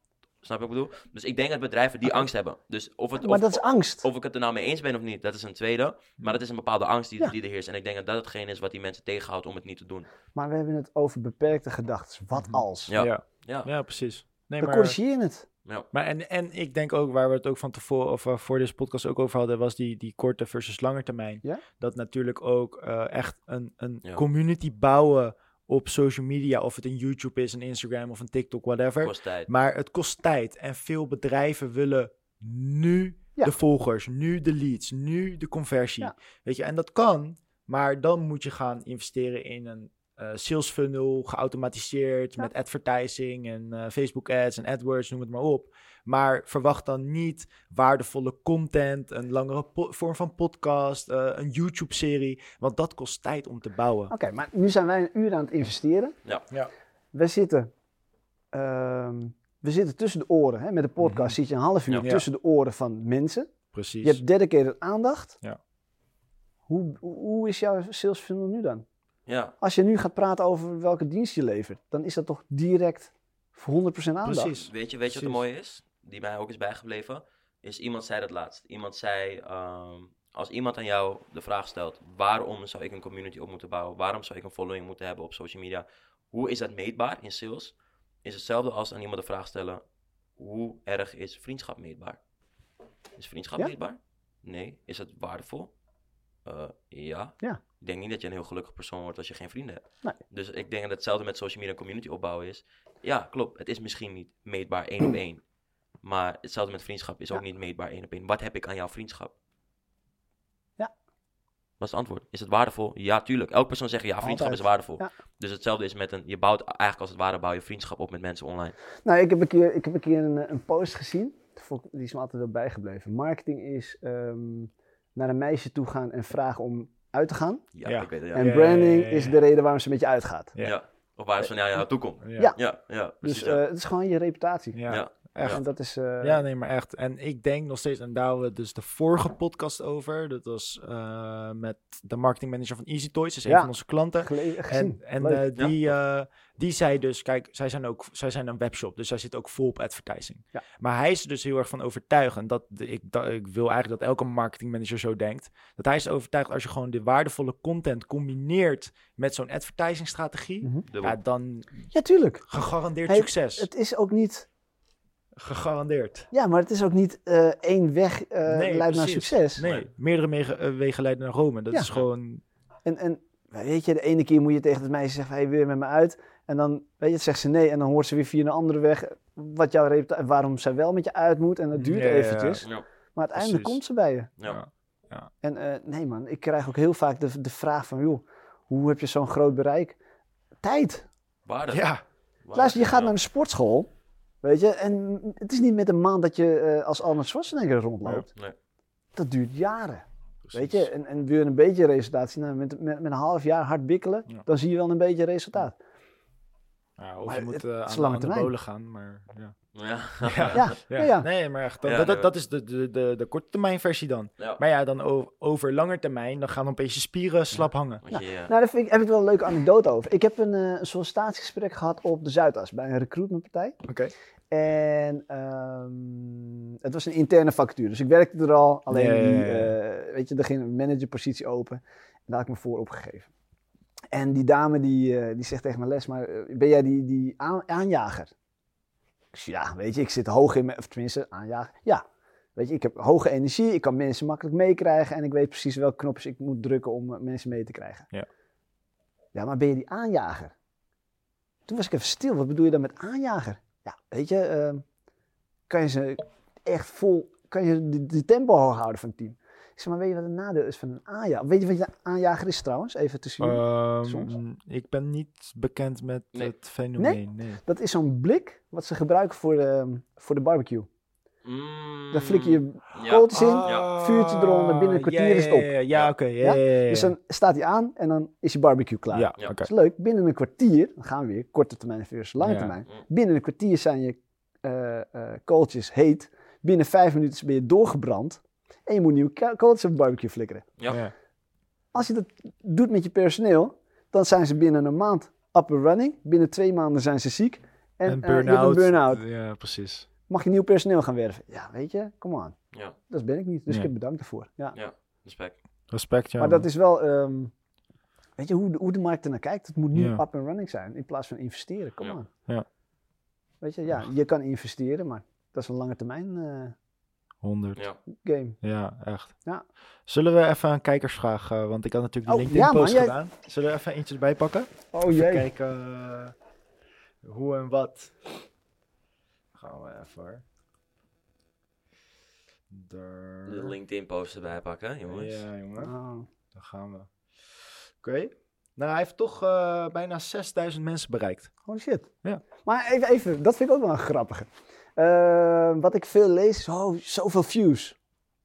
Speaker 1: Snap je wat ik bedoel? Dus ik denk dat bedrijven die
Speaker 2: Oké.
Speaker 1: angst hebben. Dus of, het,
Speaker 3: Maar
Speaker 1: of,
Speaker 3: dat is angst.
Speaker 1: of ik het er nou mee eens ben of niet, dat is een tweede. Maar dat is een bepaalde angst die,
Speaker 3: Ja.
Speaker 1: die er heerst. En ik denk dat dat hetgeen is wat die mensen tegenhoudt om het niet te doen.
Speaker 3: Maar we hebben het over beperkte gedachten. Wat
Speaker 2: Mhm.
Speaker 3: als?
Speaker 1: Ja.
Speaker 2: Ja,
Speaker 1: Ja,
Speaker 2: ja precies. Nee,
Speaker 3: Dan
Speaker 2: maar,
Speaker 3: corrigeer je het.
Speaker 1: ja.
Speaker 2: maar en, en ik denk ook, waar we het ook van tevoren, of uh, voor deze podcast ook over hadden, was die, die korte versus lange termijn.
Speaker 3: Ja?
Speaker 2: Dat natuurlijk ook uh, echt een, een
Speaker 1: Ja.
Speaker 2: community bouwen op social media, of het een YouTube is, een Instagram of een TikTok, whatever.
Speaker 1: Kost tijd.
Speaker 2: Maar het kost tijd en veel bedrijven willen nu
Speaker 3: Ja.
Speaker 2: de volgers, nu de leads, nu de conversie.
Speaker 3: Ja.
Speaker 2: Weet je, en dat kan, maar dan moet je gaan investeren in een uh, sales funnel, geautomatiseerd
Speaker 3: Ja.
Speaker 2: met advertising en uh, Facebook ads en AdWords, noem het maar op. Maar verwacht dan niet waardevolle content, een langere po- vorm van podcast, uh, een YouTube-serie, want dat kost tijd om te bouwen.
Speaker 3: Oké, maar nu zijn wij een uur aan het investeren.
Speaker 1: Ja.
Speaker 2: Ja.
Speaker 3: We zitten, ehm, we zitten tussen de oren. Hè? Met de podcast
Speaker 2: Mhm.
Speaker 3: zit je een half uur
Speaker 1: Ja.
Speaker 3: tussen de oren van mensen.
Speaker 2: Precies.
Speaker 3: Je hebt dedicated aandacht.
Speaker 2: Ja.
Speaker 3: Hoe, hoe is jouw sales funnel nu dan?
Speaker 1: Ja,
Speaker 3: Als je nu gaat praten over welke dienst je levert, dan is dat toch direct voor honderd procent aandacht.
Speaker 2: Precies.
Speaker 1: weet je, weet je wat
Speaker 2: Precies.
Speaker 1: er mooi is? Die mij ook is bijgebleven. Is iemand zei dat laatst. Iemand zei, ehm, als iemand aan jou de vraag stelt, waarom zou ik een community op moeten bouwen? Waarom zou ik een following moeten hebben op social media? Hoe is dat meetbaar in sales? Is hetzelfde als aan iemand de vraag stellen, hoe erg is vriendschap meetbaar? Is vriendschap
Speaker 3: Ja?
Speaker 1: meetbaar? Nee. Is het waardevol? Uh, ja.
Speaker 3: Ja.
Speaker 1: Ik denk niet dat je een heel gelukkig persoon wordt als je geen vrienden hebt.
Speaker 3: Nee.
Speaker 1: Dus ik denk dat hetzelfde met social media en community opbouwen is. Ja, klopt. Het is misschien niet meetbaar één op één. Maar hetzelfde met vriendschap is ook
Speaker 3: Ja.
Speaker 1: niet meetbaar één op één. Wat heb ik aan jouw vriendschap?
Speaker 3: Ja.
Speaker 1: Wat is het antwoord? Is het waardevol? Ja, tuurlijk. Elke persoon zegt ja, vriendschap
Speaker 3: Altijd.
Speaker 1: is waardevol.
Speaker 3: Ja.
Speaker 1: Dus hetzelfde is met een, je bouwt eigenlijk als het ware bouw je vriendschap op met mensen online.
Speaker 3: Nou, ik heb een keer, ik heb een, keer een, een post gezien. Die is me altijd wel bijgebleven. Marketing is ehm, naar een meisje toe gaan en vragen om uit te gaan.
Speaker 1: Ja,
Speaker 2: Ja.
Speaker 1: ik weet het. Ja.
Speaker 3: En
Speaker 2: Ja,
Speaker 3: branding
Speaker 2: ja, ja, ja.
Speaker 3: is de reden waarom ze met je uitgaat.
Speaker 2: Ja.
Speaker 1: Ja. Of waar is van jou naar jou toe komt.
Speaker 2: Ja.
Speaker 3: Ja.
Speaker 1: Ja, ja, precies.
Speaker 3: Dus
Speaker 1: ja.
Speaker 3: eh, het is gewoon je reputatie.
Speaker 2: Ja.
Speaker 1: Ja.
Speaker 2: Echt.
Speaker 3: En dat is... eh,
Speaker 2: Ja, nee, maar echt. En ik denk nog steeds, en daar hadden we dus de vorige podcast over. Dat was uh, met de marketingmanager van Easy Toys. Dat is
Speaker 3: Ja.
Speaker 2: een van onze klanten.
Speaker 3: gele- gezien.
Speaker 2: En, en
Speaker 3: Leuk.
Speaker 2: uh, die, uh, die zei dus, kijk, zij zijn ook zij zijn een webshop, dus zij zit ook vol op advertising.
Speaker 3: Ja.
Speaker 2: Maar hij is er dus heel erg van overtuigd, en dat, ik, dat, ik wil eigenlijk dat elke marketingmanager zo denkt, dat hij is overtuigd als je gewoon de waardevolle content combineert met zo'n advertisingstrategie,
Speaker 3: Mhm.
Speaker 1: Dubbel.
Speaker 2: ja, dan
Speaker 3: Ja, tuurlijk.
Speaker 2: gegarandeerd
Speaker 3: Hey,
Speaker 2: succes.
Speaker 3: Het is ook niet...
Speaker 2: Gegarandeerd.
Speaker 3: Ja, maar het is ook niet eh, één weg eh,
Speaker 2: Nee,
Speaker 3: leidt naar
Speaker 2: precies.
Speaker 3: succes.
Speaker 2: Nee,
Speaker 1: Nee.
Speaker 2: meerdere mege- uh, wegen leiden naar Rome. Dat
Speaker 3: Ja.
Speaker 2: is gewoon...
Speaker 3: En, en weet je, de ene keer moet je tegen het meisje zeggen, hey, wil je met me uit? En dan, weet je, zegt ze nee. En dan hoort ze weer via een andere weg wat jouw reputatie, waarom zij wel met je uit moet. En dat duurt
Speaker 2: Ja, ja, ja.
Speaker 3: eventjes.
Speaker 1: Ja.
Speaker 3: Maar uiteindelijk
Speaker 2: Precies.
Speaker 3: komt ze bij je.
Speaker 1: Ja.
Speaker 3: En eh, nee man, ik krijg ook heel vaak de, de vraag van, joh, hoe heb je zo'n groot bereik? Tijd.
Speaker 1: Waarde.
Speaker 2: Ja,
Speaker 1: Waarde,
Speaker 3: Luister, je gaat
Speaker 1: ja.
Speaker 3: naar een sportschool, weet je. En het is niet met een maand dat je eh, als Arnold Schwarzenegger rondloopt.
Speaker 1: Nee.
Speaker 3: Dat duurt jaren.
Speaker 2: precies.
Speaker 3: Weet je, en, en wil je een beetje resultaat zien, nou, met, met, met een half jaar hard bikkelen,
Speaker 2: Ja.
Speaker 3: dan zie je wel een beetje resultaat.
Speaker 2: Ja, of
Speaker 3: Maar
Speaker 2: je moet
Speaker 3: het-
Speaker 2: uh,
Speaker 3: het is
Speaker 2: aan,
Speaker 3: lange
Speaker 2: aan de
Speaker 3: termijn.
Speaker 2: bolen gaan, maar ja.
Speaker 1: Ja.
Speaker 2: Ja.
Speaker 3: Ja, ja, ja.
Speaker 2: Nee, maar echt, dat,
Speaker 1: Ja,
Speaker 2: dat,
Speaker 1: nee,
Speaker 2: dat, dat is de, de, de, de korte termijn versie dan.
Speaker 1: Ja.
Speaker 2: Maar ja, dan o- over langer termijn, dan gaan opeens je spieren slap hangen.
Speaker 1: Want je, eh,
Speaker 3: Nou, daar vind ik, heb ik wel een leuke anekdote over. Ik heb een, eh, een sollicitatiegesprek gehad op de Zuidas bij een recruitmentpartij.
Speaker 2: Oké.
Speaker 3: En ehm, het was een interne vacature, dus ik werkte er al. Alleen,
Speaker 2: Ja, ja,
Speaker 3: die,
Speaker 2: ja, ja.
Speaker 3: eh, weet je, er ging een managerpositie open. En daar had ik me voor opgegeven. En die dame die, eh, die zegt tegen me, Les, maar eh, ben jij die, die aan, aanjager? Ik zeg, ja, weet je, ik zit hoog in mijn, of tenminste, aanjager. Ja, weet je, ik heb hoge energie, ik kan mensen makkelijk meekrijgen en ik weet precies welke knopjes ik moet drukken om eh, mensen mee te krijgen.
Speaker 2: Ja.
Speaker 3: Ja, maar ben je die aanjager? Toen was ik even stil, wat bedoel je dan met aanjager? Ja, weet je, ehm, kan je ze echt vol, kan je de, de tempo hoog houden van het team? Ik zeg, maar weet je wat het nadeel is van een aanjager? Weet je wat een aanjager is trouwens? Even tussen jullie.
Speaker 2: Ehm,
Speaker 3: soms.
Speaker 2: ik ben niet bekend met
Speaker 1: Nee.
Speaker 2: het fenomeen. Nee.
Speaker 3: Dat is zo'n blik wat ze gebruiken voor de, voor de barbecue.
Speaker 1: mm,
Speaker 3: Daar flik je
Speaker 1: ja.
Speaker 3: kooltjes in,
Speaker 1: Ja.
Speaker 3: vuurtje eronder, binnen een kwartier
Speaker 2: ja,
Speaker 3: is het op.
Speaker 2: Ja, ja, ja, oké. Ja,
Speaker 3: Ja?
Speaker 2: ja, ja, ja.
Speaker 3: Dus dan staat hij aan en dan is je barbecue klaar.
Speaker 2: Ja,
Speaker 1: Ja.
Speaker 2: oké.
Speaker 3: Dat is leuk. Binnen een kwartier, dan gaan we weer, korte termijn versus lange
Speaker 2: Ja.
Speaker 3: termijn.
Speaker 1: Mm.
Speaker 3: Binnen een kwartier zijn je eh, eh, kooltjes heet. Binnen vijf minuten ben je doorgebrand. En je moet nieuwe ka- kooltjes op de barbecue flikkeren.
Speaker 1: Ja.
Speaker 2: Ja.
Speaker 3: Als je dat doet met je personeel, dan zijn ze binnen een maand up and running. Binnen twee maanden zijn ze ziek. En,
Speaker 2: En
Speaker 3: eh, je hebt een
Speaker 2: burn-out.
Speaker 3: burn-out.
Speaker 2: Ja, precies.
Speaker 3: mag je nieuw personeel gaan werven? Ja, weet je, come on.
Speaker 1: Ja.
Speaker 3: Dat ben ik niet, dus
Speaker 2: Nee.
Speaker 3: ik heb bedankt ervoor. Ja.
Speaker 1: Ja, respect.
Speaker 2: Respect, ja.
Speaker 3: maar dat is wel, um, weet je, hoe de, hoe de markt ernaar kijkt. Het moet nu
Speaker 2: Ja.
Speaker 3: up and running zijn, in plaats van investeren. Come
Speaker 1: Ja.
Speaker 3: on.
Speaker 2: Ja.
Speaker 3: Weet je, ja, je kan investeren, maar dat is een lange termijn uh,
Speaker 2: honderd.
Speaker 1: Ja.
Speaker 3: game.
Speaker 2: Ja, echt.
Speaker 3: Ja.
Speaker 2: Zullen we even een kijkersvraag, uh, want ik had natuurlijk die
Speaker 3: Oh,
Speaker 2: LinkedIn-post
Speaker 3: ja, man, jij-
Speaker 2: gedaan. Zullen we even eentje erbij pakken?
Speaker 3: Oh
Speaker 2: Even
Speaker 3: jee.
Speaker 2: kijken uh, hoe en wat. Gaan we even hoor. Daar.
Speaker 1: De LinkedIn-post erbij pakken, jongens.
Speaker 2: Ja, jongen.
Speaker 3: Oh.
Speaker 2: Daar gaan we. Oké. Okay. Nou, hij heeft toch uh, bijna zesduizend mensen bereikt.
Speaker 3: Holy shit.
Speaker 2: Ja.
Speaker 3: Maar even, even, dat vind ik ook wel een grappige. Uh, wat ik veel lees is, oh, zoveel views.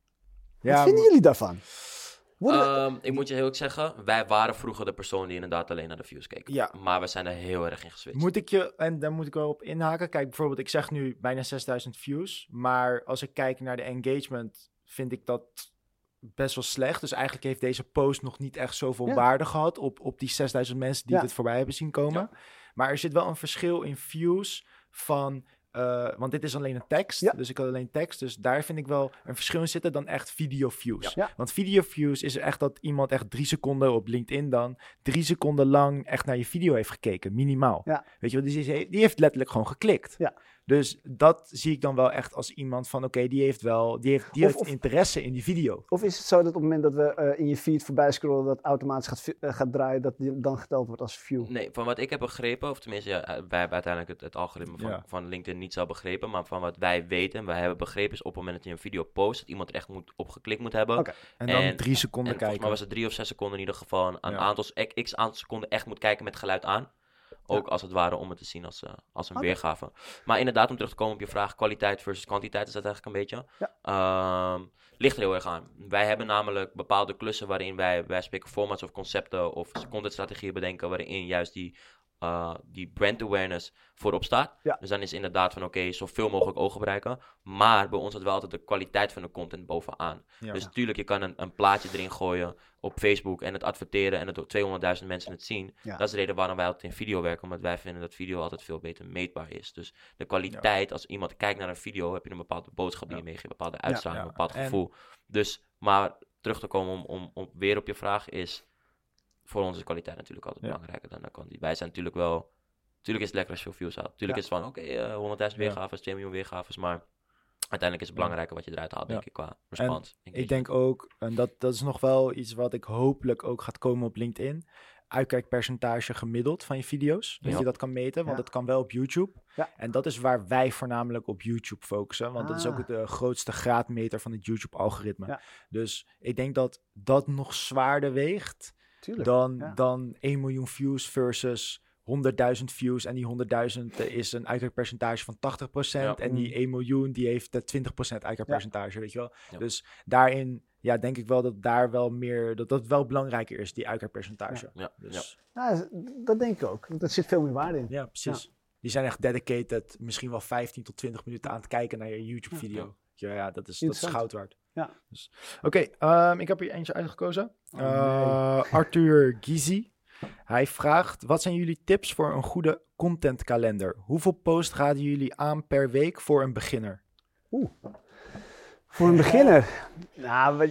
Speaker 2: Ja,
Speaker 3: wat vinden
Speaker 2: maar-
Speaker 3: jullie daarvan? Worden we-
Speaker 1: Ehm, ik moet je heel erg zeggen, wij waren vroeger de persoon die inderdaad alleen naar de views keek.
Speaker 2: Ja.
Speaker 1: Maar we zijn er heel erg in geswitcht.
Speaker 2: Moet ik je, en daar moet ik wel op inhaken. Kijk, bijvoorbeeld, ik zeg nu bijna zesduizend views. Maar als ik kijk naar de engagement, vind ik dat best wel slecht. Dus eigenlijk heeft deze post nog niet echt zoveel
Speaker 3: Ja.
Speaker 2: waarde gehad op, op die zesduizend mensen die
Speaker 3: Ja.
Speaker 2: dit voorbij hebben zien komen. Maar er zit wel een verschil in views van... Uh, want dit is alleen een tekst,
Speaker 3: Ja.
Speaker 2: dus ik had alleen tekst. Dus daar vind ik wel een verschil in zitten dan echt video views.
Speaker 3: Ja.
Speaker 2: Want video views is echt dat iemand echt drie seconden op LinkedIn dan... drie seconden lang echt naar je video heeft gekeken, minimaal.
Speaker 3: Ja.
Speaker 2: Weet je wel, dus die, die heeft letterlijk gewoon geklikt.
Speaker 3: Ja.
Speaker 2: Dus dat zie ik dan wel echt als iemand van... oké, okay, die heeft wel die heeft, die
Speaker 3: Of-
Speaker 2: heeft
Speaker 3: of-
Speaker 2: interesse in die video.
Speaker 3: Of is het zo dat op het moment dat we uh, in je feed voorbij scrollen, dat automatisch gaat, vi- uh, gaat draaien, dat die dan geteld wordt als view?
Speaker 1: Nee, van wat ik heb begrepen, of tenminste, ja, wij hebben uiteindelijk het, het algoritme van,
Speaker 2: Ja.
Speaker 1: van LinkedIn niet zo begrepen, maar van wat wij weten, wij hebben begrepen, is op het moment dat je een video post, dat iemand er echt moet, op geklikt moet hebben.
Speaker 3: Oké.
Speaker 2: En dan
Speaker 1: En-
Speaker 2: drie seconden
Speaker 1: En volgens
Speaker 2: kijken.
Speaker 1: mij was het drie of zes seconden in ieder geval een, een
Speaker 2: Ja.
Speaker 1: aantal, x aantal seconden echt moet kijken met geluid aan. Ook als het ware om het te zien als, uh, als een
Speaker 3: Oké.
Speaker 1: weergave. Maar inderdaad, om terug te komen op je vraag, kwaliteit versus kwantiteit is dat eigenlijk een beetje. Ehm, ligt er heel erg aan. Wij hebben namelijk bepaalde klussen waarin wij, wij spreken formats of concepten of contentstrategieën bedenken waarin juist die, uh, die brand awareness voorop staat.
Speaker 3: Ja.
Speaker 1: Dus dan is inderdaad van oké, zoveel mogelijk ogen bereiken. Maar bij ons staat wel altijd de kwaliteit van de content bovenaan.
Speaker 2: Ja.
Speaker 1: Dus natuurlijk, je kan een, een plaatje erin gooien op Facebook en het adverteren en het door tweehonderdduizend mensen het zien.
Speaker 3: Ja.
Speaker 1: Dat is de reden waarom wij altijd in video werken, omdat wij vinden dat video altijd veel beter meetbaar is. Dus de kwaliteit, als iemand kijkt naar een video, heb je een bepaalde boodschap die je meegeeft, een bepaalde uitstraling,
Speaker 2: ja.
Speaker 1: een bepaald
Speaker 2: En-
Speaker 1: gevoel. Dus, maar terug te komen om, om, om weer op je vraag is, voor ons is kwaliteit natuurlijk altijd
Speaker 2: Ja.
Speaker 1: belangrijker dan de kwantiteit. Wij zijn natuurlijk wel, natuurlijk is het lekker als je veel views haalt. Natuurlijk
Speaker 3: Ja.
Speaker 1: is het van, oké, okay, uh, honderdduizend
Speaker 2: Ja.
Speaker 1: weergaves, twee miljoen weergaves, maar uiteindelijk is het belangrijker wat je eruit haalt,
Speaker 2: Ja.
Speaker 1: denk ik, qua respons.
Speaker 2: Ik denk ook, en dat, dat is nog wel iets wat ik hopelijk ook gaat komen op LinkedIn. Uitkijkpercentage gemiddeld van je video's. Dat
Speaker 1: Ja.
Speaker 2: je dat kan meten, want
Speaker 3: Ja.
Speaker 2: dat kan wel op YouTube.
Speaker 3: Ja.
Speaker 2: En dat is waar wij voornamelijk op YouTube focussen. Want dat is ook
Speaker 3: Ah.
Speaker 2: de grootste graadmeter van het YouTube-algoritme.
Speaker 3: Ja.
Speaker 2: Dus ik denk dat dat nog zwaarder weegt
Speaker 3: Tuurlijk.
Speaker 2: dan,
Speaker 3: ja.
Speaker 2: dan één miljoen views versus honderdduizend views. En die honderdduizend is een uitkijkpercentage van tachtig procent.
Speaker 1: Ja.
Speaker 2: En die één miljoen die heeft uh, twintig procent uitkijkpercentage, weet je wel.
Speaker 1: Ja.
Speaker 2: Dus daarin ja, denk ik wel dat daar wel meer, dat dat wel belangrijker is, die uitkijkpercentage.
Speaker 1: Ja,
Speaker 2: Dus,
Speaker 3: Ja, dat denk ik ook. Want er zit veel meer waarde in.
Speaker 2: ja, precies. Die zijn echt dedicated, misschien wel vijftien tot twintig minuten aan het kijken naar je YouTube-video. Ja, ja, dat, is, dat is
Speaker 3: Interessant.
Speaker 2: goud waard.
Speaker 3: Ja.
Speaker 2: Dus, Oké, ehm, ik heb hier eentje uitgekozen.
Speaker 3: Oh,
Speaker 2: Uh, Arthur Gizi. Hij vraagt, wat zijn jullie tips voor een goede contentkalender? Hoeveel posts raden jullie aan per week voor een beginner?
Speaker 3: Oeh. Voor een beginner. Nou, wat,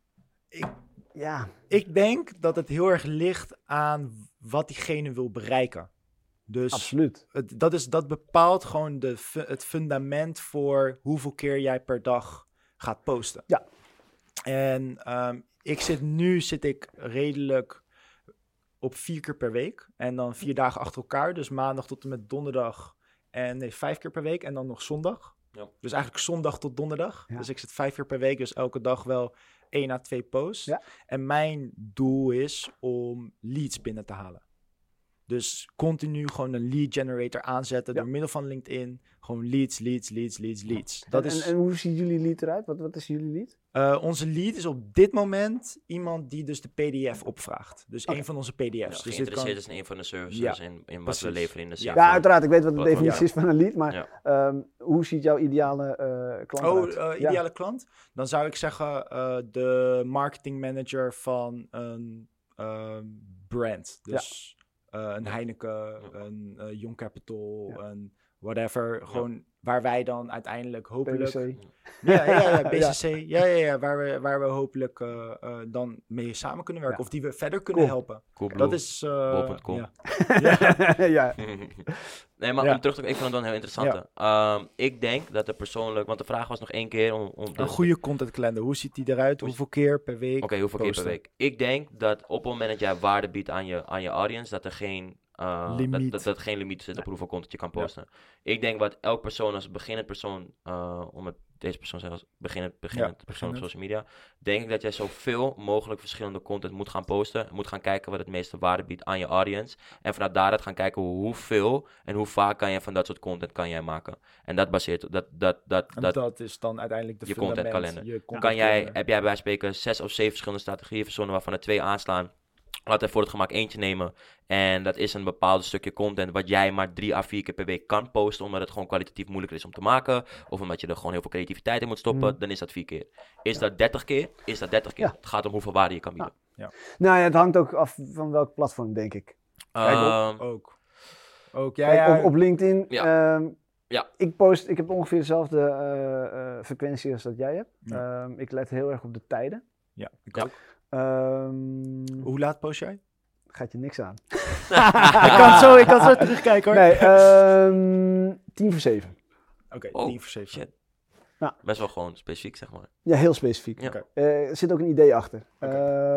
Speaker 3: ik, ja.
Speaker 2: Ik denk dat het heel erg ligt aan wat diegene wil bereiken. Dus
Speaker 3: Absoluut.
Speaker 2: het, dat, is, dat bepaalt gewoon de, fu- het fundament voor hoeveel keer jij per dag gaat posten.
Speaker 3: Ja.
Speaker 2: En ehm, ik zit nu zit ik redelijk op vier keer per week. En dan vier dagen achter elkaar. Dus maandag tot en met donderdag. En nee, vijf keer per week. En dan nog zondag.
Speaker 1: Ja.
Speaker 2: Dus eigenlijk zondag tot donderdag.
Speaker 3: Ja.
Speaker 2: Dus ik zit vijf keer per week. Dus elke dag wel één à twee posts.
Speaker 3: Ja.
Speaker 2: En mijn doel is om leads binnen te halen. Dus continu gewoon een lead generator aanzetten
Speaker 3: Ja.
Speaker 2: door middel van LinkedIn. Gewoon leads, leads, leads, leads, leads. Dat
Speaker 3: en,
Speaker 2: is,
Speaker 3: en, en hoe ziet jullie lead eruit? Wat, wat is jullie lead?
Speaker 2: uh, onze lead is op dit moment iemand die dus de P D F opvraagt. Dus
Speaker 3: Oké.
Speaker 2: een van onze P D F's.
Speaker 1: Ja,
Speaker 2: dus dit
Speaker 1: geïnteresseerd
Speaker 2: kan...
Speaker 1: is in een van de services
Speaker 2: Ja,
Speaker 1: in, in wat
Speaker 2: precies.
Speaker 1: we leveren in de
Speaker 2: Ja.
Speaker 1: zin
Speaker 3: Ja,
Speaker 1: van-
Speaker 3: uiteraard. Ik weet wat de
Speaker 1: Wat-
Speaker 3: definitie
Speaker 2: ja.
Speaker 3: is van een lead. Maar
Speaker 1: Ja.
Speaker 3: ehm, hoe ziet jouw ideale eh klant
Speaker 2: Oh,
Speaker 3: eruit?
Speaker 2: uh, ideale klant? Dan zou ik zeggen uh, de marketing manager van een um, brand. Dus uh, een Heineken,
Speaker 1: Ja.
Speaker 2: een uh, Young Capital,
Speaker 3: Ja.
Speaker 2: een whatever. Gewoon waar wij dan uiteindelijk hopelijk...
Speaker 3: P W C.
Speaker 2: Ja, ja, ja, B C C. Ja, ja, ja, waar we, waar we hopelijk uh, uh, dan mee samen kunnen werken.
Speaker 3: Ja.
Speaker 2: Of die we verder kunnen
Speaker 3: Cool.
Speaker 2: helpen.
Speaker 1: Coolblue.
Speaker 2: Dat is... Uh,
Speaker 1: bol punt com.
Speaker 2: ja.
Speaker 3: ja.
Speaker 1: Nee, maar
Speaker 2: Ja.
Speaker 1: om terug te komen, ik vind het dan heel interessant. Ehm, ik denk dat er persoonlijk, want de vraag was nog één keer om... om
Speaker 2: Een goede content calendar. Hoe ziet die eruit? Hoeveel keer per week?
Speaker 1: Oké, hoeveel keer per
Speaker 2: posten?
Speaker 1: week? Ik denk dat op het moment dat jij waarde biedt aan je, aan je audience, dat er geen, uh,
Speaker 2: Limiet.
Speaker 1: dat, dat, dat er geen limiet zit op hoeveel content je kan posten. Ik denk wat elk persoon als beginnend persoon, uh, om het deze persoon zeggen als beginnend, beginnend
Speaker 2: Ja,
Speaker 1: persoon op
Speaker 2: beginnend.
Speaker 1: social media, denk ik dat jij zoveel mogelijk verschillende content moet gaan posten. Moet gaan kijken wat het meeste waarde biedt aan je audience. En vanuit daaruit gaan kijken hoeveel en hoe vaak kan je van dat soort content kan jij maken. En dat baseert, dat, dat, dat,
Speaker 2: En
Speaker 1: dat,
Speaker 2: dat is dan uiteindelijk de
Speaker 1: je
Speaker 2: fundament.
Speaker 1: contentkalender.
Speaker 2: Je content
Speaker 1: kan jij,
Speaker 2: calendar.
Speaker 1: heb jij bij wijze van spreken zes of zeven verschillende strategieën verzonnen waarvan er twee aanslaan. Laten we voor het gemak eentje nemen. En dat is een bepaald stukje content wat jij maar drie à vier keer per week kan posten. Omdat het gewoon kwalitatief moeilijker is om te maken. Of omdat je er gewoon heel veel creativiteit in moet stoppen.
Speaker 3: Mm.
Speaker 1: Dan is dat vier keer. Is dat dertig keer? Is dat dertig keer.
Speaker 3: Ja.
Speaker 1: Het gaat om hoeveel waarde je kan bieden.
Speaker 3: Nou ja, het hangt ook af van welk platform, denk ik. Kijk,
Speaker 1: Ehm,
Speaker 2: Ook. Ook, ja,
Speaker 3: Kijk,
Speaker 2: ja.
Speaker 3: op, op LinkedIn,
Speaker 1: Ja.
Speaker 3: ehm,
Speaker 1: Ja.
Speaker 3: ik post, ik heb ongeveer dezelfde eh, eh, frequentie als dat jij hebt.
Speaker 2: Ja.
Speaker 3: Ehm, ik let heel erg op de tijden.
Speaker 2: Ja, ik
Speaker 1: Ja.
Speaker 2: ook.
Speaker 3: Ehm,
Speaker 2: Hoe laat post jij?
Speaker 3: Gaat je niks aan.
Speaker 2: ik, kan zo, ik kan zo terugkijken hoor.
Speaker 3: Nee, ehm, tien voor zeven.
Speaker 2: Oké,
Speaker 1: Oh,
Speaker 2: tien voor zeven.
Speaker 1: shit.
Speaker 3: Ja.
Speaker 1: Best wel gewoon specifiek, zeg maar.
Speaker 3: Ja, heel specifiek.
Speaker 1: Ja.
Speaker 2: Oké.
Speaker 3: Eh, er zit ook een idee achter.
Speaker 2: Oké.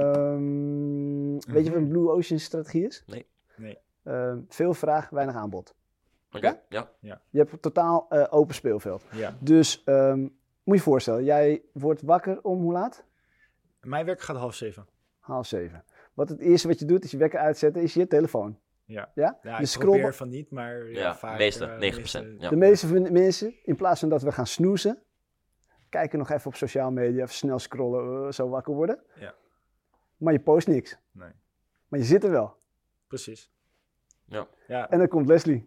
Speaker 3: Ehm, weet je wat een Blue Ocean strategie is?
Speaker 1: Nee.
Speaker 2: Nee.
Speaker 3: Ehm, veel vraag, weinig aanbod.
Speaker 1: Oké, ja.
Speaker 3: Je hebt totaal eh, open speelveld.
Speaker 2: Ja.
Speaker 3: Dus ehm, moet je je voorstellen, jij wordt wakker om hoe laat?
Speaker 2: Mijn werk gaat half zeven.
Speaker 3: Half zeven. Wat het eerste wat je doet, is je wekker uitzetten, is je telefoon.
Speaker 2: Ja.
Speaker 3: Ja?
Speaker 2: Ja,
Speaker 3: Je
Speaker 2: ik
Speaker 3: scroll-
Speaker 2: probeer van niet, maar ja,
Speaker 1: Ja,
Speaker 2: vaak...
Speaker 1: meeste,
Speaker 2: eh,
Speaker 1: negen procent.
Speaker 2: meeste-
Speaker 1: Ja.
Speaker 3: De meeste van de mensen, in plaats van dat we gaan snoezen, kijken nog even op sociale media, even snel scrollen, uh, zo wakker worden.
Speaker 2: Ja.
Speaker 3: Maar je post niks.
Speaker 2: Nee,
Speaker 3: Maar je zit er wel.
Speaker 2: precies.
Speaker 1: Ja.
Speaker 2: Ja.
Speaker 3: En dan komt Leslie.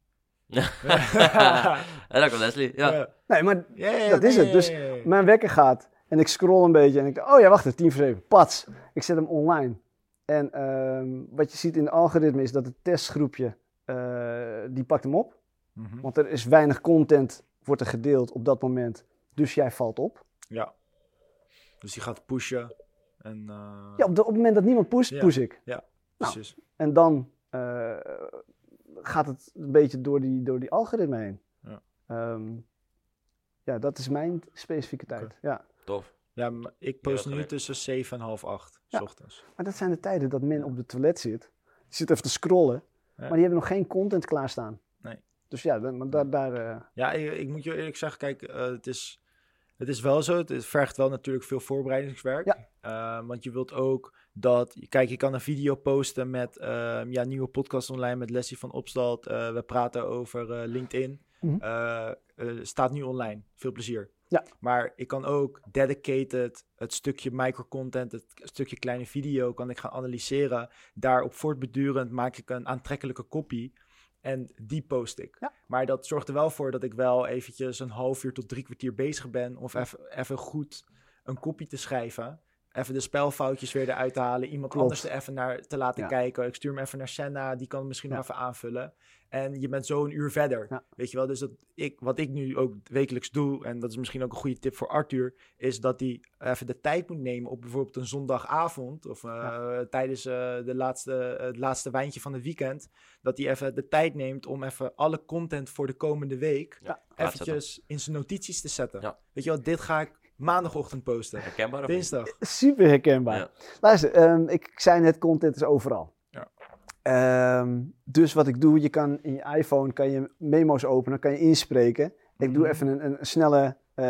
Speaker 1: En dan komt Leslie, ja.
Speaker 2: Ja.
Speaker 3: Nee, maar
Speaker 2: Ja, ja,
Speaker 3: dat is
Speaker 2: nee,
Speaker 3: het. Dus
Speaker 2: ja, ja, ja.
Speaker 3: mijn wekker gaat en ik scroll een beetje en ik denk, oh ja, wacht even, tien voor zeven, pats. Ik zet hem online. En ehm, wat je ziet in het algoritme is dat het testgroepje, eh, die pakt hem op.
Speaker 2: Mhm.
Speaker 3: Want er is weinig content, wordt er gedeeld op dat moment. Dus jij valt op.
Speaker 2: Ja. Dus die gaat pushen. En, uh,
Speaker 3: Ja, op, de, op het moment dat niemand pusht,
Speaker 2: Ja.
Speaker 3: push ik.
Speaker 2: precies.
Speaker 3: En dan uh, gaat het een beetje door die, door die algoritme heen.
Speaker 2: Ja.
Speaker 3: Um, ja, dat is mijn specifieke tijd.
Speaker 2: Oké.
Speaker 3: Ja.
Speaker 1: Tof.
Speaker 2: Ja, maar ik post
Speaker 1: Ja,
Speaker 2: nu
Speaker 1: gelijk.
Speaker 2: tussen zeven en half acht,
Speaker 3: Ja.
Speaker 2: 's ochtends.
Speaker 3: Maar dat zijn de tijden dat men op de toilet zit. Die zit even te scrollen. Maar die hebben nog geen content klaarstaan.
Speaker 2: Nee.
Speaker 3: Dus ja, dan- maar daar... daar uh...
Speaker 2: Ja, ik, ik moet je eerlijk zeggen, kijk, uh, het, is, het is wel zo. Het vergt wel natuurlijk veel voorbereidingswerk.
Speaker 3: Ja.
Speaker 2: Uh, want je wilt ook dat... Kijk, je kan een video posten met uh, ja, nieuwe podcast online met Leslie van Opstalt. Uh, we praten over uh, LinkedIn.
Speaker 3: Mm-hmm.
Speaker 2: Uh, uh, staat nu online. Veel plezier.
Speaker 3: Ja.
Speaker 2: Maar ik kan ook dedicated het stukje microcontent, het stukje kleine video kan ik gaan analyseren. Daarop voortbedurend maak ik een aantrekkelijke copy en die post ik.
Speaker 3: Ja.
Speaker 2: Maar dat zorgt er wel voor dat ik wel eventjes een half uur tot drie kwartier bezig ben of even, even goed een copy te schrijven. Even de spelfoutjes weer eruit te halen. Iemand
Speaker 3: Klopt.
Speaker 2: anders er even naar te laten
Speaker 3: Ja.
Speaker 2: kijken. Ik stuur hem even naar Senna. Die kan het misschien
Speaker 3: Ja.
Speaker 2: nog even aanvullen. En je bent zo een uur verder.
Speaker 3: Ja.
Speaker 2: Weet je wel? Dus dat ik, wat ik nu ook wekelijks doe... en dat is misschien ook een goede tip voor Arthur... is dat hij even de tijd moet nemen op bijvoorbeeld een zondagavond... of uh, ja. tijdens uh, de laatste, uh, het laatste wijntje van het weekend... dat hij even de tijd neemt om even alle content voor de komende week...
Speaker 1: Ja,
Speaker 2: eventjes in zijn notities te zetten.
Speaker 1: Ja.
Speaker 2: Weet je wel? Dit ga ik maandagochtend posten.
Speaker 1: Herkenbaar of niet?
Speaker 2: Dinsdag.
Speaker 3: Super herkenbaar.
Speaker 1: Ja.
Speaker 3: Luister, um, ik, ik zei net, content is overal.
Speaker 2: Ja.
Speaker 3: Um, dus wat ik doe, je kan in je iPhone kan je memo's openen, kan je inspreken. Ik
Speaker 2: Mm-hmm.
Speaker 3: doe even een, een snelle uh,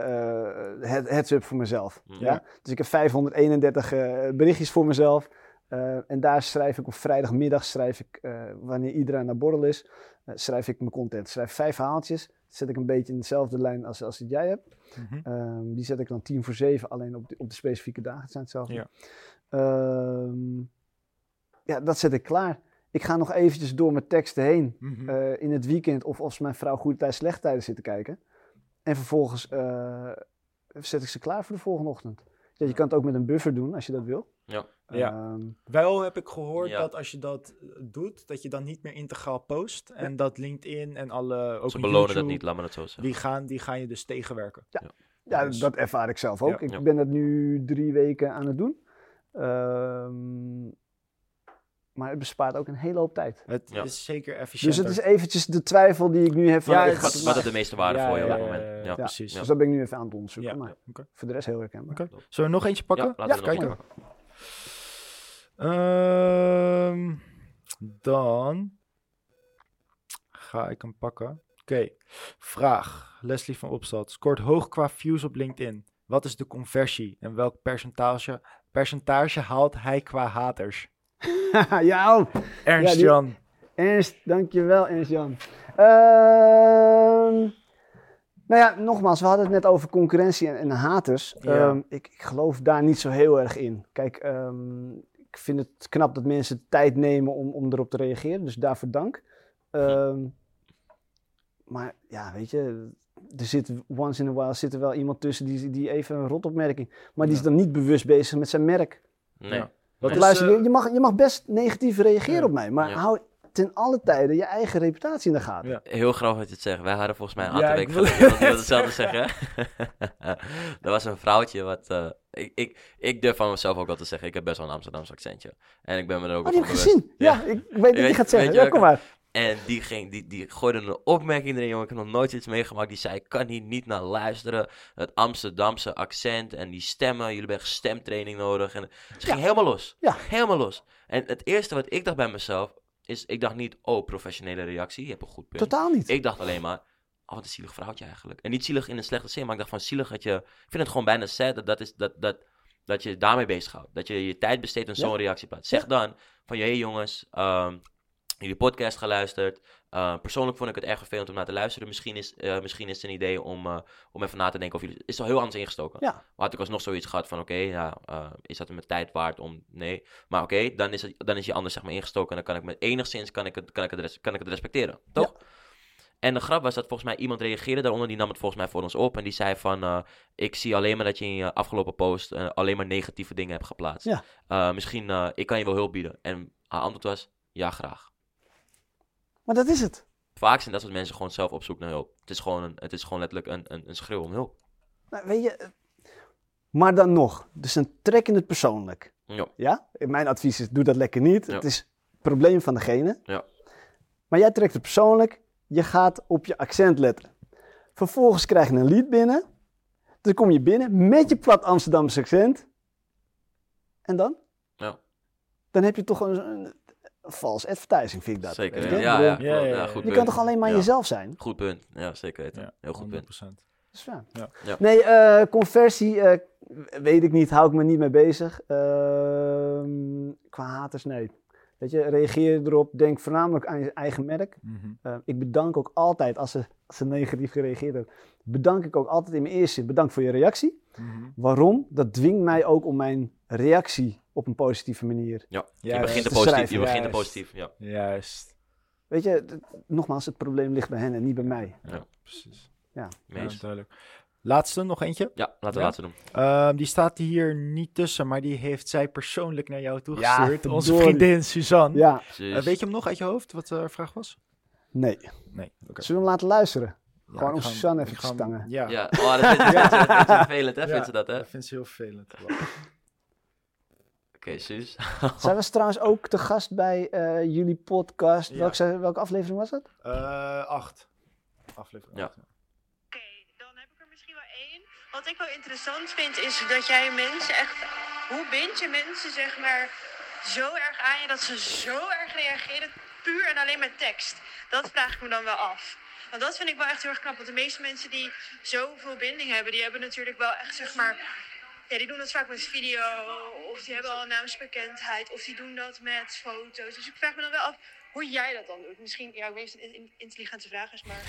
Speaker 3: uh, heads-up voor mezelf.
Speaker 1: Mm-hmm.
Speaker 3: Ja? Dus ik heb vijfhonderdeenendertig uh, berichtjes voor mezelf. Uh, en daar schrijf ik op vrijdagmiddag, schrijf ik, uh, wanneer iedereen naar borrel is, uh, schrijf ik mijn content. Schrijf vijf verhaaltjes. Zet ik een beetje in dezelfde lijn als, als het jij hebt.
Speaker 2: Mm-hmm.
Speaker 3: Um, die zet ik dan tien voor zeven, alleen op de, op de specifieke dagen. Het zijn hetzelfde.
Speaker 2: Ja.
Speaker 3: Um, ja, dat zet ik klaar. Ik ga nog eventjes door mijn teksten heen
Speaker 2: Mm-hmm.
Speaker 3: uh, in het weekend of als mijn vrouw goede tijden, slechte tijden zit te kijken. En vervolgens uh, zet ik ze klaar voor de volgende ochtend. Ja, je kan het ook met een buffer doen als je dat wil.
Speaker 1: Ja.
Speaker 2: Ja.
Speaker 3: Ehm,
Speaker 2: Wel heb ik gehoord
Speaker 1: Ja.
Speaker 2: dat als je dat eh, doet, dat je dan niet meer integraal post. En dat LinkedIn en alle, ook
Speaker 1: Ze
Speaker 2: in
Speaker 1: belonen
Speaker 2: YouTube,
Speaker 1: dat niet, laat me het zo zeggen.
Speaker 2: Die gaan, die gaan je dus tegenwerken.
Speaker 3: ja,
Speaker 2: Dus-
Speaker 3: dat ervaar ik zelf ook.
Speaker 2: Ja,
Speaker 3: ik
Speaker 1: ja.
Speaker 3: ben dat nu drie weken aan het doen. Ehm, maar het bespaart ook een hele hoop tijd.
Speaker 2: Het
Speaker 1: Ja.
Speaker 2: is zeker
Speaker 3: Dus
Speaker 2: efficiënter.
Speaker 3: het is eventjes de twijfel die ik nu heb van...
Speaker 2: Ja,
Speaker 3: ik
Speaker 2: het
Speaker 3: ga
Speaker 1: Wat,
Speaker 3: het
Speaker 1: wat
Speaker 3: maar-
Speaker 1: is de meeste waarde
Speaker 2: Ja,
Speaker 1: voor je op
Speaker 2: ja,
Speaker 1: dit
Speaker 2: ja,
Speaker 1: moment?
Speaker 2: ja,
Speaker 1: Ja,
Speaker 2: ja, precies.
Speaker 1: Ja.
Speaker 3: Dus dat ben ik nu even aan het onderzoeken.
Speaker 2: Ja,
Speaker 3: Maar
Speaker 2: oké.
Speaker 3: voor de rest heel herkenbaar.
Speaker 2: Oké. Zullen we nog eentje pakken?
Speaker 1: Ja, laten we
Speaker 3: Ja,
Speaker 1: er nog
Speaker 3: mooi.
Speaker 1: eentje pakken.
Speaker 2: Ehm, dan ga ik hem pakken. Oké, vraag. Leslie van Opstad. Scoort hoog qua views op LinkedIn. Wat is de conversie en welk percentage, percentage haalt hij qua haters?
Speaker 3: ja, oh.
Speaker 2: Ernst
Speaker 3: die-
Speaker 2: Jan.
Speaker 3: Ernst, dankjewel Ernst-Jan. Ehm nou ja, nogmaals, we hadden het net over concurrentie en, en haters.
Speaker 2: Ja.
Speaker 3: Ehm, ik, ik geloof daar niet zo heel erg in. Kijk, ehm, ik vind het knap dat mensen tijd nemen om, om erop te reageren, dus daarvoor dank. Ehm, maar ja, weet je, er zit once in a while zit er wel iemand tussen die, die even een rotopmerking, maar die is
Speaker 2: Ja.
Speaker 3: dan niet bewust bezig met zijn merk.
Speaker 1: Nee.
Speaker 2: Ja. Wat
Speaker 1: Nee.
Speaker 2: is,
Speaker 3: Luister,
Speaker 2: eh,
Speaker 3: je, je mag, je mag best negatief reageren
Speaker 2: Ja.
Speaker 3: op mij, maar
Speaker 1: Ja.
Speaker 3: hou ten alle tijden je eigen reputatie in de gaten.
Speaker 2: Ja.
Speaker 1: Heel grappig dat je het zegt. Wij hadden volgens mij een
Speaker 2: Ja,
Speaker 1: aantal
Speaker 2: ik
Speaker 1: weken
Speaker 2: wil-
Speaker 1: geleden iemand die wilde hetzelfde zeggen. Er was een vrouwtje wat... eh, ik, ik, ik durf van mezelf ook wel te zeggen, ik heb best wel een Amsterdamse accentje. En ik ben me er ook
Speaker 3: Oh,
Speaker 1: wel
Speaker 3: die
Speaker 1: van
Speaker 3: heb ik
Speaker 1: bewust.
Speaker 3: gezien. Ja, ik weet wat je
Speaker 1: Weet-
Speaker 3: gaat zeggen.
Speaker 1: weet je
Speaker 3: Ja, kom
Speaker 1: welke?
Speaker 3: maar.
Speaker 1: En die, ging, die, die gooide een opmerking erin, jongen. Ik heb nog nooit iets meegemaakt. Die zei, ik kan hier niet naar luisteren. Het Amsterdamse accent en die stemmen. Jullie hebben echt stemtraining nodig. En ze ging helemaal los.
Speaker 3: Ja.
Speaker 1: Helemaal los. En het eerste wat ik dacht bij mezelf, is ik dacht niet, oh, professionele reactie. Je hebt een goed punt.
Speaker 3: Totaal niet.
Speaker 1: Ik dacht alleen maar, oh, wat een zielig vrouwtje eigenlijk. En niet zielig in een slechte zin, maar ik dacht van zielig dat je... Ik vind het gewoon bijna sad dat, dat, is, dat, dat, dat je daarmee bezighoudt. Dat je je tijd besteedt aan
Speaker 3: Ja.
Speaker 1: zo'n reactieplaats. Zeg dan van, hé hey, jongens, um, jullie podcast geluisterd. Uh, persoonlijk vond ik het erg vervelend om naar te luisteren. Misschien is, uh, misschien is het een idee om, uh, om even na te denken of jullie... Het is toch heel anders ingestoken.
Speaker 3: Ja.
Speaker 1: Maar had ik alsnog zoiets gehad van, oké, okay, ja, uh, is dat mijn tijd waard om... Nee. Maar oké, okay, dan, is het, dan is je anders zeg maar ingestoken. En dan kan ik met enigszins kan ik het, kan ik het, res, kan ik het respecteren. Toch?
Speaker 3: Ja.
Speaker 1: En de grap was dat volgens mij iemand reageerde daaronder. Die nam het volgens mij voor ons op. En die zei van, uh, ik zie alleen maar dat je in je afgelopen post uh, alleen maar negatieve dingen hebt geplaatst.
Speaker 3: Ja.
Speaker 1: Uh, misschien, uh, ik kan je wel hulp bieden. En haar antwoord was, ja graag.
Speaker 3: Maar dat is het.
Speaker 1: Vaak zijn dat soort mensen gewoon zelf op zoek naar hulp. Het is gewoon, een, het is gewoon letterlijk een, een, een schreeuw om hulp.
Speaker 3: Nou, weet je, maar dan nog. Dus dan trek je het persoonlijk.
Speaker 1: Ja.
Speaker 3: Ja? Mijn advies is, doe dat lekker niet.
Speaker 1: Ja.
Speaker 3: Het is het probleem van degene.
Speaker 1: Ja.
Speaker 3: Maar jij trekt het persoonlijk. Je gaat op je accent letten. Vervolgens krijg je een lied binnen. Dan kom je binnen met je plat Amsterdamse accent. En dan?
Speaker 1: Ja.
Speaker 3: Dan heb je toch een, een, een false advertising, vind ik dat.
Speaker 1: Zeker.
Speaker 3: weet
Speaker 1: Ja,
Speaker 3: je?
Speaker 1: ja,
Speaker 3: Ik
Speaker 1: ja,
Speaker 3: bedoel,
Speaker 2: Ja,
Speaker 1: klopt.
Speaker 2: ja,
Speaker 1: Ja,
Speaker 2: ja.
Speaker 1: goed
Speaker 3: Je
Speaker 1: punt.
Speaker 3: kan toch alleen maar
Speaker 1: Ja.
Speaker 3: jezelf zijn?
Speaker 1: Goed punt. Ja, zeker weten.
Speaker 2: Ja,
Speaker 1: Heel goed
Speaker 2: honderd
Speaker 1: punt.
Speaker 2: procent.
Speaker 3: Dus ja.
Speaker 2: Ja.
Speaker 1: Ja.
Speaker 3: Nee, uh, conversie, uh, weet ik niet, hou ik me niet mee bezig. Uh, qua haters, nee. Weet je, reageer erop, denk voornamelijk aan je eigen merk.
Speaker 2: Mm-hmm.
Speaker 3: Uh, ik bedank ook altijd, als ze, als ze negatief gereageerd hebben, bedank ik ook altijd in mijn eerste zin, bedankt voor je reactie.
Speaker 2: Mm-hmm.
Speaker 3: Waarom? Dat dwingt mij ook om mijn reactie op een positieve manier.
Speaker 1: Ja, je
Speaker 2: Juist.
Speaker 1: begint er
Speaker 3: te
Speaker 1: positief.
Speaker 3: schrijven.
Speaker 1: Je begint er
Speaker 2: Juist.
Speaker 1: positief, ja.
Speaker 2: Juist.
Speaker 3: Weet je, d- nogmaals, het probleem ligt bij hen en niet bij mij.
Speaker 2: Precies.
Speaker 3: Ja.
Speaker 2: Ja,
Speaker 1: Meest.
Speaker 2: duidelijk. Laatste, nog eentje.
Speaker 1: Ja, laten we
Speaker 2: Ja?
Speaker 1: laten doen.
Speaker 2: Ehm, die staat hier niet tussen, maar die heeft zij persoonlijk naar jou toegestuurd.
Speaker 3: Ja,
Speaker 2: Onze
Speaker 3: verdorie.
Speaker 2: vriendin Suzanne.
Speaker 3: Ja,
Speaker 1: Precies.
Speaker 2: Eh, weet je hem nog uit je hoofd, wat de vraag was?
Speaker 3: nee.
Speaker 2: Nee. Oké.
Speaker 3: Zullen we hem laten luisteren?
Speaker 2: Ja,
Speaker 3: Gewoon
Speaker 2: ik
Speaker 3: om
Speaker 2: ga hem-
Speaker 3: Suzanne
Speaker 2: ik
Speaker 3: even
Speaker 2: ga
Speaker 3: te
Speaker 2: hem-
Speaker 3: stangen.
Speaker 2: Ja.
Speaker 1: Ja, oh, dat vindt ze, vindt ze, vindt ze vervelend, hè?
Speaker 2: Ja,
Speaker 1: Vindt ze dat, hè?
Speaker 2: Dat vindt ze heel vervelend.
Speaker 1: Oké, okay, Suus.
Speaker 3: Zij was trouwens ook te gast bij uh, jullie podcast.
Speaker 2: Ja.
Speaker 3: Welke, welke aflevering was dat?
Speaker 2: Uh, acht. Aflevering
Speaker 1: Ja.
Speaker 2: acht.
Speaker 5: Oké, dan heb ik er misschien wel één. Wat ik wel interessant vind is dat jij mensen echt... Hoe bind je mensen zeg maar zo erg aan je dat ze zo erg reageren puur en alleen met tekst? Dat vraag ik me dan wel af. Want dat vind ik wel echt heel erg knap. Want de meeste mensen die zoveel binding hebben, die hebben natuurlijk wel echt zeg maar... Ja, die doen dat vaak met video, of die hebben al een naamsbekendheid, of die doen dat met foto's. Dus ik vraag me dan wel af hoe jij dat dan doet. Misschien, ja, ik weet niet of het een intelligente vraag is, maar...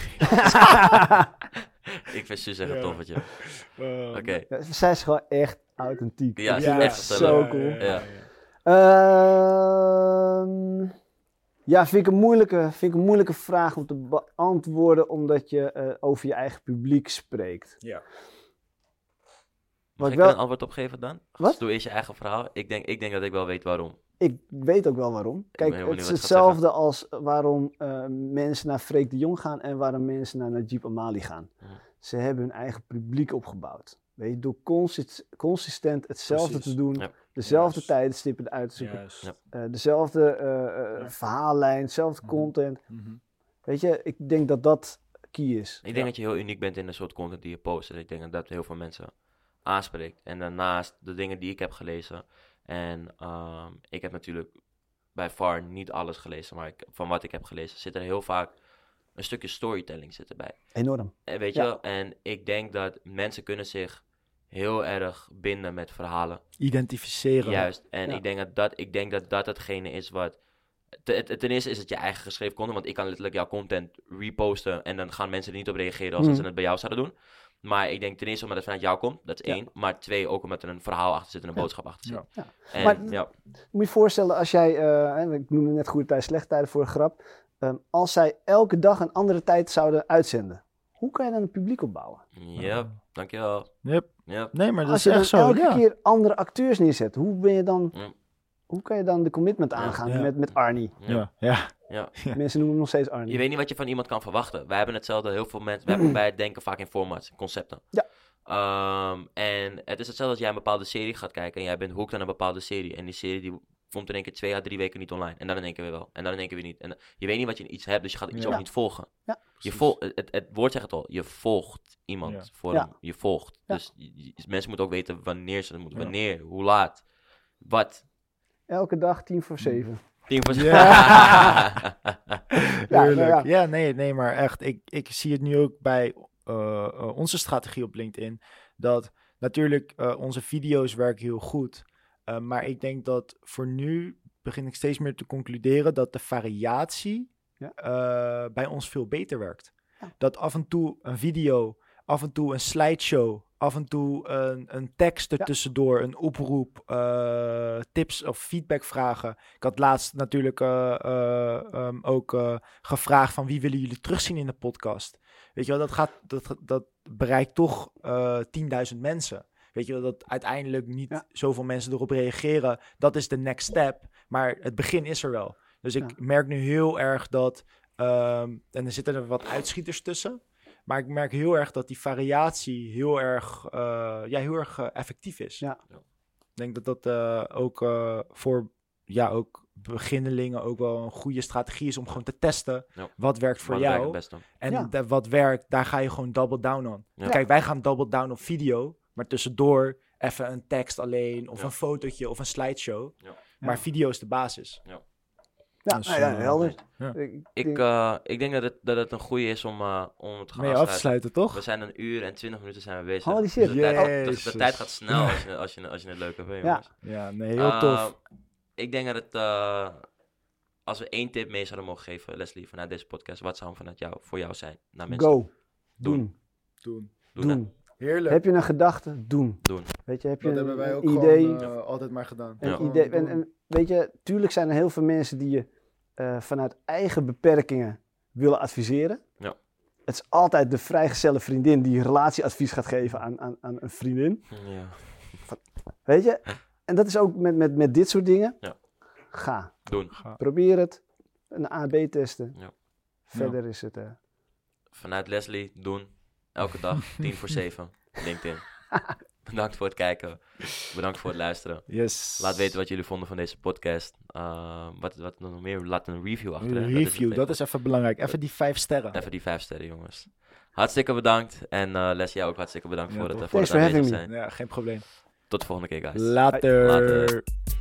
Speaker 1: Ik vind Suus echt een
Speaker 2: Ja.
Speaker 1: toffetje.
Speaker 2: Uh,
Speaker 1: Oké. Okay.
Speaker 3: Ja, zij is gewoon echt authentiek.
Speaker 1: Ja,
Speaker 3: Ik
Speaker 1: ze
Speaker 3: vind
Speaker 1: is
Speaker 3: dat
Speaker 1: echt
Speaker 3: zo
Speaker 1: gezellig.
Speaker 3: cool.
Speaker 1: Ja.
Speaker 3: Ehm, ja, vind ik, een moeilijke, vind ik een moeilijke vraag om te beantwoorden, omdat je uh, over je eigen publiek spreekt.
Speaker 2: Ja.
Speaker 1: Mag
Speaker 3: ik
Speaker 1: ik
Speaker 3: wel-
Speaker 1: er een antwoord op geven dan?
Speaker 3: Wat?
Speaker 1: Doe eerst je eigen verhaal. Ik denk, ik denk dat ik wel weet waarom.
Speaker 3: Ik weet ook wel waarom. Kijk,
Speaker 1: heel
Speaker 3: het
Speaker 1: benieuwd
Speaker 3: is
Speaker 1: wat je gaat
Speaker 3: hetzelfde als waarom uh, mensen naar Freek de Jong gaan en waarom mensen naar Najib Amali gaan.
Speaker 1: Ja.
Speaker 3: Ze hebben hun eigen publiek opgebouwd. Weet je, door consist- consistent hetzelfde
Speaker 2: Precies.
Speaker 3: te doen,
Speaker 1: Ja.
Speaker 3: dezelfde
Speaker 2: Juist.
Speaker 3: tijdstippen uit te zoeken,
Speaker 2: Juist.
Speaker 1: Ja.
Speaker 3: uh, dezelfde uh, uh,
Speaker 2: Ja.
Speaker 3: verhaallijn, dezelfde
Speaker 2: Mhm.
Speaker 3: content.
Speaker 2: Mhm.
Speaker 3: Weet je, ik denk dat dat key is.
Speaker 1: Ik denk
Speaker 2: Ja.
Speaker 1: dat je heel uniek bent in de soort content die je post. Dus ik denk dat dat heel veel mensen aanspreekt. En daarnaast de dingen die ik heb gelezen. En ehm, ik heb natuurlijk bij far niet alles gelezen. Maar ik, van wat ik heb gelezen zit er heel vaak een stukje storytelling zit erbij.
Speaker 3: Enorm.
Speaker 1: En weet
Speaker 3: Ja.
Speaker 1: je wel? En ik denk dat mensen kunnen zich heel erg binden met verhalen.
Speaker 2: Identificeren.
Speaker 1: Juist. En
Speaker 3: Ja.
Speaker 1: ik, denk dat dat, ik denk dat dat hetgene is wat... Ten, ten eerste is het je eigen geschreven content. Want ik kan letterlijk jouw content reposten. En dan gaan mensen er niet op reageren als
Speaker 3: Hmm.
Speaker 1: ze het bij jou zouden doen. Maar ik denk ten eerste omdat het vanuit jou komt. Dat is
Speaker 3: Ja.
Speaker 1: één. Maar twee, ook omdat er een verhaal achter zit en een
Speaker 3: Ja.
Speaker 1: boodschap achter zit.
Speaker 2: Ja.
Speaker 3: Ja.
Speaker 1: En,
Speaker 3: Maar-
Speaker 1: ja.
Speaker 3: Moet je je voorstellen als jij, uh, hè, ik noemde net goede tijden, slechte tijden voor een grap. Um, als zij elke dag een andere tijd zouden uitzenden. Hoe kan je dan een publiek opbouwen?
Speaker 1: Yep, dankjewel.
Speaker 2: Yep.
Speaker 1: Yep.
Speaker 2: Nee, maar dat
Speaker 3: Als
Speaker 2: is
Speaker 3: je
Speaker 2: echt
Speaker 3: dan
Speaker 2: zo.
Speaker 3: elke
Speaker 2: Ja.
Speaker 3: keer andere acteurs neerzet, hoe ben je dan,
Speaker 1: Ja.
Speaker 3: hoe kan je dan de commitment
Speaker 1: Ja.
Speaker 3: aangaan
Speaker 2: Ja.
Speaker 3: met, met Arnie?
Speaker 1: Ja.
Speaker 2: Ja. Ja.
Speaker 1: Ja.
Speaker 3: Mensen noemen hem nog steeds Arnie.
Speaker 1: Je weet niet wat je van iemand kan verwachten. Wij hebben hetzelfde, heel veel mensen, wij, hebben, wij denken vaak in formats, concepten.
Speaker 3: Ja.
Speaker 1: Ehm, en het is hetzelfde als jij een bepaalde serie gaat kijken en jij bent hooked aan een bepaalde serie. En die serie die komt in één keer twee à drie weken niet online. En dan in één keer weer wel. En dan in één keer weer niet. En dan- je weet niet wat je iets hebt, dus je gaat iets
Speaker 2: Ja.
Speaker 1: ook niet volgen.
Speaker 3: Ja.
Speaker 1: Je
Speaker 2: Precies.
Speaker 1: vol, het, het woord zegt het al, je volgt iemand
Speaker 2: Ja.
Speaker 1: voor
Speaker 3: Ja.
Speaker 1: hem. Je volgt.
Speaker 3: Ja.
Speaker 1: Dus je- je- mensen moeten ook weten wanneer ze het moeten.
Speaker 2: Ja.
Speaker 1: Wanneer, hoe laat, wat.
Speaker 3: Elke dag tien voor zeven.
Speaker 1: Tien voor
Speaker 2: Ja.
Speaker 3: Ja,
Speaker 2: Heerlijk.
Speaker 3: nou
Speaker 2: Ja,
Speaker 3: ja.
Speaker 2: nee, nee, maar echt. Ik, ik zie het nu ook bij eh, eh, onze strategie op LinkedIn. Dat natuurlijk eh, onze video's werken heel goed. Eh, maar ik denk dat voor nu begin ik steeds meer te concluderen dat de variatie
Speaker 3: Ja.
Speaker 2: eh, bij ons veel beter werkt.
Speaker 3: Ja.
Speaker 2: Dat af en toe een video, af en toe een slideshow, af en toe een, een tekst er
Speaker 3: Ja.
Speaker 2: tussendoor, een oproep, eh, tips of feedbackvragen. Ik had laatst natuurlijk eh, eh, ehm, ook eh, gevraagd van wie willen jullie terugzien in de podcast. Weet je wel, dat, gaat, dat, dat bereikt toch eh tienduizend mensen. Weet je wel, dat uiteindelijk niet
Speaker 3: Ja.
Speaker 2: zoveel mensen erop reageren. Dat is de next step. Maar het begin is er wel. Dus ik
Speaker 3: Ja.
Speaker 2: merk nu heel erg dat... ehm, en er zitten er wat uitschieters tussen. Maar ik merk heel erg dat die variatie heel erg, eh, ja, heel erg eh, effectief is.
Speaker 3: Ja.
Speaker 1: Ja.
Speaker 2: Ik denk dat dat eh, ook eh, voor ja, ook beginnelingen ook wel een goede strategie is om gewoon te testen
Speaker 1: Ja.
Speaker 2: wat werkt voor
Speaker 1: Wat werkt
Speaker 2: jou.
Speaker 1: het beste?
Speaker 2: En
Speaker 3: Ja.
Speaker 2: da- wat werkt, daar ga je gewoon double down on.
Speaker 1: Ja.
Speaker 2: Kijk, wij gaan double down op video, maar tussendoor even een tekst alleen of
Speaker 1: Ja.
Speaker 2: een fotootje of een slideshow.
Speaker 1: Ja.
Speaker 2: Maar
Speaker 3: Ja.
Speaker 2: video is de basis.
Speaker 3: Ja,
Speaker 2: Dus,
Speaker 3: nou ja,
Speaker 2: eh,
Speaker 3: helder.
Speaker 2: ja.
Speaker 3: Ik,
Speaker 1: Ik,
Speaker 3: denk-
Speaker 1: eh, ik denk dat het, dat het een goede is om, eh, om het te gaan
Speaker 2: Mee af te
Speaker 1: afsluiten.
Speaker 2: sluiten, toch?
Speaker 1: We zijn een uur en twintig minuten zijn we bezig.
Speaker 3: Holy shit.
Speaker 1: Dus de, tijd, dus de
Speaker 2: Jezus.
Speaker 1: tijd gaat snel als je, als je, als je het leuk hebt, hè,
Speaker 3: Ja.
Speaker 1: jongens.
Speaker 2: Ja, nee, heel
Speaker 1: Eh,
Speaker 2: tof.
Speaker 1: Ik denk dat het, eh, als we één tip mee zouden mogen geven, Leslie, vanuit deze podcast, wat zou hem vanuit jou, voor jou zijn? Naar mensen.
Speaker 3: Go.
Speaker 1: Doen.
Speaker 3: Doen.
Speaker 2: Doen.
Speaker 1: Doen.
Speaker 3: Doen.
Speaker 2: Heerlijk.
Speaker 3: Heb je een gedachte? Doen.
Speaker 1: Doen.
Speaker 3: Weet je, heb je
Speaker 2: dat
Speaker 3: een,
Speaker 2: hebben wij ook
Speaker 3: een idee?
Speaker 2: gewoon eh, altijd maar gedaan.
Speaker 3: Een
Speaker 1: Ja.
Speaker 2: Gewoon
Speaker 3: idee. En,
Speaker 2: doen.
Speaker 3: en weet je, tuurlijk zijn er heel veel mensen die je eh, vanuit eigen beperkingen willen adviseren.
Speaker 1: Ja.
Speaker 3: Het is altijd de vrijgezelle vriendin die relatieadvies gaat geven aan, aan, aan een vriendin.
Speaker 1: Ja.
Speaker 3: Weet je? En dat is ook met, met, met dit soort dingen.
Speaker 1: Ja.
Speaker 3: Ga.
Speaker 1: Doen.
Speaker 3: Probeer het. Een A B testen.
Speaker 1: Ja.
Speaker 3: Verder is het... eh,
Speaker 1: Vanuit Leslie, doen. Elke dag, tien voor zeven. LinkedIn. Bedankt voor het kijken. Bedankt voor het luisteren.
Speaker 2: Yes.
Speaker 1: Laat weten wat jullie vonden van deze podcast. Uh, wat, wat nog meer? Laat een review achter. hè.
Speaker 2: Een
Speaker 1: Dat is
Speaker 2: review,
Speaker 1: het
Speaker 2: dat is even belangrijk. Even die vijf sterren.
Speaker 1: Even die vijf sterren, jongens. Hartstikke bedankt. En uh, Les, jij ook hartstikke bedankt
Speaker 2: Ja,
Speaker 1: voor het,
Speaker 2: toch.
Speaker 1: voor
Speaker 3: Thanks
Speaker 1: het
Speaker 3: for
Speaker 1: aanwezig
Speaker 3: having me.
Speaker 1: zijn.
Speaker 2: Ja, geen probleem.
Speaker 1: Tot de volgende keer, guys.
Speaker 2: Later.
Speaker 1: Later.